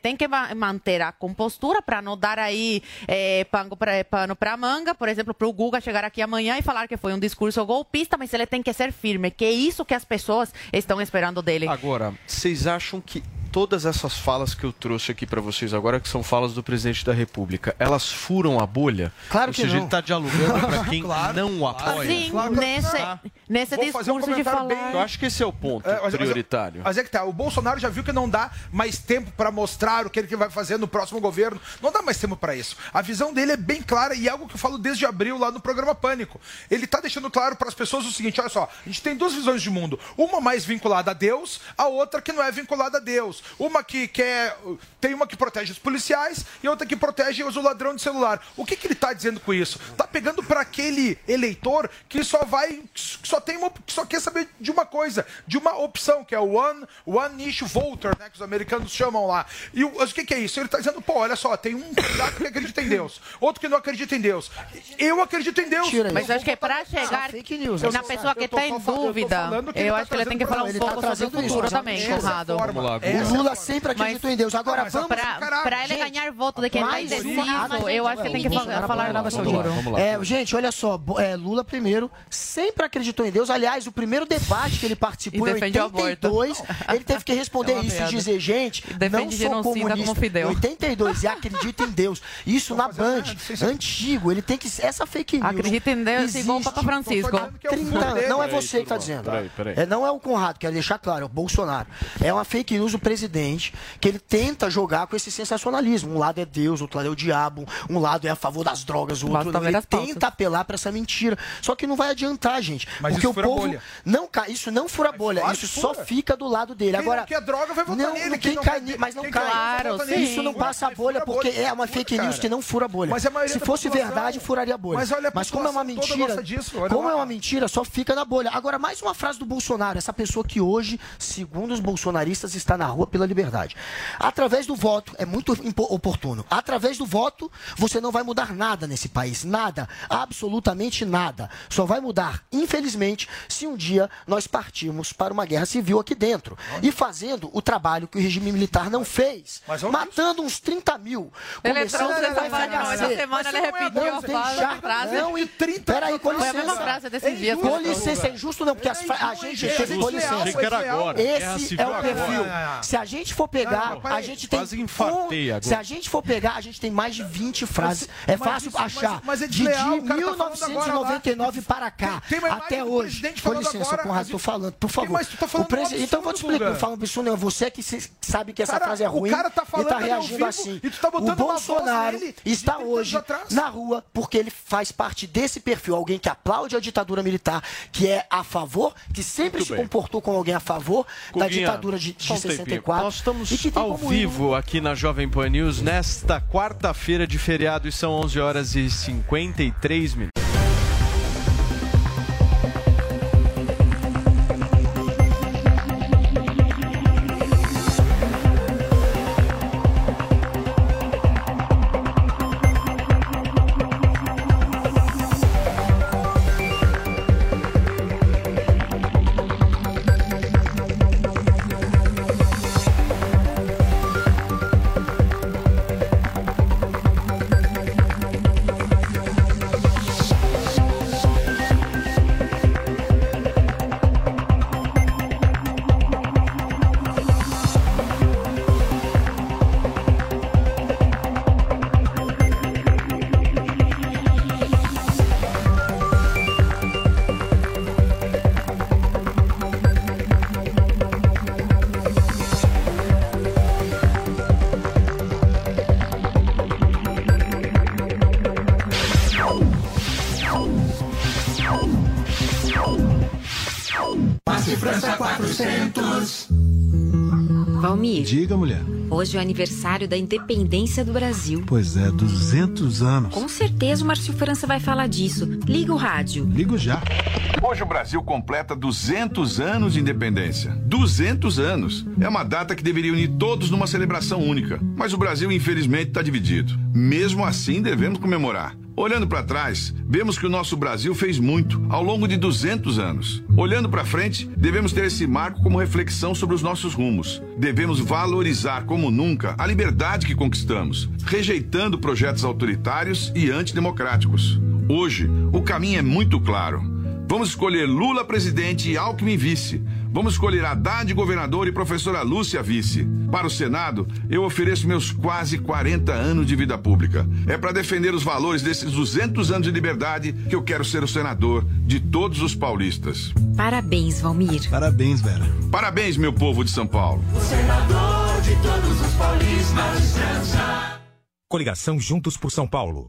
tem que ma- manter a compostura para não dar aí é, pano para pano para manga, por exemplo, para o Guga chegar aqui amanhã e falar que foi um discurso golpista, mas ele tem que ser firme, que é isso que as pessoas estão esperando dele. Agora, vocês acham que todas essas falas que eu trouxe aqui para vocês agora, que são falas do presidente da República, elas furam a bolha? Claro Ou que seja, não. ele está dialogando para quem Claro, não o apoia? Sim, Claro, nesse, tá. nesse Vou fazer um discurso de comentário falar... bem- Eu acho que esse é o ponto É, mas- prioritário. Mas é que tá, o Bolsonaro já viu que não dá mais tempo para mostrar o que ele vai fazer no próximo governo. Não dá mais tempo para isso. A visão dele é bem clara e é algo que eu falo desde abril lá no programa Pânico. Ele tá deixando claro para as pessoas o seguinte, olha só, a gente tem duas visões de mundo. Uma mais vinculada a Deus, a outra que não é vinculada a Deus. Uma que quer... Tem uma que protege os policiais e outra que protege o ladrão de celular. O que, que ele tá dizendo com isso? Tá pegando para aquele eleitor que só vai... que só tem uma... que só quer saber de uma coisa, de uma opção, que é o one, one issue voter, né, que os americanos chamam lá. E o, o que, que é isso? Ele está dizendo, pô, olha só, tem um candidato que acredita em Deus, outro que não acredita em Deus. Eu acredito em Deus. Mas eu acho que para chegar na pessoa que está em dúvida, eu acho que ele tem que falar um pouco sobre o futuro também, Conrado. O Lula sempre acreditou em Deus. Agora vamos... Para ele ganhar voto de quem está mais indeciso, uma- eu acho que tem que fa- falar da futuro. É, gente, olha só, bo- é, Lula primeiro sempre acreditou em Deus. Aliás, o primeiro debate que ele participou E em defende o oitenta e dois, ele teve que responder É uma isso, piada. dizer, gente, Defende não sou genocida comunista. como Fidel. oitenta e dois, e acredita em Deus. Isso na Band, antigo, ele tem que... Essa fake news... Acredita em Deus igual o Papa Francisco. trinta anos. Não é Peraí, você que está turma, dizendo. peraí, peraí. É, não é o Conrado, quero deixar claro, é o Bolsonaro. É uma fake news do presidente que ele tenta jogar com esse sensacionalismo. Um lado é Deus, outro lado é o diabo, um lado é a favor das drogas, o Basta outro não. ver Ele as pautas. tenta apelar para essa mentira. Só que não vai adiantar, gente. Mas porque isso o fura povo bolha. não cai, isso não fura bolha, claro isso que só fura. fica do lado dele. Quem Agora não quer droga vai votar não, nele. não, Quem quem não cai, quer- mas não quem cai. quer Claro, votar sim. nele. Isso não Fura, passa a mas bolha fura porque é uma fura, fake news cara. que não fura a bolha. Mas a maioria Se da fosse população- verdade, furaria a bolha. Mas olha, a Mas como é uma população toda mentira, gosta disso, olha como lá. é uma mentira, só fica na bolha. Agora, mais uma frase do Bolsonaro, essa pessoa que hoje, segundo os bolsonaristas, está na rua pela liberdade. Através do voto, é muito impo- oportuno, através do voto, você não vai mudar nada nesse país. Nada. Absolutamente nada. Só vai mudar, infelizmente, se um dia nós partirmos para uma guerra civil aqui dentro. E fazendo o trabalho que o regime militar não fez. Matando uns trinta mil. Ele Começando trouxe a essa frase, não, essa semana ele repetiu a não tem frase, chá, frase. não, e trinta. Peraí, com Foi a licença. mesma frase desses dias. Com licença, é injusto não, porque as fra- a gente é tem, com licença. Achei que era agora. Guerra Esse civil é o agora. perfil. Se a gente for pegar, Não, peraí. a gente tem. Quase infartei agora. Se a gente for pegar, a gente tem mais de vinte frases. É mas fácil isso- achar. mas- mas é de desleal, de o cara tá mil falando novecentos e agora noventa e nove para cá, Tem mais até imagem do hoje. presidente Com falando licença, agora, Conrado, a estou gente- falando, por favor. Mas tu tá falando O presi- um Então eu vou te absurdo, explicar. Eu Guga. falo para isso, não é você que se- sabe que essa Cara, frase é o ruim cara tá e falando tá ali ao reagindo vivo assim. e tu tá botando O uma voz Bolsonaro nele está de trinta hoje anos atrás. na rua porque ele faz parte desse perfil, alguém que aplaude a ditadura militar, que é a favor, que sempre Muito se bem. comportou como alguém a favor da Guguinha, ditadura de, de só um sessenta e tempinho. quatro. Nós estamos e que tem ao como ir, vivo aqui na Jovem Pan News nesta quarta-feira de feriado e são onze horas e cinquenta e três minutos. Passe França quatrocentos. Valmir, Diga, mulher. hoje é o aniversário da independência do Brasil. Pois é, duzentos anos. Com certeza o Márcio França vai falar disso. Liga o rádio. Ligo já. Hoje o Brasil completa duzentos anos de independência. duzentos anos. É uma data que deveria unir todos numa celebração única. Mas o Brasil, infelizmente, está dividido. Mesmo assim, devemos comemorar. Olhando para trás, vemos que o nosso Brasil fez muito ao longo de duzentos anos. Olhando para frente, devemos ter esse marco como reflexão sobre os nossos rumos. Devemos valorizar como nunca a liberdade que conquistamos, rejeitando projetos autoritários e antidemocráticos. Hoje, o caminho é muito claro. Vamos escolher Lula presidente e Alckmin vice. Vamos escolher Haddad governador e professora Lúcia vice. Para o Senado, eu ofereço meus quase quarenta anos de vida pública. É para defender os valores desses duzentos anos de liberdade que eu quero ser o senador de todos os paulistas. Parabéns, Valmir. Parabéns, Vera. Parabéns, meu povo de São Paulo. O senador de todos os paulistas. Coligação Juntos por São Paulo.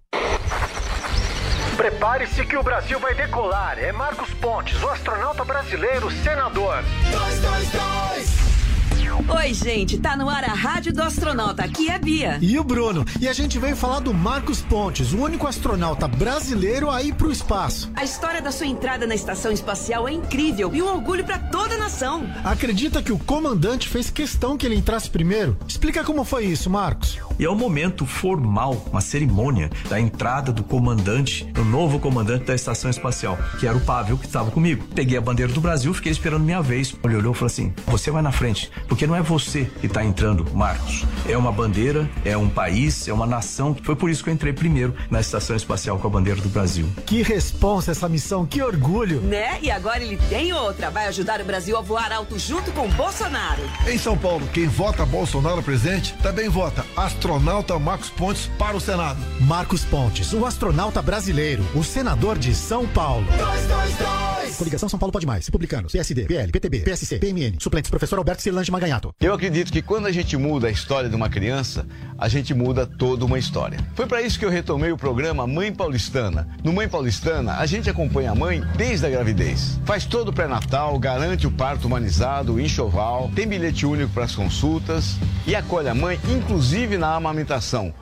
Prepare-se que o Brasil vai decolar. É Marcos Pontes, o astronauta brasileiro, senador. Dois, dois, dois. Oi, gente, tá no ar a Rádio do Astronauta, aqui é a Bia. E o Bruno. E a gente veio falar do Marcos Pontes, o único astronauta brasileiro a ir pro espaço. A história da sua entrada na estação espacial é incrível e um orgulho pra toda a nação. Acredita que o comandante fez questão que ele entrasse primeiro? Explica como foi isso, Marcos. E é o momento formal, uma cerimônia da entrada do comandante, do novo comandante da estação espacial, que era o Pavel, que estava comigo. Peguei a bandeira do Brasil, fiquei esperando minha vez. Ele olhou e falou assim, você vai na frente, porque não é você que está entrando, Marcos. É uma bandeira, é um país, é uma nação. Foi por isso que eu entrei primeiro na estação espacial com a bandeira do Brasil. Que responsa essa missão, que orgulho. Né? E agora ele tem outra. Vai ajudar o Brasil a voar alto junto com Bolsonaro. Em São Paulo, quem vota Bolsonaro presidente também vota astronauta Marcos Pontes para o Senado. Marcos Pontes, o astronauta brasileiro, o senador de São Paulo. Dois, dois, dois. Coligação São Paulo Pode Mais, Republicanos, P S D, P L, P T B, P S C, P M N, suplentes professor Alberto Cirlange Maganhato. Eu acredito que quando a gente muda a história de uma criança, a gente muda toda uma história. Foi para isso que eu retomei o programa Mãe Paulistana. No Mãe Paulistana, a gente acompanha a mãe desde a gravidez. Faz todo o pré-natal, garante o parto humanizado, o enxoval, tem bilhete único para as consultas e acolhe a mãe, inclusive na amamentação.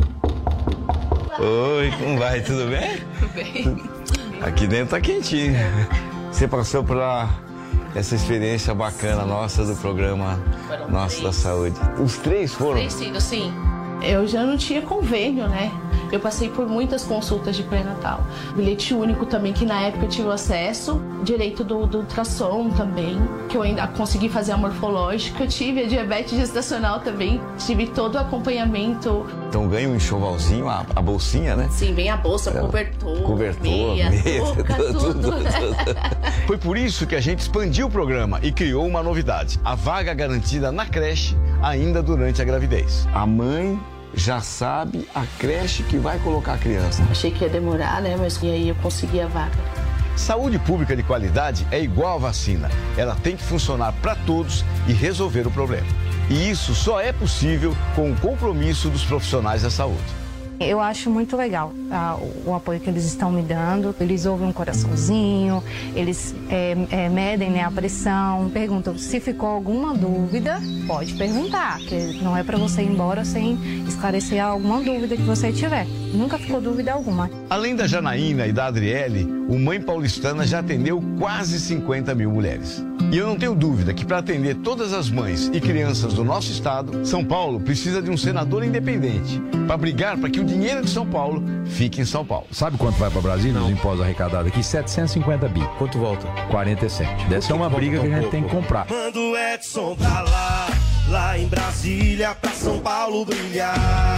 Oi, como vai? Tudo bem? Tudo bem. Aqui dentro tá quentinho. Você passou por essa experiência bacana nossa do programa Nosso da Saúde. Os três foram? Três filhos, sim. Eu já não tinha convênio, né? Eu passei por muitas consultas de pré-natal. Bilhete único também, que na época eu tive acesso. Direito do, do ultrassom também, que eu ainda consegui fazer a morfológica. Eu tive a diabetes gestacional também. Tive todo o acompanhamento. Então ganha um enxovalzinho, a, a bolsinha, né? Sim, vem a bolsa, é, cobertor, cobertor, meia, meia touca, tudo, tudo. tudo, tudo. Foi por isso que a gente expandiu o programa e criou uma novidade. A vaga garantida na creche ainda durante a gravidez. A mãe já sabe a creche que vai colocar a criança. Achei que ia demorar, né? Mas e aí eu consegui a vaga. Saúde pública de qualidade é igual a vacina. Ela tem que funcionar para todos e resolver o problema. E isso só é possível com o compromisso dos profissionais da saúde. Eu acho muito legal ah, o apoio que eles estão me dando. Eles ouvem um coraçãozinho, eles é, é, medem, né, a pressão, perguntam se ficou alguma dúvida, pode perguntar, que não é para você ir embora sem esclarecer alguma dúvida que você tiver. Nunca ficou dúvida alguma. Além da Janaína e da Adriele, o Mãe Paulistana já atendeu quase cinquenta mil mulheres. E eu não tenho dúvida que para atender todas as mães e crianças do nosso estado, São Paulo precisa de um senador independente para brigar para que o dinheiro de São Paulo fique em São Paulo. Sabe quanto vai para Brasília os impostos arrecadados aqui? setecentos e cinquenta bi. Quanto volta? quarenta e sete. Dessa é uma briga que a gente tem que comprar. Manda o Edson pra lá, lá em Brasília, pra São Paulo brilhar.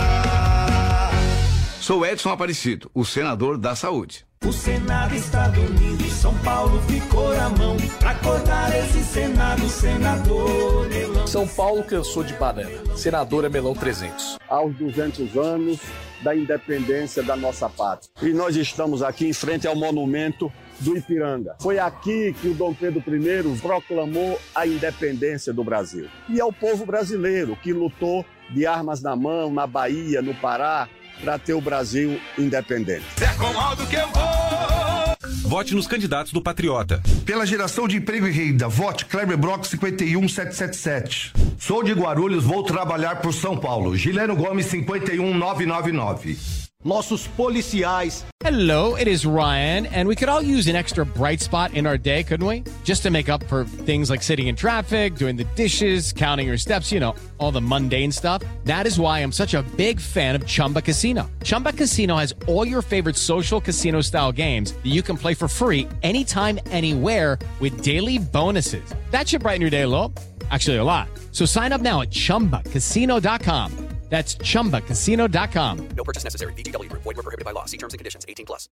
Sou Edson Aparecido, o senador da Saúde. O Senado está dormindo, São Paulo ficou na mão. Pra acordar esse Senado, senador Melão. São Paulo cansou de banana, senador é Melão trezentos. Aos duzentos anos da independência da nossa pátria. E nós estamos aqui em frente ao monumento do Ipiranga. Foi aqui que o Dom Pedro primeiro proclamou a independência do Brasil. E é o povo brasileiro que lutou de armas na mão, na Bahia, no Pará, para ter o Brasil independente. É com modo que eu vou. Vote nos candidatos do Patriota. Pela geração de emprego e renda, vote Kleber Brock cinquenta e um sete sete sete. Sou de Guarulhos, vou trabalhar por São Paulo. Gileno Gomes cinquenta e um nove nove nove. nossos policiais. Hello, it is Ryan, and we could all use an extra bright spot in our day, couldn't we? Just to make up for things like sitting in traffic, doing the dishes, counting your steps, you know, all the mundane stuff. That is why I'm such a big fan of Chumba Casino. Chumba Casino has all your favorite social casino-style games that you can play for free anytime, anywhere with daily bonuses. That should brighten your day a little. Actually, a lot. So sign up now at chumba casino dot com. That's chumba casino dot com. No purchase necessary. V G W Group. Void where prohibited by law. See terms and conditions. eighteen plus.